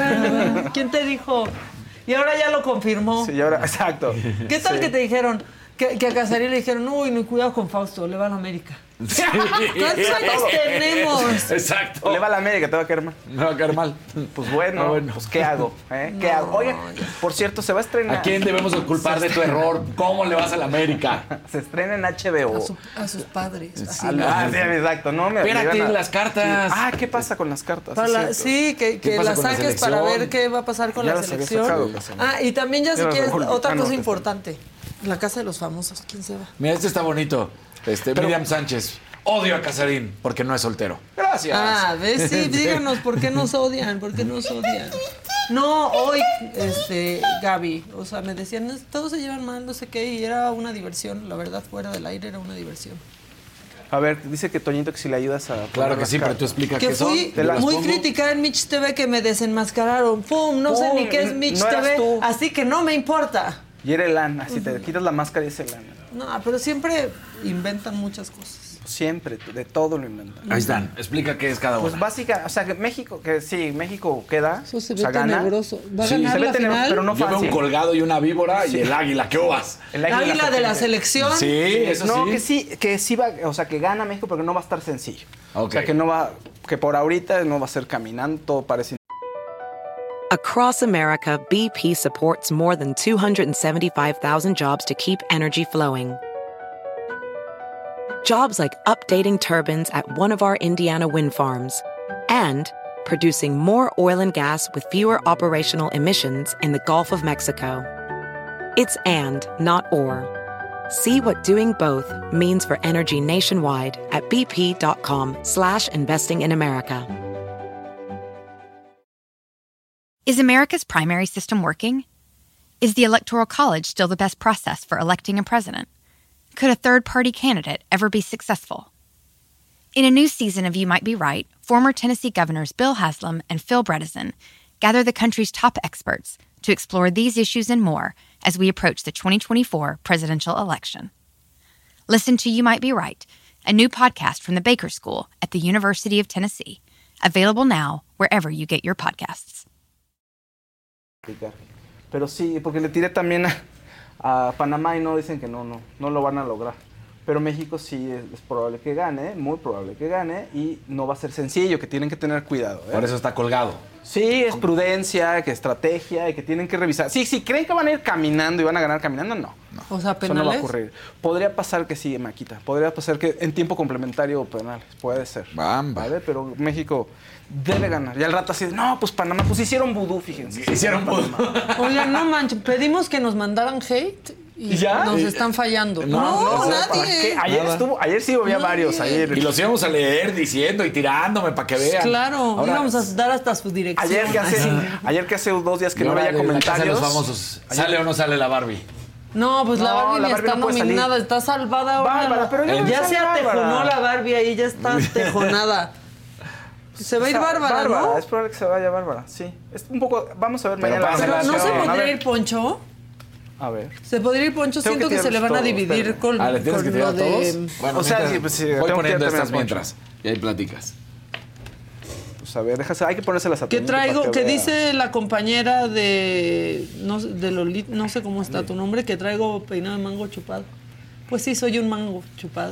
¿Quién te dijo? Y ahora ya lo confirmó. Sí, y ahora, exacto. ¿Qué tal Sí. que te dijeron? Que a Casarín le dijeron, uy, no, cuidado con Fausto, le va a la América. ¿Cuántos años tenemos? Exacto. Le va a la América, te va a caer mal. Me va a caer mal. Pues bueno, pues ¿qué hago? ¿Qué hago? Oigan, por cierto, se va a estrenar. ¿A quién debemos culpar de tu error? ¿Cómo le vas a la América? Se estrena en HBO. A sus padres. Sí, exacto. No me Espérate, las cartas. Sí. ¿Qué pasa con las cartas? Que las saques para ver qué va a pasar con la selección. Y también ya si quieres, otra cosa importante. La casa de los famosos, ¿quién se va? Mira, este está bonito. Miriam Sánchez. Odio a Casarín porque no es soltero. Gracias. ¿Ves? Sí, díganos por qué nos odian, No, hoy, Gaby, o sea, me decían, todos se llevan mal, no sé qué, y era una diversión, la verdad, fuera del aire era una diversión. A ver, dice que Toñito que si le ayudas a... Claro que sí, pero tú explicas qué son. Que fui muy criticada en Mitch TV que me desenmascararon. ¡Pum! No sé ni qué es Mitch TV, así que no me importa. Y era Elan, así te quitas la máscara y es Elan. No, pero siempre inventan muchas cosas. Siempre, de todo lo inventan. Ahí están, explica qué es cada uno. Pues básica, o sea, que México queda. Eso se ve gana. tenebroso. ¿Va a ganar la final? Pero no fácil. Yo veo un colgado y una víbora y el águila, ¿qué vas? El águila de la selección. Sí, eso que sí va, o sea, que gana México, pero no va a estar sencillo. Okay. O sea, que no va, que por ahorita no va a ser caminando, todo parece. Across America, BP supports more than 275,000 jobs to keep energy flowing. Jobs like updating turbines at one of our Indiana wind farms and producing more oil and gas with fewer operational emissions in the Gulf of Mexico. It's and, not or. See what doing both means for energy nationwide at bp.com/investing in America. Is America's primary system working? Is the Electoral College still the best process for electing a president? Could a third-party candidate ever be successful? In a new season of You Might Be Right, former Tennessee governors Bill Haslam and Phil Bredesen gather the country's top experts to explore these issues and more as we approach the 2024 presidential election. Listen to You Might Be Right, a new podcast from the Baker School at the University of Tennessee, available now wherever you get your podcasts. Pero sí, porque le tiré también a Panamá y no dicen que no lo van a lograr. Pero México sí es probable que gane, muy probable que gane, y no va a ser sencillo, que tienen que tener cuidado. Por eso está colgado. Sí, es prudencia, que estrategia, y que tienen que revisar. Sí, creen que van a ir caminando y van a ganar caminando, no. O sea, penales. Eso no va a ocurrir. Podría pasar que sí, Maquita. Podría pasar que en tiempo complementario o penales. Puede ser. ¿Vale? Pero México debe ganar. Y al rato así, no, pues Panamá, pues hicieron vudú, fíjense. Hicieron vudú. Oigan, no manches, pedimos que nos mandaran hate y ¿ya? Nos están fallando. No, nadie. Ayer sí había varios. Ayer. Y los íbamos a leer diciendo y tirándome para que vean. Claro, ahora, íbamos a dar hasta su dirección. Ayer que hace 2 días que no veía comentarios. Los famosos. ¿Sale o no sale la Barbie? No, pues la Barbie ni está nominada, está salvada ahora. Bárbara, pero ya se atejonó la Barbie ahí, ya está atejonada. Se va a ir Bárbara, ¿no? Es probable que se vaya Bárbara, sí. Es un poco, vamos a ver mañana. Pero ¿no se podría ir Poncho? A ver. ¿Se podría ir Poncho? Siento que se le van a dividir con ¿le tienes que tirar lo a todos? de... Bueno, o sea, sí, pues sí. Voy poniendo estas mientras. Y ahí platicas. Pues a ver, hay que ponérselas a ¿Qué traigo? ¿Qué dice la compañera de Lolita? No sé cómo está tu nombre, que traigo peinado de mango chupado. Pues sí, soy un mango chupado.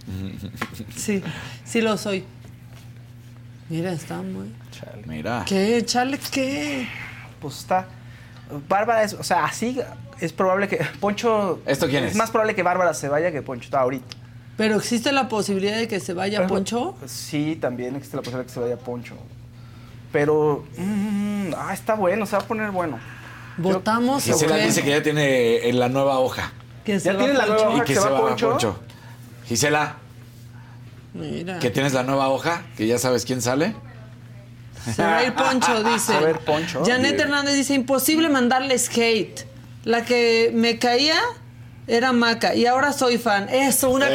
Sí lo soy. Mira, está muy... Chale. Mira. ¿Qué? Chale, ¿qué? Pues está... Bárbara es... O sea, así es probable que... Poncho... ¿Esto quién es? Es más probable que Bárbara se vaya que Poncho. Está ahorita. ¿Pero existe la posibilidad de que se vaya Poncho? Sí, también existe la posibilidad de que se vaya Poncho. Pero... está bueno, se va a poner bueno. ¿Votamos o qué? Gisela dice que ya tiene la nueva hoja. ¿Que ya tiene la nueva hoja y que se va Poncho. Gisela... Mira. ¿Que tienes la nueva hoja? ¿Que ya sabes quién sale? Se va a ir Poncho, dice. A ver, Poncho. Janet Hernández dice, imposible mandarles hate. La que me caía era Maca y ahora soy fan. Eso, una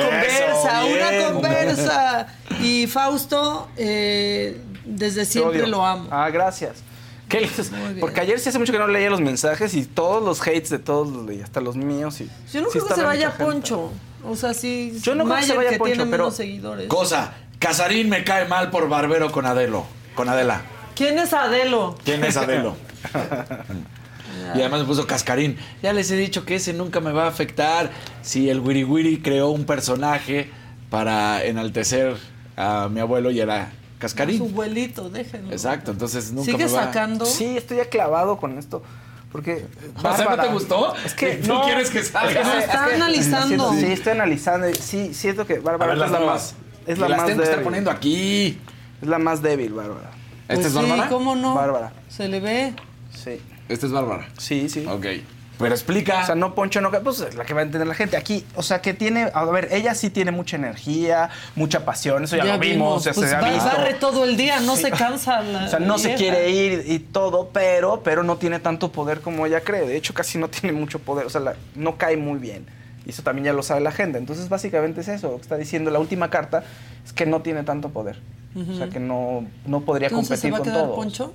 conversa. Y Fausto, desde siempre lo amo. Gracias. Porque ayer sí hace mucho que no leía los mensajes y todos los hates de todos los leí, hasta los míos. Yo no creo que se vaya Poncho. O sea, sí. Yo no creo que se vaya Poncho, tiene pero... menos seguidores. Cosa, Casarín me cae mal por barbero con Adela. ¿Quién es Adelo? ¿Quién es Adelo? Y además me puso Cascarín. Ya les he dicho que ese nunca me va a afectar. Si el Wiri Wiri creó un personaje para enaltecer a mi abuelo y era Cascarín. Su abuelito, déjenlo. Exacto, entonces nunca ¿Sigue me va... sacando? Sí, estoy ya clavado con esto. Porque. O sea, ¿no te gustó? Es que ¿Tú quieres que salga? No, está analizando. Sí, estoy analizando. Sí, siento que Bárbara es la más. Es la las más tengo que estar débil. poniendo aquí. Es la más débil, Bárbara. Pues ¿Esta es sí, Bárbara? ¿cómo no? Bárbara. Se le ve. Sí. ¿Esta es Bárbara? Sí, sí. Ok. Pero explica. O sea, no Poncho, no, pues es la que va a entender la gente. Aquí, o sea, que tiene, a ver, ella sí tiene mucha energía, mucha pasión, eso ya lo vimos, ya pues se ha visto. barre todo el día, no Sí. se cansa. O sea, no se quiere ir y todo, pero no tiene tanto poder como ella cree. De hecho, casi no tiene mucho poder, o sea, no cae muy bien. Y eso también ya lo sabe la gente. Entonces, básicamente es eso, lo que está diciendo la última carta, es que no tiene tanto poder. O sea, que no podría Entonces, competir con ¿se va a quedar todo. Poncho?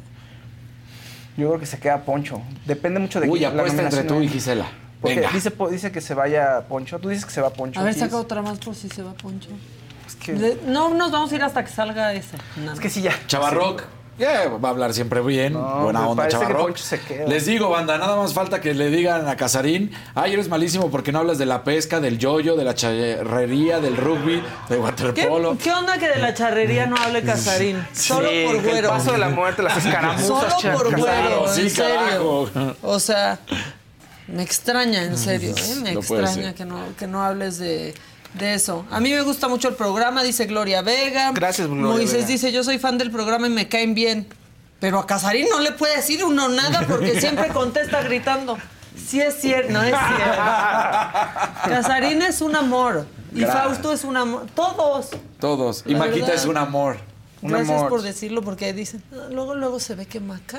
Yo creo que se queda Poncho. Depende mucho de Uy, la apuesta entre nominación. tú y Gisela. Porque Venga. dice que se vaya Poncho. Tú dices que se va Poncho. A ver, Gis. saca otra más por si se va Poncho. Es que, No nos vamos a ir hasta que salga ese. Nada. es que sí, ya. Chavarroc. Va a hablar siempre bien. No, Buena me onda, parece que Chavarroc. Poncho se queda. Les digo, banda, nada más falta que le digan a Casarín: ay, eres malísimo porque no hablas de la pesca, del yoyo, de la charrería, del rugby, de waterpolo. ¿Qué onda que de la charrería no hable Casarín? Solo Sí, por el güero. paso de la muerte, las escaramuzas. Solo por Casarín. güero, Sí, en serio. carajo. O sea, me extraña, en serio, me No puede extraña ser. que no hables de eso. A mí me gusta mucho el programa, dice Gloria Vega. Gracias, Gloria Moisés Vega. dice, yo soy fan del programa y me caen bien. Pero a Casarín no le puede decir uno nada porque siempre contesta gritando. Sí es cierto, no es cierto. Casarín es un amor. Y Gracias. Fausto es un amor. Todos. Todos. Y La Maquita verdad. es un amor. Gracias amor. por decirlo porque dicen, "Ah, luego se ve que Maca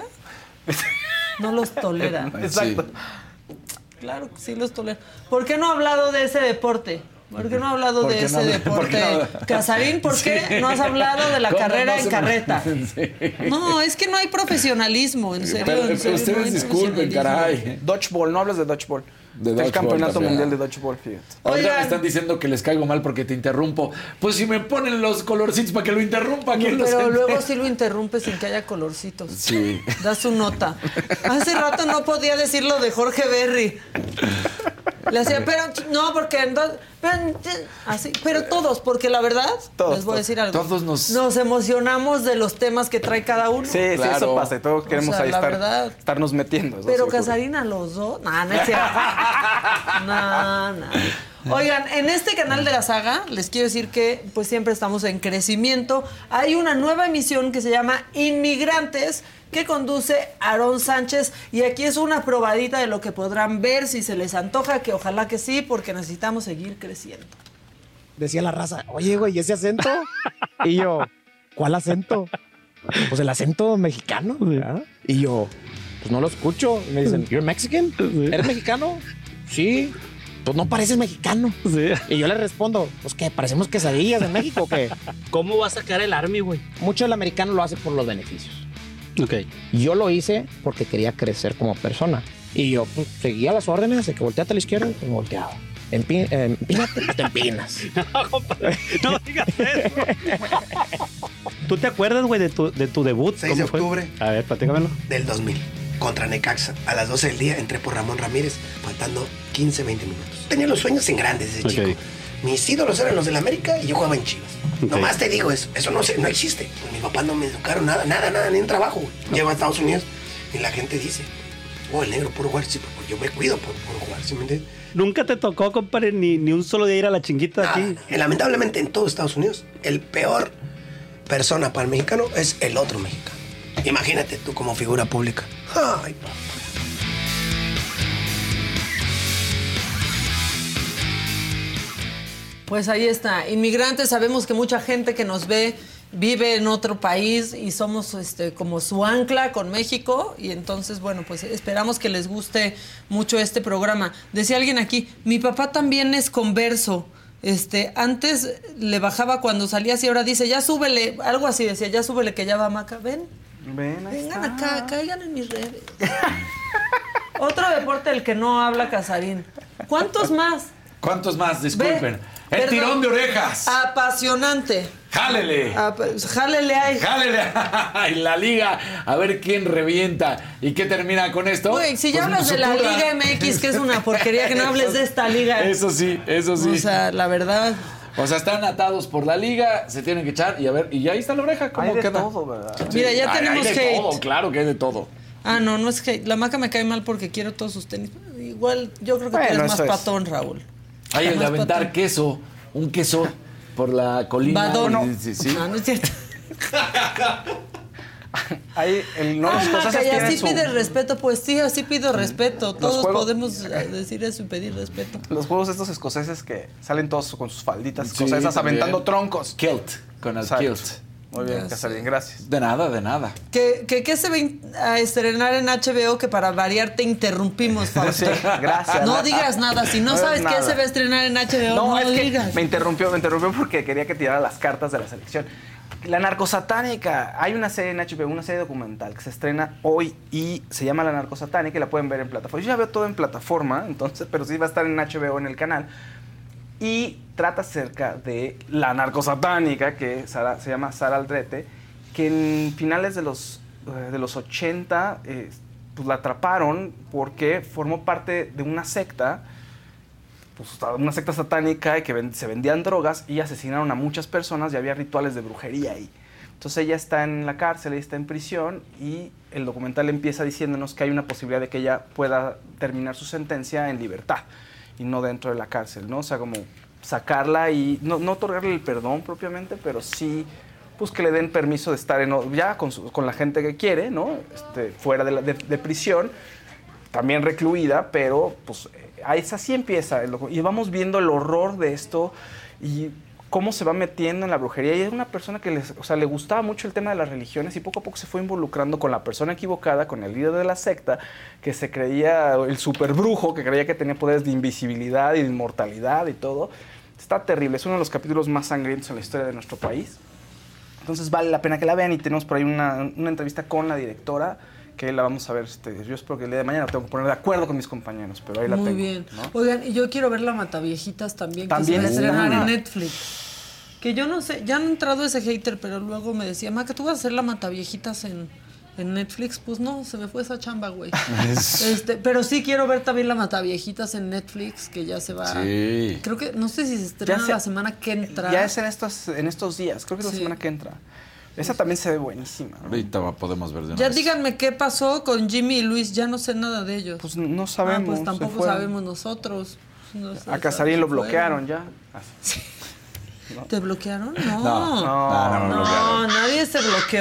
no los tolera. Exacto. Claro que sí los tolera. ¿Por qué no ha hablado de ese deporte? ¿Por qué no ha hablado ¿Por de qué ese no? deporte? ¿Por qué no? Casarín, ¿por qué Sí. no has hablado de la ¿Cómo carrera no en se- carreta? Sí. No, es que no hay profesionalismo, en serio. Pero en serio, no ustedes hay disculpen, profesionalismo. caray. Dodgeball, no hablas de dodgeball. De Está el dodgeball campeonato también. mundial de dodgeball, fíjate. Ahorita Oigan. me están diciendo que les caigo mal porque te interrumpo. Pues si me ponen los colorcitos para que lo interrumpa, ¿quién los Pero luego entiende? sí lo interrumpe sin que haya colorcitos. Sí. Da su nota. Hace rato no podía decir lo de Jorge Berry. Le hacía, pero no, porque así, pero todos, porque la verdad, Todos, les voy a decir algo. Todos nos emocionamos de los temas que trae cada uno. Sí, Claro. sí, eso pasa. Y todos queremos sea, ahí la verdad. estarnos metiendo. eso Pero sí ocurre. Casarín a los dos. No es cierto. No. Oigan, en este canal de la saga, les quiero decir que pues siempre estamos en crecimiento. Hay una nueva emisión que se llama Inmigrantes, que conduce Aarón Sánchez. Y aquí es una probadita de lo que podrán ver si se les antoja, que ojalá que sí, porque necesitamos seguir creciendo. Decía la raza, oye, güey, ¿y ese acento? Y yo, ¿cuál acento? Pues el acento mexicano. ¿verdad? Y yo, pues no lo escucho. Y me dicen, ¿you're Mexican? ¿Eres mexicano? Sí. Pues no pareces mexicano. Y yo le respondo, pues ¿qué? ¿Parecemos quesadillas en México o qué? ¿Cómo va a sacar el Army, güey? Mucho del americano lo hace por los beneficios. Ok. Yo lo hice porque quería crecer como persona. Y yo pues, seguía las órdenes de que volteate a la izquierda, pues me volteaba. Empínate, pues te empinas. No, compadre, no digas eso. ¿Tú te acuerdas, güey, de tu debut? 6 de ¿Cómo fue? octubre. A ver, platícamelo. Del 2000, contra Necaxa. A las 12 del día entré por Ramón Ramírez, faltando 15, 20 minutos. Tenía los sueños en grandes desde chico. Mis ídolos eran los del América y yo jugaba en Chivas. Nomás te digo eso no existe. Pues mi papá no me educaron nada, ni un trabajo. Güey. Llego a Estados Unidos y la gente dice, oh, el negro, puro jugar, sí, porque yo me cuido por jugar, ¿sí me entiendes? ¿Nunca te tocó, compadre, ni un solo día ir a la chinguita de aquí? Lamentablemente en todo Estados Unidos, el peor persona para el mexicano es el otro mexicano. Imagínate tú como figura pública. Ay, papá. Pues ahí está. Inmigrantes, sabemos que mucha gente que nos ve vive en otro país y somos como su ancla con México, y entonces, bueno, pues esperamos que les guste mucho este programa. Decía alguien aquí, mi papá también es converso. Antes le bajaba cuando salía así, ahora dice, ya súbele, algo así decía, ya súbele que ya va Maca. Ven, vengan acá, caigan en mis redes. Otro deporte del que no habla Casarín. ¿Cuántos más? ¿Cuántos más? Disculpen. El Perdón. tirón de orejas. Apasionante. ¡Jálele! Pues, jálele ahí. ¡Jálele! En la liga, a ver quién revienta. ¿Y qué termina con esto? Güey, si ya Pues hablas de la sutura. Liga MX, que es una porquería, que no hables de esta liga. Eso sí, eso sí. O sea, la verdad. O sea, están atados por la liga, se tienen que echar y a ver, y ya ahí está la oreja, ¿cómo Hay de queda? todo, ¿verdad? Mira, ya Hay tenemos de hate. todo, claro que hay de todo. Ah, no es hate. La Maca me cae mal porque quiero todos sus tenis. Igual, yo creo que tú Bueno, eres más eso es. patón, Raúl. Hay el de Más aventar patón. queso, un queso por la colina. Badón. Sí. No es cierto. Ahí no Ah, las cosas Maca, y tienen así su... pide respeto. Pues sí, así pido respeto. Todos juegos- podemos decir eso y pedir respeto. Los juegos estos escoceses que salen todos con sus falditas Sí, escocesas también. aventando troncos. Kilt, con el Exacto. kilt. Muy bien, Ya Casarín, gracias. De nada, de nada. ¿Qué se ven a estrenar en HBO que para variar te interrumpimos, Fausto? Sí, gracias. No digas nada. Si no No sabes es qué nada. se va a estrenar en HBO, no es que digas. me interrumpió porque quería que tirara las cartas de la selección. La narcosatánica. Hay una serie en HBO, una serie documental que se estrena hoy y se llama La narcosatánica y la pueden ver en plataforma. Yo ya veo todo en plataforma, entonces, pero sí va a estar en HBO en el canal. Y trata acerca de la narcosatánica que se llama Sara Aldrete, que en finales de los 80 pues la atraparon porque formó parte de una secta, pues una secta satánica que se vendían drogas y asesinaron a muchas personas y había rituales de brujería ahí. Entonces ella está en la cárcel, ella está en prisión y el documental empieza diciéndonos que hay una posibilidad de que ella pueda terminar su sentencia en libertad y no dentro de la cárcel, ¿no? O sea, como sacarla y no otorgarle el perdón propiamente, pero sí pues que le den permiso de estar ya con la gente que quiere, ¿no? Fuera de prisión, también recluida, pero pues así empieza. Y vamos viendo el horror de esto y cómo se va metiendo en la brujería. Y es una persona que le gustaba mucho el tema de las religiones y poco a poco se fue involucrando con la persona equivocada, con el líder de la secta, que se creía el super brujo, que creía que tenía poderes de invisibilidad y de inmortalidad y todo. Está terrible. Es uno de los capítulos más sangrientos en la historia de nuestro país. Entonces vale la pena que la vean y tenemos por ahí una entrevista con la directora que la vamos a ver. Yo espero que el día de mañana tengo que poner de acuerdo con mis compañeros, pero ahí la tengo. Muy bien. ¿no? Oigan, y yo quiero ver La Mataviejitas también, También que se va a estrenar está. en Netflix. Que yo no sé, ya han entrado ese hater, pero luego me decía, Maca, ¿tú vas a hacer La Mataviejitas en Netflix? Pues no, se me fue esa chamba, güey. Pero sí quiero ver también La Mataviejitas en Netflix, que ya se va. Sí. Creo que, no sé si se estrena la semana que entra. Ya es en estos días, creo que es la semana que entra. Esa también se ve buenísima, ¿no? Ahorita podemos ver de una Ya vez. díganme qué pasó con Jimmy y Luis, ya no sé nada de ellos. Pues no sabemos. Pues se tampoco fueron. sabemos nosotros. No sé, A Casarín lo se fueron. bloquearon ya. ¿Te bloquearon? No. No, Nadie se bloqueó.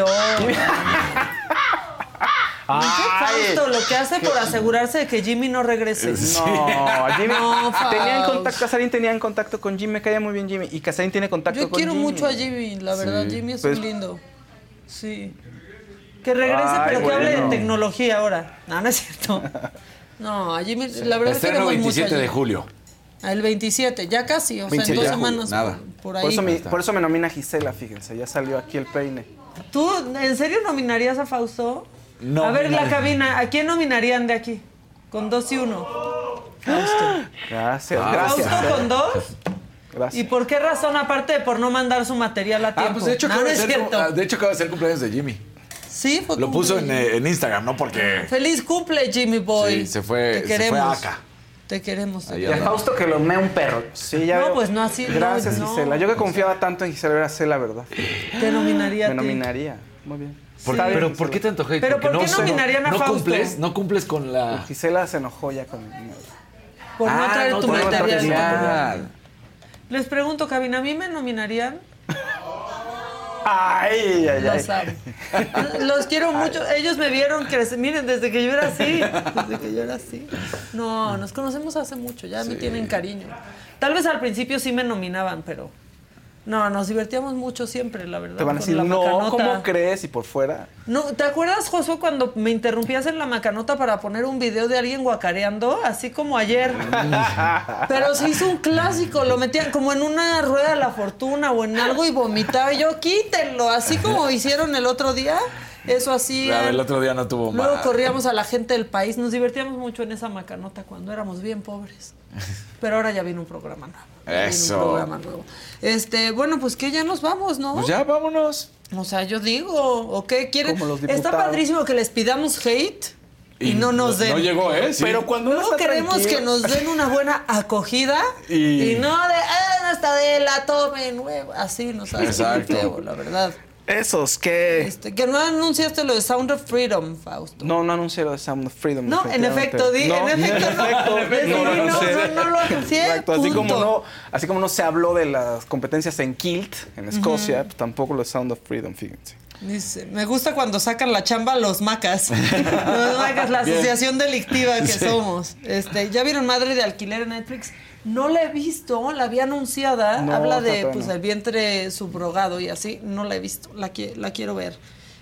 ¿Qué Fausto lo que hace por asegurarse de que Jimmy no regrese? No, Jimmy No, tenía en Faust. contacto, Casarín tenía en contacto con Jimmy, me caía muy bien Jimmy. Y Casarín tiene contacto Yo con quiero Jimmy. mucho a Jimmy, la verdad. Sí. Jimmy es Pues- un lindo. Sí. Que regrese, Ay, pero que hable de bueno. tecnología ahora. No, no es cierto. No, a Jimmy, la verdad Estreno queremos 27 mucho a de Jimmy. julio. El 27, ya casi, o sea, 27 en 2 de semanas. nada. Por ahí. Por eso me nomina Gisela, fíjense, ya salió aquí el peine. ¿Tú en serio nominarías a Fausto? No. A ver, la cabina, ¿a quién nominarían de aquí? Con 2 y 1. Fausto. Gracias, ¿Fausto con 2? Gracias. ¿Y por qué razón, aparte de por no mandar su material a tiempo? Pues de hecho, No, acaba no de es ser, cierto. de hecho acaba de ser cumpleaños de Jimmy. Sí, fue Lo puso cumpleaños. en Instagram, ¿no? Porque Feliz cumple, Jimmy Boy. sí, se fue Te queremos. acá. Te queremos. Ahí Y a anda. Fausto que lo mee un perro. Sí, ya No, veo. pues no así. Gracias, no. Gisela. Yo que confiaba tanto en Gisela, ahora sé la verdad. Te nominaría a Me ti. nominaría. Muy bien. Pero Gisela. ¿por qué tanto hate? Pero Porque ¿por qué nominarían a no Fausto? no cumples con la... Gisela se enojó ya con Por no traer tu trae material. Les pregunto, cabina, ¿a mí me nominarían? Ay, ay, Lo ay. saben. Los quiero mucho. Ellos me vieron crecer. Miren, desde que yo era así. Desde que yo era así. No, nos conocemos hace mucho. Ya me tienen cariño. Tal vez al principio sí me nominaban, pero... No, nos divertíamos mucho siempre, la verdad. Te van a con decir, la no, macanota. ¿cómo crees? Y por fuera. No, ¿te acuerdas, Josué, cuando me interrumpías en la macanota para poner un video de alguien guacareando? Así como ayer. Pero se hizo un clásico, lo metían como en una rueda de la fortuna o en algo y vomitaba. Y yo, quítenlo, así como hicieron el otro día. Eso así. La del otro día no tuvo más. Luego corríamos a la gente del país. Nos divertíamos mucho en esa macanota cuando éramos bien pobres. Pero ahora ya viene un programa nuevo. Eso. Un programa nuevo. Bueno, pues que ya nos vamos, ¿no? Pues ya, vámonos. O sea, yo digo, ¿o qué quieren? Como los diputados. Está padrísimo que les pidamos hate y no nos den. No llegó, ¿eh? Sí. Pero cuando uno Luego está queremos tranquilo. que nos den una buena acogida y no de, no está de la tomen, huevo. Así nos hace Exacto. feo, la verdad. Esos que... Que no anunciaste lo de Sound of Freedom, Fausto. No anuncié lo de Sound of Freedom. No, en efecto, no, en efecto, no lo anuncié. Exacto, así como no se habló de las competencias en Kilt, en Escocia, pues tampoco lo de Sound of Freedom, fíjense. Dice, me gusta cuando sacan la chamba los macas. Los macas, la asociación delictiva que somos. ¿Ya vieron Madre de Alquiler en Netflix? No la he visto, la vi anunciada. No, habla de todavía pues no. el vientre subrogado y así. No la he visto, la quiero ver.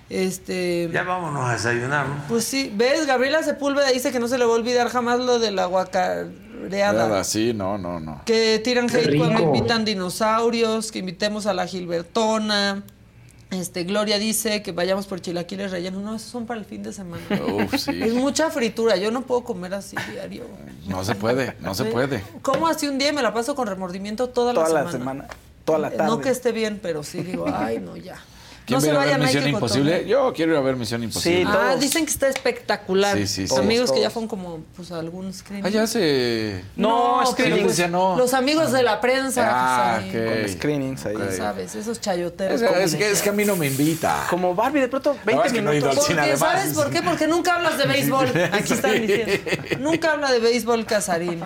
Ya vámonos a desayunar, ¿no? Pues sí, ¿ves? Gabriela Sepúlveda dice que no se le va a olvidar jamás lo de la guacareada. Nada, sí, no. Que tiran Qué hate rico. cuando invitan dinosaurios, que invitemos a la Gilbertona. Gloria dice que vayamos por chilaquiles rellenos. No, esos son para el fin de semana. Uf, sí. Es mucha fritura, yo no puedo comer así diario. No se puede. Como así un día y me la paso con remordimiento toda la semana. Toda la tarde. No que esté bien, pero sí digo, ay, no, ya. ¿Quién No va se a ir a ver vayan, hay Misión que Imposible? cotorrear. Yo quiero ir a ver Misión Imposible. todos. Dicen que está espectacular. Sí. Amigos que Todos. ya fueron como, pues, a algún screening. Ya se... No, pues, screenings. decía no. Los amigos de la prensa. ok. Con screenings ahí. ¿Sabes? Esos chayoteros. Es que a mí no me invita. Como Barbie, de pronto 20 es que no he ido minutos. al cine, Porque, además. ¿sabes por qué? Porque nunca hablas de béisbol. Aquí están diciendo. Nunca habla de béisbol, Casarín.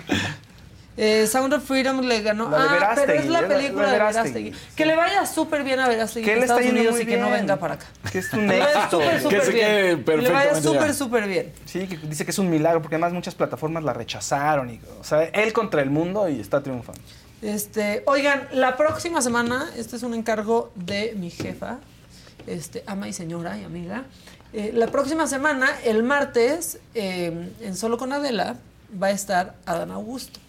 Sound of Freedom le ganó. La de Verástegui, pero es la la película de de Verástegui. Verástegui. Que le vaya súper bien a Verástegui Que en él está Estados yendo Unidos muy y que no bien. venga para acá. Que es un Que le vaya éxito. súper Que se quede bien. Que le vaya perfectamente ya. súper bien. Sí, que dice que es un milagro, porque además muchas plataformas la rechazaron. O sea, él contra el mundo y está triunfando. Oigan, la próxima semana, este es un encargo de mi jefa, ama y señora y amiga. La próxima semana, el martes, en Solo con Adela, va a estar Adán Augusto.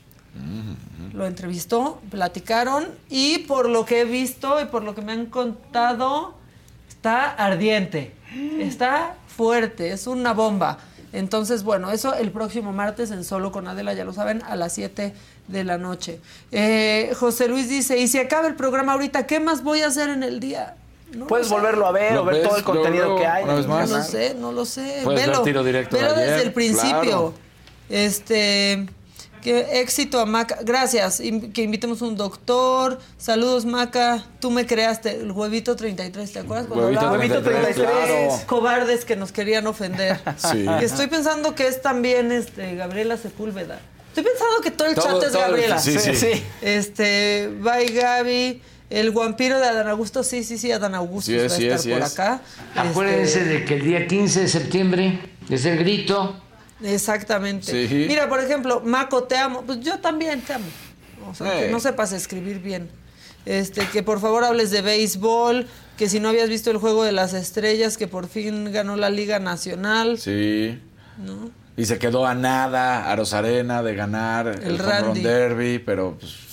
Lo entrevistó, platicaron y por lo que he visto y por lo que me han contado, está ardiente, está fuerte, es una bomba. Entonces, bueno, eso el próximo martes en Solo con Adela, ya lo saben, a las 7 de la noche. José Luis dice, y si acaba el programa ahorita, ¿qué más voy a hacer en el día? No Puedes volverlo a ver o ver todo el contenido que hay. Una vez más. No lo sé. Puedes ver Tiro Directo de Velo ayer, desde el principio. claro. Qué éxito a Maca. Gracias. Que invitemos un doctor. Saludos, Maca. Tú me creaste el huevito 33. ¿Te acuerdas? Cuando Huevito hablábamos 33, claro. cobardes que nos querían ofender. Sí. Y estoy pensando que es también Gabriela Sepúlveda. Estoy pensando que todo el chat es Gabriela. Sí. Bye, Gaby. El vampiro de Adán Augusto. Sí, Adán Augusto va a estar por acá. Acuérdense de que el día 15 de septiembre es el grito. Exactamente. Sí. Mira, por ejemplo, Maco, te amo. Pues yo también te amo. O sea, que no sepas escribir bien. Que por favor hables de béisbol, que si no habías visto el Juego de las Estrellas, que por fin ganó la Liga Nacional. Sí. ¿No? Y se quedó a nada, a Rosarena, de ganar el Home Run Derby, pero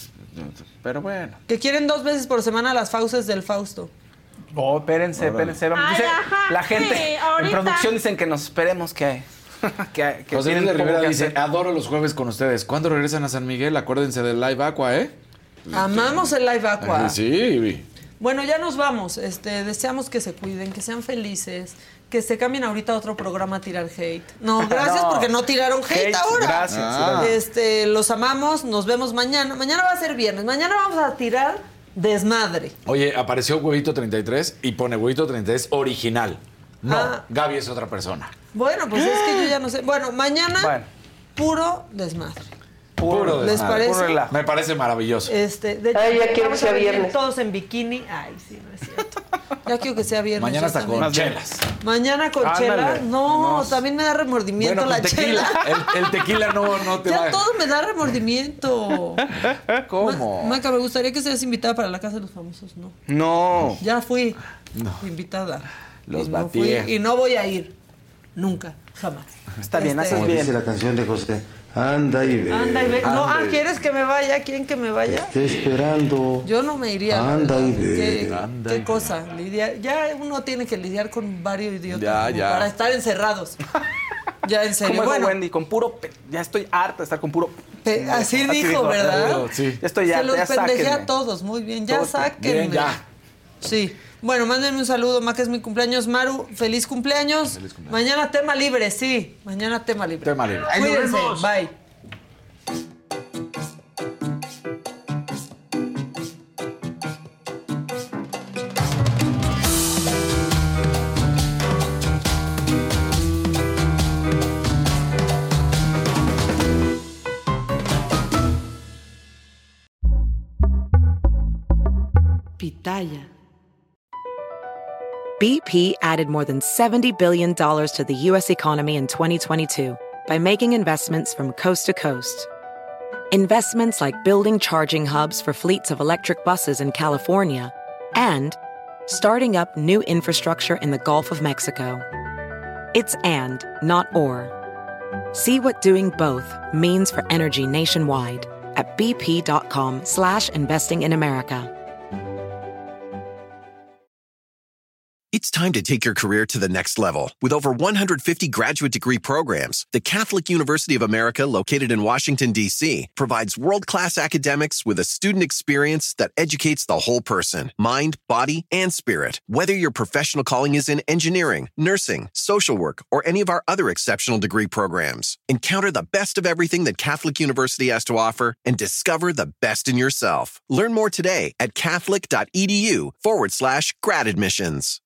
bueno. Que quieren 2 veces por semana las fauces del Fausto. Oh, espérense. Dice, la gente sí, en ahorita. producción dicen que nos esperemos que José tienen Luis de poco Rivera que dice, hacer. adoro los jueves con ustedes. ¿Cuándo regresan a San Miguel? Acuérdense del Live Aqua, Amamos el Live Aqua. Sí. Bueno, ya nos vamos. Deseamos que se cuiden, que sean felices, que se cambien ahorita a otro programa a tirar hate. No, gracias porque no tiraron hate ahora. Gracias. Los amamos, nos vemos mañana. Mañana va a ser viernes. Mañana vamos a tirar desmadre. Oye, apareció Huevito 33 y pone Huevito 33 original. No, Gaby es otra persona. Bueno, pues es que yo ya no sé. Bueno, mañana puro desmadre. Puro ¿Les desmadre. parece? Me parece maravilloso. De hecho, Ay, ya quiero vamos que sea a venir viernes. todos en bikini. Ay, sí, no es cierto. Ya quiero que sea viernes. Mañana yo hasta también. con chelas. Mañana con Ándale. chela. No, también me da remordimiento Bueno, la con tequila. chela. El tequila no te va. Ya todo me da remordimiento. ¿Cómo? Maca, me gustaría que seas invitada para la Casa de los Famosos, ¿no? No. Ya fui invitada. Los Y no batí. fui, y no voy a ir. Nunca. Jamás. Está bien, haces bien. Dice la canción de José. Anda y ve. Anda y ve. No, ¿quieres que me vaya? ¿Quieren que me vaya? Estoy esperando. Yo no me iría. Anda y ve. ¿Qué cosa? Lidiar. Ya uno tiene que lidiar con varios idiotas Ya. para estar encerrados. Ya, en serio. Como bueno, Wendy, con puro... Ya estoy harta de estar con puro... así dijo, ¿verdad? Sí. Ya estoy Se los ya pendejé sáquenme. a todos. Muy bien, ya Todos, sáquenme. bien, ya. Sí. Bueno, mándenme un saludo, Ma, que es mi cumpleaños. Maru, feliz cumpleaños. Mañana tema libre, sí. Mañana tema libre. Tema libre. Cuídense. Bye. Pitaya. BP added more than $70 billion to the U.S. economy in 2022 by making investments from coast to coast. Investments like building charging hubs for fleets of electric buses in California and starting up new infrastructure in the Gulf of Mexico. It's and, not or. See what doing both means for energy nationwide at bp.com/investing in America. It's time to take your career to the next level. With over 150 graduate degree programs, the Catholic University of America, located in Washington, D.C., provides world-class academics with a student experience that educates the whole person, mind, body, and spirit. Whether your professional calling is in engineering, nursing, social work, or any of our other exceptional degree programs, encounter the best of everything that Catholic University has to offer and discover the best in yourself. Learn more today at catholic.edu/grad admissions.